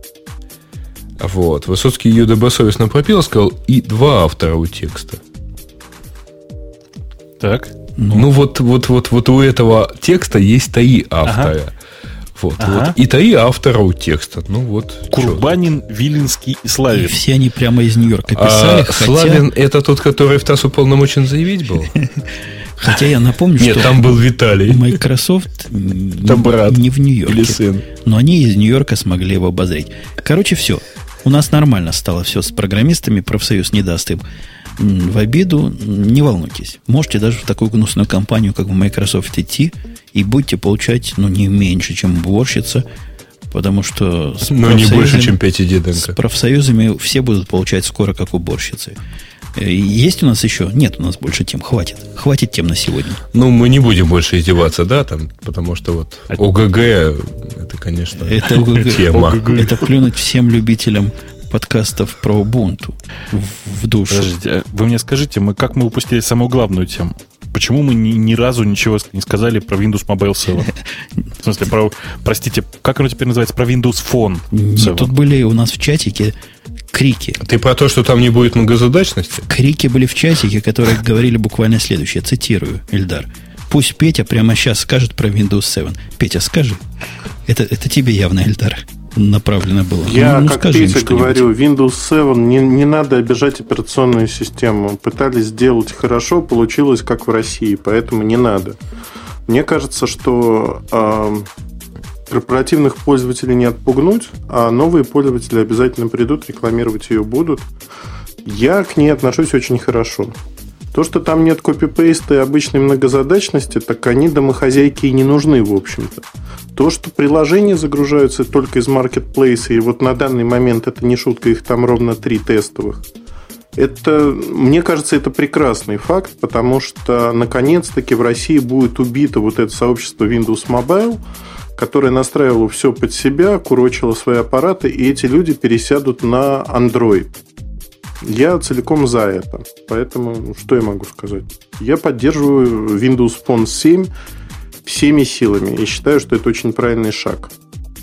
Вот. Высоцкий ее добросовестно пропил, сказал, и два автора у текста. Так. Ну, ну вот, вот, вот, вот у этого текста есть три автора. Ага. Вот, ага. вот. И три автора у текста. Ну, вот, Курбанин, Виленский и Славин. И все они прямо из Нью-Йорка писали. А хотя... Славин это тот, который в ТАСС уполномочен заявить был? Хотя я напомню, Нет, что там был Виталий. Microsoft брат не в Нью-Йорке. Или сын. Но они из Нью-Йорка смогли его обозреть. Короче, все. У нас нормально стало все с программистами. Профсоюз не даст им в обиду. Не волнуйтесь. Можете даже в такую гнусную компанию, как в Microsoft, идти и будете получать, ну, не меньше, чем уборщица. Потому что с Но не больше, чем Петя Диденко. С профсоюзами все будут получать скоро, как уборщицы. Есть у нас еще? Нет у нас больше тем. Хватит. Хватит тем на сегодня. Ну, мы не будем больше издеваться, да, там, потому что вот ОГГ, это, конечно, это ОГГ, тема. ОГГ. Это плюнуть всем любителям подкастов про Ubuntu в, в душу. Подождите, вы мне скажите, мы, как мы упустили самую главную тему? Почему мы ни, ни разу ничего не сказали про Windows Mobile семь? В смысле, про, простите, как оно теперь называется? Про Windows Phone семь. Тут были у нас в чатике крики. Ты про то, что там не будет многозадачности? Крики были в чатике, которые говорили буквально следующее. Цитирую, Эльдар. Пусть Петя прямо сейчас скажет про Windows семь. Петя, скажи. Это, это тебе явно, Эльдар, направлено было. Я, ну, ну, как Петя говорю, Windows семь, не, не надо обижать операционную систему. Пытались сделать хорошо, получилось как в России, поэтому не надо. Мне кажется, что э, корпоративных пользователей не отпугнуть, а новые пользователи обязательно придут, рекламировать ее будут. Я к ней отношусь очень хорошо. То, что там нет копипейста и обычной многозадачности, так они домохозяйки и не нужны, в общем-то. То, что приложения загружаются только из маркетплейса, и вот на данный момент это не шутка, их там ровно три тестовых, это, мне кажется, это прекрасный факт, потому что, наконец-таки, в России будет убито вот это сообщество Windows Mobile, которое настраивало все под себя, курочило свои аппараты, и эти люди пересядут на Android. Я целиком за это. Поэтому что я могу сказать? Я поддерживаю Windows Phone семь всеми силами и считаю, что это очень правильный шаг.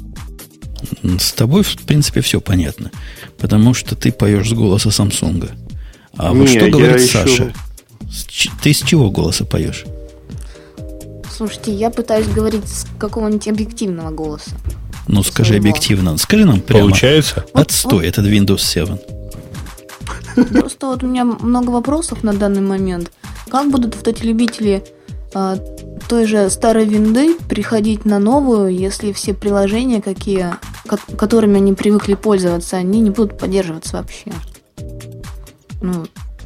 С тобой, в принципе, все понятно. Потому что ты поешь с голоса Samsung. А вот что говорит Саша? Еще... Ты с чего голоса поешь? Слушайте, я пытаюсь говорить с какого-нибудь объективного голоса. Ну, скажи своего. Объективно. Скажи нам прямо. Получается? Отстой, вот, этот Windows семь. Просто вот у меня много вопросов на данный момент. Как будут вот эти любители а, той же старой винды переходить на новую, если все приложения, какие, которыми они привыкли пользоваться, они не будут поддерживаться вообще? Ну,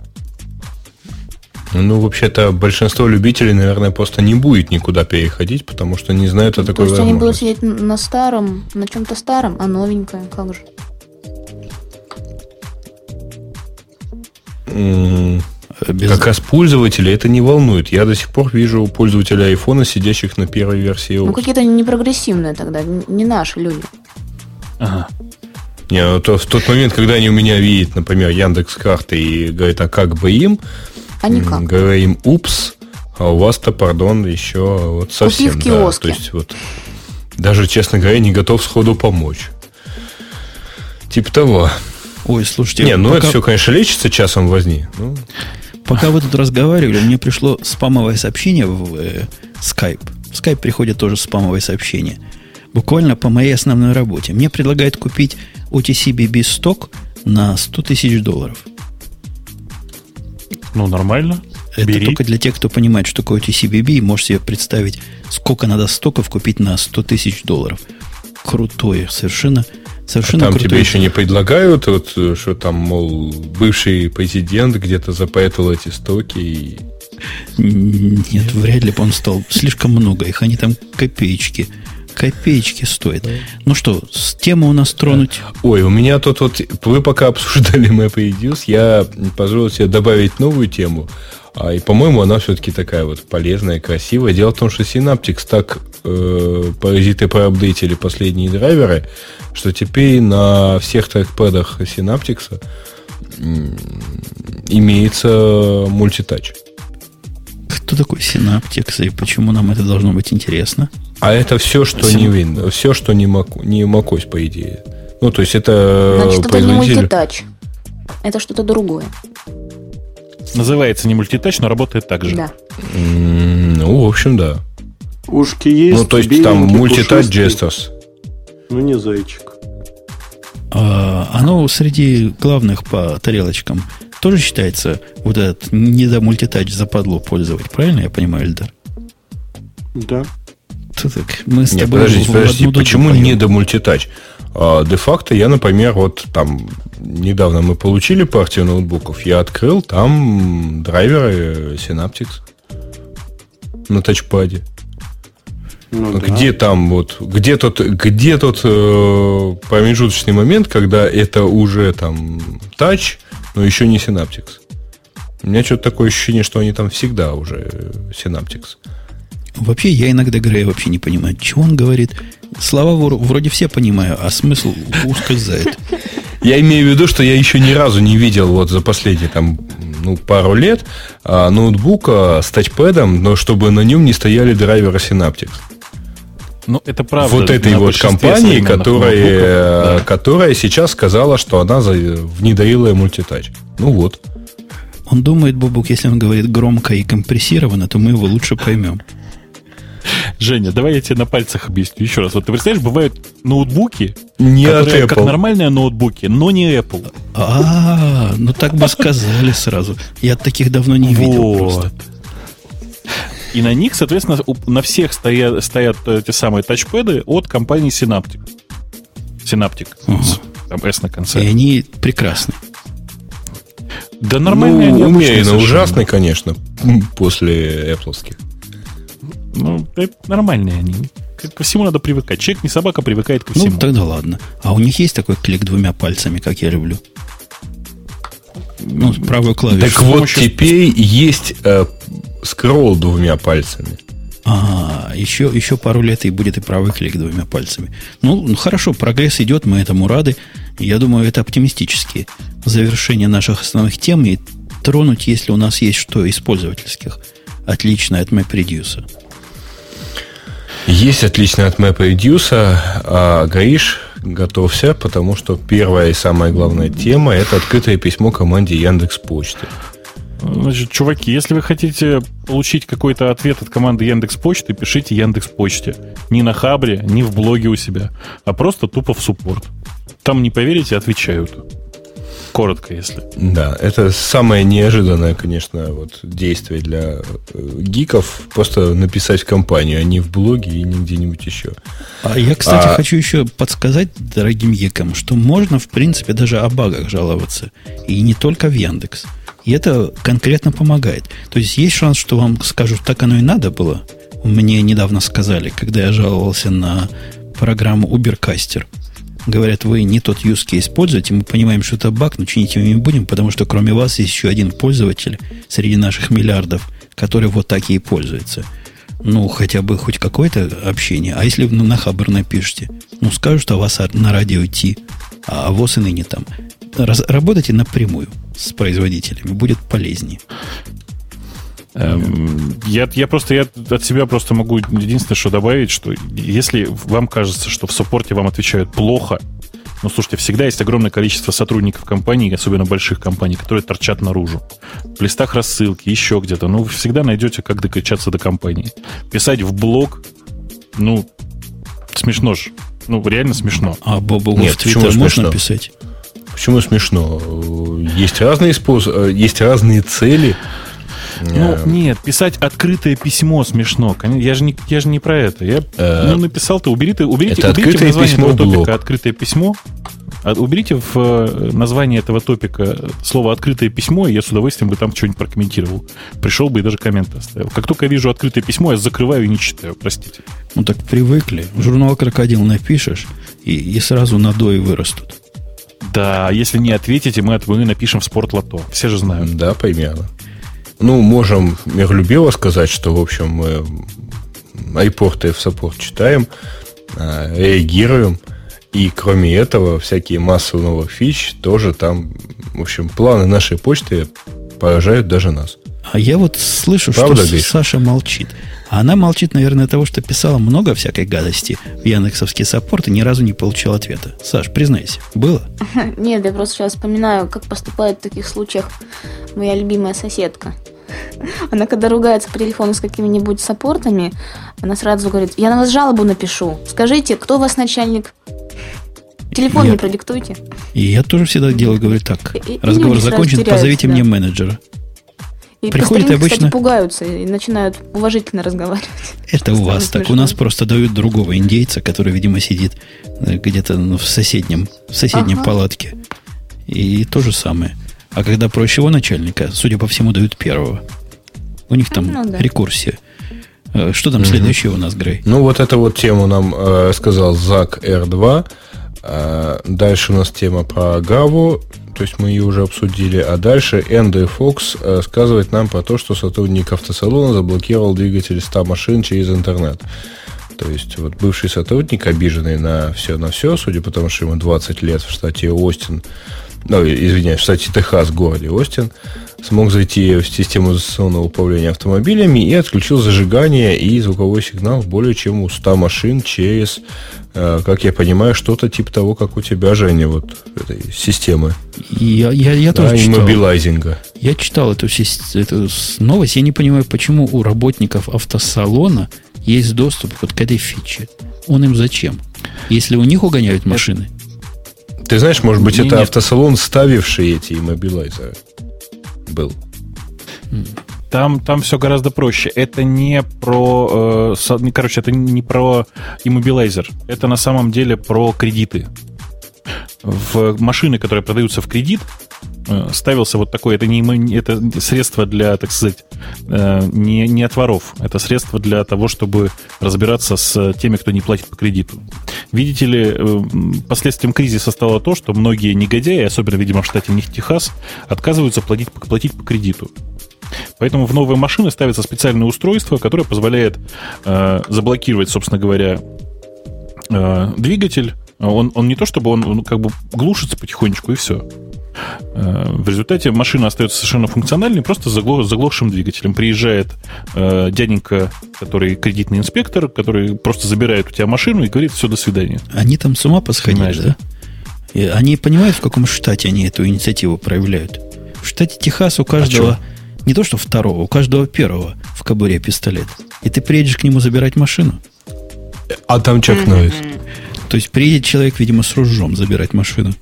ну вообще-то большинство любителей, наверное, просто не будет никуда переходить, потому что не знают о такой возможности. То есть они будут сидеть на старом, на чем-то старом, а новенькое, как же? Без... Как раз пользователей это не волнует. Я до сих пор вижу пользователей айфона, сидящих на первой версии. Ну, какие-то они непрогрессивные тогда, не наши люди. Ага. Не, то в тот момент, когда они у меня видят, например, Яндекс.Карты и говорят, а как бы им? А никак. Говорим, упс, а у вас-то, пардон, еще вот совсем. Купи в киоске. Да, то есть вот даже, честно говоря, не готов сходу помочь. Типа того. Ой, слушайте. Не, ну пока... это все, конечно, лечится часом возни. Ну... Пока вы тут разговаривали, мне пришло спамовое сообщение в э, Skype. В Skype приходит тоже спамовое сообщение. Буквально по моей основной работе. Мне предлагают купить о ти си би би сток на сто тысяч долларов. Ну, нормально. Это Бери. Только для тех, кто понимает, что такое о ти си би би, и может себе представить, сколько надо стоков купить на сто тысяч долларов. Крутое, совершенно... Совершенно а там крутой. Тебе еще не предлагают, вот, что там, мол, бывший президент где-то запоэтал эти стоки и... Нет, вряд ли бы он стал. Слишком много их, они там копеечки. Копеечки стоят. Ну что, с темы у нас тронуть? Ой, у меня тут вот... Вы пока обсуждали MapReduce, я позволил себе добавить новую тему. А, и, по-моему, она все-таки такая вот полезная, красивая. Дело в том, что Synaptics так э, паразиты проапдейтили последние драйверы, что теперь на всех трекпэдах Synaptics э, имеется мультитач. Кто такой Synaptics и почему нам это должно быть интересно? А это все, что Син... не Windows, все, что не, Mac, не macOS, по идее. Ну, то есть это... Значит, это не мультитач. Это что-то другое. Называется не мультитач, но работает так же. Да. Ну, в общем, да. Ушки есть. Ну, то есть там мультитач Gestures. Ну, не зайчик. А, оно среди главных по тарелочкам тоже считается вот этот не до мультитач западло пользовать. Правильно я понимаю, Эльдар? Да. Так, мы с Нет, тобой подождите, подождите, почему не до мультитач? А, де-факто я, например, вот там недавно мы получили партию ноутбуков, я открыл, там драйверы Synaptics на тачпаде. Ну, где да. там вот, где тот, где тот э, промежуточный момент, когда это уже там тач, но еще не Synaptics? У меня что-то такое ощущение, что они там всегда уже Synaptics. Вообще, я иногда Грея вообще не понимаю, чего он говорит. Слова вроде все понимаю, а смысл ускользает. Я имею в виду, что я еще ни разу не видел вот за последние там, ну, пару лет а, ноутбука с тачпэдом, но чтобы на нем не стояли драйверы Synaptics. Ну, это правда. Вот этой вот компании, которая, да. которая сейчас сказала, что она внедрила мультитач. Ну вот. Он думает, Бобук, если он говорит громко и компрессированно, то мы его лучше поймем. Женя, давай я тебе на пальцах объясню еще раз. Вот ты представляешь, бывают ноутбуки, не которые как нормальные ноутбуки, но не Apple. А, ну так бы сказали сразу. Я таких давно не видел просто. И на них, соответственно, на всех стоят, стоят эти самые тачпэды от компании Synaptic. Synaptic. Угу. Там S на конце. И они прекрасны. Да нормальные ну, они. Умеренно ужасные, конечно, после Apple'ских. Ну, это нормальные они. Ко всему надо привыкать. Человек не собака, привыкает ко всему. Ну, тогда ладно. А у них есть такой клик двумя пальцами, как я люблю? Ну, правую клавишу. Так вот, теперь есть э, скролл двумя пальцами. А, еще, еще пару лет и будет и правый клик двумя пальцами. Ну, ну, хорошо, прогресс идет, мы этому рады. Я думаю, это оптимистические завершения наших основных тем и тронуть, если у нас есть что из пользовательских. Отлично от MapReduce. Есть отлично от MapReduce, а Гриш, готовься, потому что первая и самая главная тема – это открытое письмо команде Яндекс.Почты. Значит, чуваки, если вы хотите получить какой-то ответ от команды Яндекс.Почты, пишите Яндекс.Почте. Не на Хабре, не в блоге у себя, а просто тупо в суппорт. Там, не поверите, отвечают. Коротко, если. Да, это самое неожиданное, конечно, вот действие для гиков. Просто написать в компанию, а не в блоге и не где-нибудь еще. А я, кстати, а... хочу еще подсказать дорогим гикам, что можно, в принципе, даже о багах жаловаться. И не только в Яндекс. И это конкретно помогает. То есть есть шанс, что вам скажут, так оно и надо было. Мне недавно сказали, когда я жаловался на программу Ubercaster. Говорят, вы не тот use case используете, мы понимаем, что это баг, но чинить его не будем, потому что кроме вас есть еще один пользователь среди наших миллиардов, который вот так и пользуется. Ну, хотя бы хоть какое-то общение. А если вы на Хабр напишите, ну, скажут о вас на радио Ти, а ВОЗ и ныне там. Раз, работайте напрямую с производителями, будет полезнее. Эм, я, я просто я от себя просто могу единственное, что добавить, что если вам кажется, что в саппорте вам отвечают плохо, ну, слушайте, всегда есть огромное количество сотрудников компаний, особенно больших компаний, которые торчат наружу. В листах рассылки, еще где-то. Ну, вы всегда найдете, как докричаться до компании. Писать в блог, ну, смешно же. Ну, реально смешно. А Бобу в Твиттер можно писать? Почему смешно? Есть разные способы, есть разные цели. Ну, нет, писать открытое письмо смешно. Я же не, я же не про это. Я ну, написал, ты убери, ты, уберите, это уберите в название этого топика блок. «Открытое письмо». Уберите в название этого топика слово «открытое письмо», и я с удовольствием бы там что-нибудь прокомментировал. Пришел бы и даже коммент оставил. Как только я вижу открытое письмо, я закрываю и не читаю, простите. Ну, так привыкли. В журнал «Крокодил» напишешь, и, и сразу надои вырастут. Да, если не ответите, мы, мы напишем в «Спортлото». Все же знают. Да, примерно. Ну, можем миролюбиво сказать, что, в общем, мы айпорты в саппорт читаем, реагируем, и кроме этого, всякие массы новых фич тоже там, в общем, планы нашей почты поражают даже нас. А я вот слышу, Правда, что Гриш? Саша молчит. А она молчит, наверное, от того, что писала много всякой гадости в яндексовский саппорт и ни разу не получила ответа. Саш, признайся, было? Нет, я просто сейчас вспоминаю, как поступает в таких случаях моя любимая соседка. Она когда ругается по телефону с какими-нибудь саппортами, она сразу говорит: я на вас жалобу напишу. Скажите, кто у вас начальник? Телефон я... не продиктуйте. И я тоже всегда делаю, говорю так. И, разговор закончен, позовите да. мне менеджера. И приходит обычно, кстати, пугаются и начинают уважительно разговаривать. Это у вас так. У нас просто дают другого индейца, который, видимо, сидит где-то ну, в соседнем, в соседней ага. палатке. И то же самое. А когда проще его начальника, судя по всему, дают первого. У них там ну, да. рекурсия. Что там угу. следующее у нас, Грей? Ну, вот эту вот тему нам э, сказал Зак эр два. Э, дальше у нас тема про Гаву. То есть мы ее уже обсудили. А дальше Эндрю Фокс э, сказывает нам про то, что сотрудник автосалона заблокировал двигатели ста машин через интернет. То есть вот бывший сотрудник, обиженный на все на все, судя по тому, что ему двадцать лет в штате Остин, ну, извиняюсь, в штате Техас, в городе Остин, смог зайти в систему дистанционного управления автомобилями и отключил зажигание и звуковой сигнал более чем у ста машин через, э, как я понимаю, что-то типа того, как у тебя, Женя, вот этой системы. Я, я, я тоже да, читал. Иммобилайзинга. Я читал эту, эту новость. Я не понимаю, почему у работников автосалона есть доступ вот к этой фиче. Он им зачем? Если у них угоняют машины. Ты знаешь, может быть, не, это нет. автосалон, ставивший эти иммобилайзеры был. Там, там все гораздо проще. Это не про... Э, короче, это не про иммобилайзер. Это на самом деле про кредиты. В машины, которые продаются в кредит, ставился вот такой, это, не, это средство для, так сказать, не, не от воров, это средство для того, чтобы разбираться с теми, кто не платит по кредиту. Видите ли, последствием кризиса стало то, что многие негодяи, особенно, видимо, в штате Техас, отказываются платить, платить по кредиту. Поэтому в новые машины ставится специальное устройство, которое позволяет э, заблокировать, собственно говоря, э, двигатель. Он, он не то чтобы он, он как бы глушится потихонечку и все. В результате машина остается совершенно функциональной, просто с заглох, заглохшим двигателем. Приезжает э, дяденька, который кредитный инспектор, который просто забирает у тебя машину и говорит: все, до свидания. Они там с ума посходили, да? И они понимают, в каком штате они эту инициативу проявляют. В штате Техас у каждого, а не то что второго, у каждого первого в кобуре пистолет. И ты приедешь к нему забирать машину. А там Чак Норрис. То есть приедет человек, видимо, с ружьем забирать машину.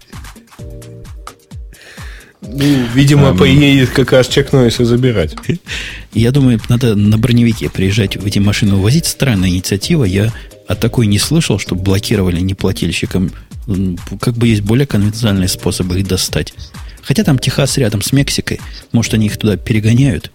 Ну, видимо, а, поедет как раз Чак Норриса забирать. Я думаю, надо на броневике приезжать в эти машины увозить. Странная инициатива. Я о такой не слышал, что блокировали неплательщикам. Как бы есть более конвенциональные способы их достать. Хотя там Техас рядом с Мексикой. Может, они их туда перегоняют?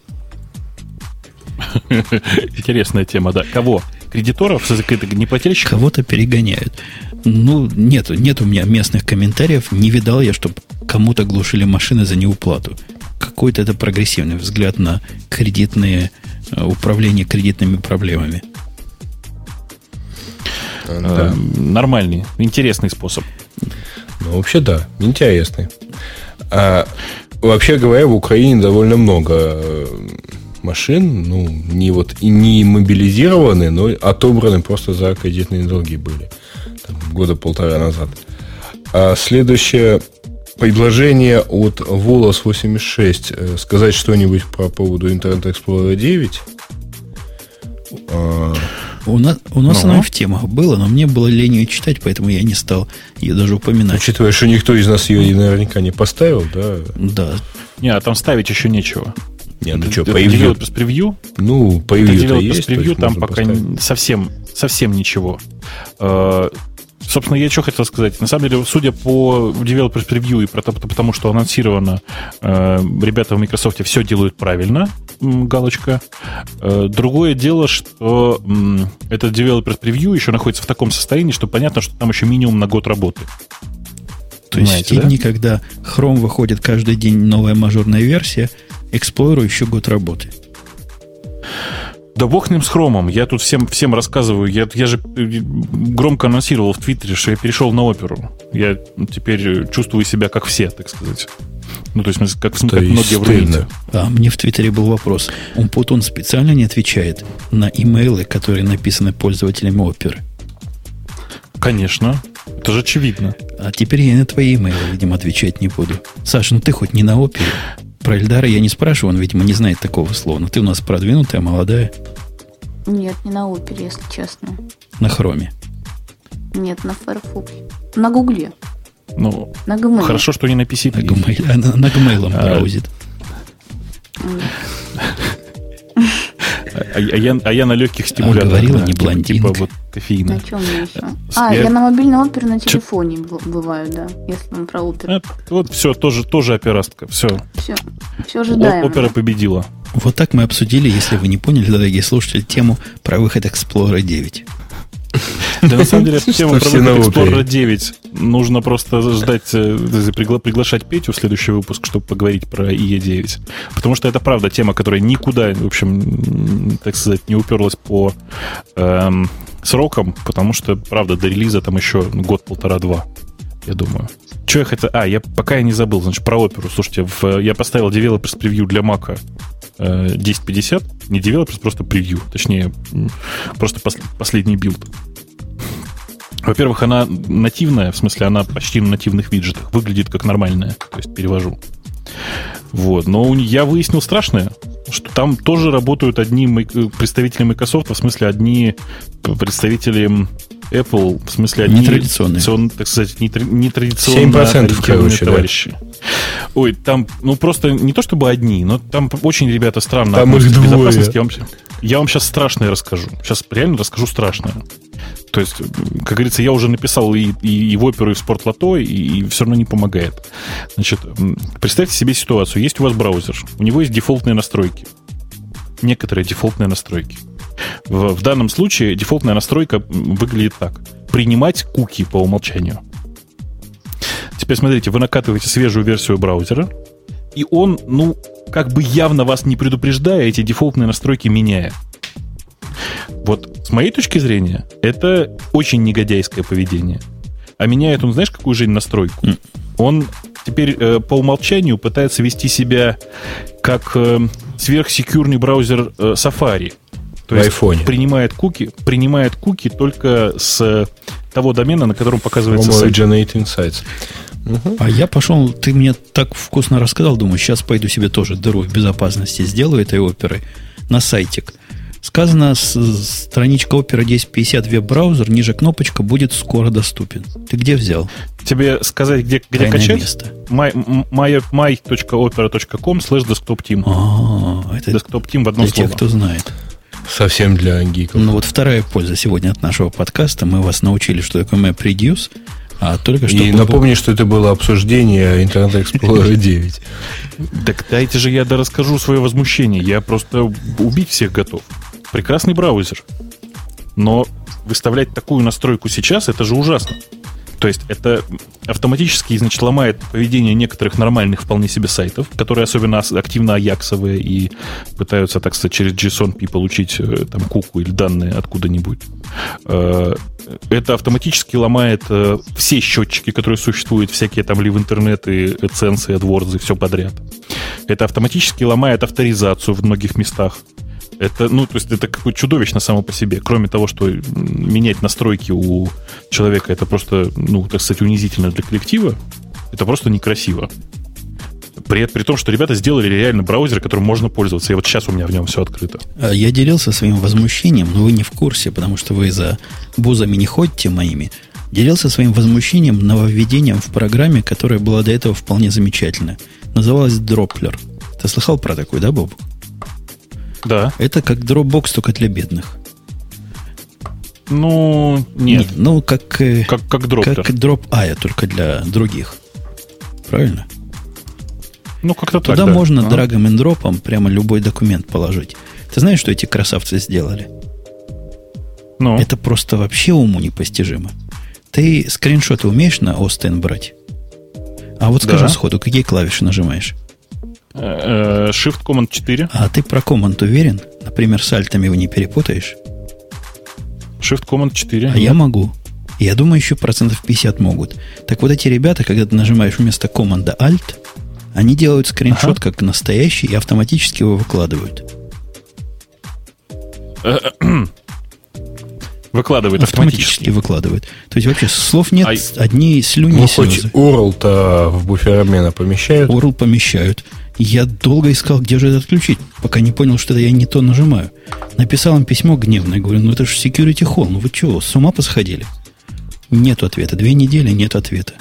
Интересная тема, да. Кого? Кредиторов, неплательщиков? Кого-то перегоняют. Ну, нет, нет у меня местных комментариев. Не видал я, чтобы кому-то глушили машины за неуплату. Какой-то это прогрессивный взгляд на кредитные управление кредитными проблемами. Да. Нормальный, интересный способ. Ну, вообще, да, интересный. А, вообще говоря, в Украине довольно много машин, ну, не вот и не мобилизированы, но отобраны просто за кредитные долги были. Там, года полтора назад. А следующее предложение от Волос восемьдесят шесть. Сказать что-нибудь по поводу Internet Explorer девять. А... У нас, у нас ну. она в темах была, но мне было лень ее читать, поэтому я не стал ее даже упоминать. Учитывая, что никто из нас ее наверняка не поставил, да? Да. Не, а там ставить еще нечего. Не, ну что, по Developers Preview? Ну, по Preview-то есть. Preview там пока поставить. совсем, совсем ничего. Собственно, я что хотел сказать. На самом деле, судя по Developers Preview и потому, что анонсировано, ребята в Microsoft все делают правильно, галочка. Другое дело, что этот Developers Preview еще находится в таком состоянии, что понятно, что там еще минимум на год работы. То есть в те дни, когда Chrome выходит каждый день новая мажорная версия, Explorer еще год работы. Да бог ним с хромом. Я тут всем, всем рассказываю. Я, я же громко анонсировал в Твиттере, что я перешел на Оперу. Я теперь чувствую себя как все, так сказать. Ну, то есть, как, как многие в Рунете. А мне в Твиттере был вопрос. Умпутун специально не отвечает на имейлы, которые написаны пользователями Оперы? Конечно. Это же очевидно. А теперь я на твои имейлы, видимо, отвечать не буду. Саша, ну ты хоть не на Опере. Про Эльдара я не спрашиваю, он, видимо, не знает такого слова. Но ты у нас продвинутая, молодая. Нет, не на Опере, если честно. На Хроме? Нет, на Firefox. На Гугле. Ну, на Gmail. Хорошо, что не на пи си. На Gmail, а на, на Gmail а, браузит. А, а, я, а я на легких стимуляторах. А говорила, не блондинка. Типа вот кофеина. На чем я еще? А, я, я на мобильной опере на телефоне Ч... бываю, да, если мы про оперу. А, вот все, тоже, тоже операстка. Все. Все, все ожидаемо. Опера победила. Вот так мы обсудили, если вы не поняли, дорогие слушатели, тему про выход Explorer девять. Да, на самом деле, тему про Explorer девять нужно просто ждать, пригла- приглашать Петю в следующий выпуск, чтобы поговорить про и и девять. Потому что это, правда, тема, которая никуда, в общем, так сказать, не уперлась по эм, срокам, потому что, правда, до релиза там еще год-полтора-два, я думаю. Что я хотел... А, я, пока я не забыл, значит, про оперу. Слушайте, в, я поставил Developers Preview для Mac э, десять пятьдесят. Не Developers, просто превью. Точнее, просто пос, последний билд. Во-первых, она нативная, в смысле, она почти на нативных виджетах. Выглядит как нормальная, то есть перевожу. Вот. Но я выяснил страшное, что там тоже работают одни представители Microsoft, в смысле, одни представители Apple, в смысле, одни... Нетрадиционные. Так сказать, нетрадиционные ориентированные товарищи. Да. Ой, там, ну, просто не то чтобы одни, но там очень ребята странно относятся к безопасности. Я вам, я вам сейчас страшное расскажу. Сейчас реально расскажу страшное. То есть, как говорится, я уже написал и, и, и в оперу, и в спортлото, и, и все равно не помогает. Значит, представьте себе ситуацию. Есть у вас браузер, у него есть дефолтные настройки. Некоторые дефолтные настройки. В, в данном случае дефолтная настройка выглядит так. Принимать куки по умолчанию. Теперь смотрите, вы накатываете свежую версию браузера, и он, ну, как бы явно вас не предупреждая, эти дефолтные настройки меняет. Вот с моей точки зрения, это очень негодяйское поведение. А меняет он, знаешь, какую же настройку? Mm. Он теперь э, по умолчанию пытается вести себя как э, сверхсекьюрный браузер э, Safari. То в есть айфоне. Принимает куки, принимает куки только с того домена, на котором показывается сайт. Originating sites. Угу. А я пошел, ты мне так вкусно рассказал, думаю, сейчас пойду себе тоже дыру в безопасности сделаю этой оперы на сайтик. Сказано, страничка Opera десять пятьдесят веб-браузер, ниже кнопочка будет скоро доступен. Ты где взял? Тебе сказать, где, где качать? Место. my точка opera точка com слэш desktop-team. А, это desktop-team в одном для слове. тех, кто знает. Совсем для гиков. Ну вот вторая польза сегодня от нашего подкаста. Мы вас научили, что такое MapReduce. А только что и было... напомни, что это было обсуждение Internet Explorer девять. Так дайте же я расскажу свое возмущение. Я просто убить всех готов. Прекрасный браузер. Но выставлять такую настройку сейчас, это же ужасно. То есть это автоматически, значит, ломает поведение некоторых нормальных вполне себе сайтов, которые особенно активно аяксовые и пытаются, так сказать, через JSON-пи получить там куку или данные откуда-нибудь. Это автоматически ломает все счетчики, которые существуют, всякие там лив интернеты, AdSense, AdWords и все подряд. Это автоматически ломает авторизацию в многих местах. Это, ну, то есть это какое-то чудовищно само по себе. Кроме того, что менять настройки у человека это просто, ну, так сказать, унизительно для коллектива, это просто некрасиво. При, при том, что ребята сделали реально браузер, которым можно пользоваться. И вот сейчас у меня в нем все открыто. Я делился своим возмущением, но вы не в курсе, потому что вы за бузами не ходите моими. Делился своим возмущением нововведением в программе, которая была до этого вполне замечательная. Называлась Droppler. Ты слыхал про такую, да, Боб? Да. Это как Dropbox, только для бедных. Ну, нет. нет ну, как, как, как Droppler. Как Drop.io, только для других. Правильно? Ну, как-то Туда так, да. можно а? драгом и дропом прямо любой документ положить. Ты знаешь, что эти красавцы сделали? Ну? Это просто вообще уму непостижимо. Ты скриншоты умеешь на Остен брать? А вот скажи да. сходу, какие клавиши нажимаешь? Shift Command четыре. А ты про Command уверен? Например, с альтами его не перепутаешь? Shift Command четыре. А я могу. Я думаю, еще процентов пятьдесят могут. Так вот эти ребята, когда ты нажимаешь вместо команда Alt, Они делают скриншот ага. как настоящий и автоматически его выкладывают. Выкладывает автоматически. Автоматически выкладывает. То есть вообще слов нет, а... одни слюни ну, и слезы. Хоть ю ар эл-то в буфер обмена помещают? ю ар эл помещают. Я долго искал, где же это отключить, пока не понял, что это я не то нажимаю. Написал им письмо гневное. Говорю, ну это же security hall. Ну вы чего, с ума посходили? Нет ответа. Две недели нет ответа.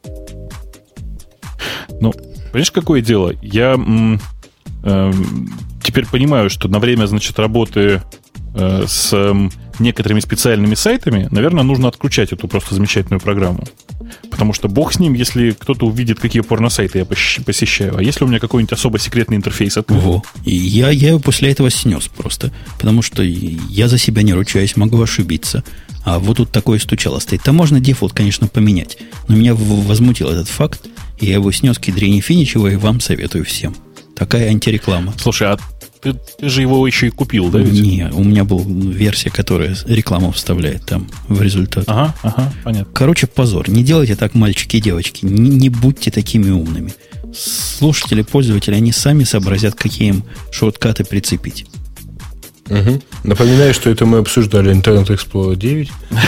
Ну, понимаешь, какое дело? Я м, э, теперь понимаю, что на время, значит, работы э, с э, некоторыми специальными сайтами, наверное, нужно отключать эту просто замечательную программу. Потому что бог с ним, если кто-то увидит, какие порно-сайты я посещаю. А если у меня какой-нибудь особо секретный интерфейс открыт? Во. И я, я его после этого снес просто. Потому что я за себя не ручаюсь, могу ошибиться. А вот тут такое стучало стоит. Там можно дефолт, конечно, поменять. Но меня возмутил этот факт. И я его снес к ядрине финичева и вам советую всем. Такая антиреклама. Слушай, а ты, ты же его еще и купил, да? Ведь? Не, у меня была версия, которая рекламу вставляет там в результат. Ага, ага, понятно. Короче, позор. Не делайте так, мальчики и девочки. Не, не будьте такими умными. Слушатели, пользователи, они сами сообразят, какие им шорткаты прицепить. Угу. Напоминаю, что это мы обсуждали Internet Explorer девять.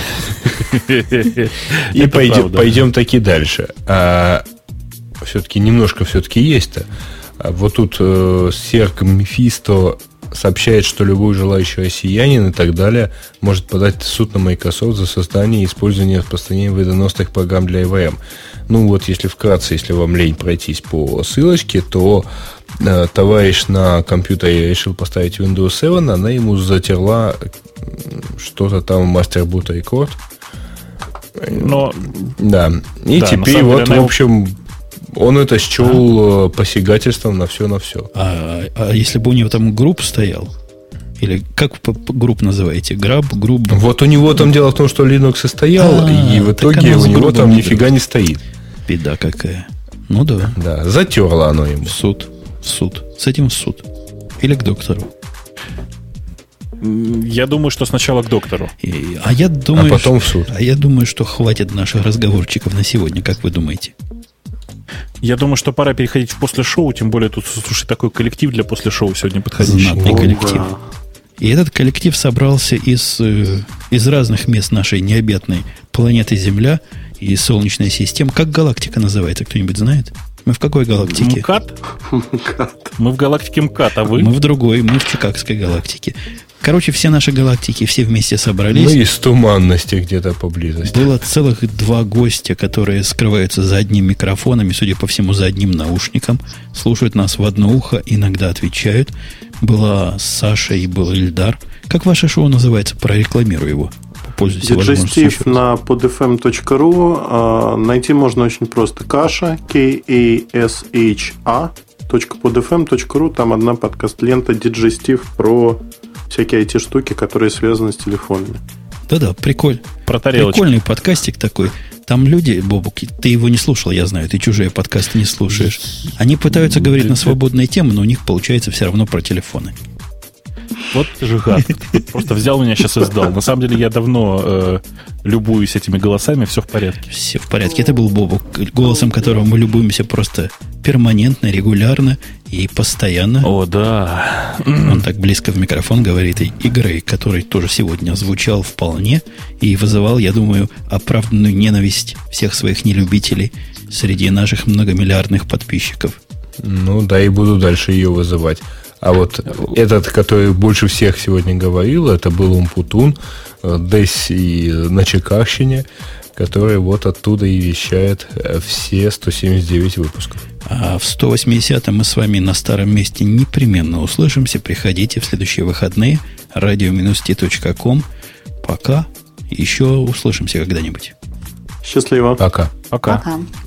И пойдем таки дальше. Все-таки немножко все-таки есть-то. Вот тут э, Серк Мефисто сообщает, что любой желающий россиянин и так далее может подать в суд на Microsoft за создание и использование распространения вредоносных программ для ай ви эм. Ну вот, если вкратце, если вам лень пройтись по ссылочке, то э, товарищ на компьютере решил поставить Windows семь, она ему затерла что-то там Master Boot Record. Но, да. И да, теперь вот, деле, в общем... Он это счел а? посягательством на все, на все. А, а если бы у него там групп стоял? Или как групп называете? Граб, групп? Вот у него там дело в том, что Linux и стоял, а, и в итоге у него там нифига не стоит. Беда какая. Ну да. Да, затерло оно ему. В суд. В суд. С этим в суд. Или к доктору. Я думаю, что сначала к доктору. И, а я думаю, а потом что, в суд. А я думаю, что хватит наших разговорчиков на сегодня. Как вы думаете? Я думаю, что пора переходить в после шоу, тем более тут, слушай, такой коллектив для после шоу сегодня подходящий. Знатный О, коллектив. Да. И этот коллектив собрался из, из разных мест нашей необъятной планеты Земля и Солнечной системы. Как галактика называется, кто-нибудь знает? Мы в какой галактике? МКАД? Мы в галактике МКАД, а вы? Мы в другой, мы в Чикагской галактике. Короче, все наши галактики, все вместе собрались. Мы из туманности где-то поблизости. Было целых два гостя, которые скрываются за одним микрофоном и, судя по всему, за одним наушником. Слушают нас в одно ухо, иногда отвечают. Была Саша и был Ильдар. Как ваше шоу называется? Прорекламирую его. Диджестив на подфм точка ру. Найти можно очень просто. Каша, кей эй эс эйч а, .podfm точка ру. Там одна подкаст-лента Диджестив про всякие ай ти-штуки, которые связаны с телефонами. Да-да, приколь. Про тарелочку. Прикольный подкастик такой. Там люди, Бобук, ты его не слушал, я знаю, ты чужие подкасты не слушаешь. Они пытаются говорить на свободные темы, но у них получается все равно про телефоны. Вот ты же гад. Просто взял меня сейчас и сдал. На самом деле я давно э, любуюсь этими голосами, все в порядке. Все в порядке. Это был Бобук, голосом которого мы любуемся просто перманентно, регулярно и постоянно. О, да. Он так близко в микрофон говорит. И Грей, который тоже сегодня звучал вполне и вызывал, я думаю, оправданную ненависть всех своих нелюбителей среди наших многомиллиардных подписчиков. Ну да, и буду дальше ее вызывать. А вот этот, который больше всех сегодня говорил, это был Умпутун, десь и на Чикагщине, который вот оттуда и вещает все сто семьдесят девять выпусков. А в сто восьмидесятом мы с вами на старом месте непременно услышимся. Приходите в следующие выходные. радио ти точка ком. Пока. Еще услышимся когда-нибудь. Счастливо. Пока. Пока. Пока.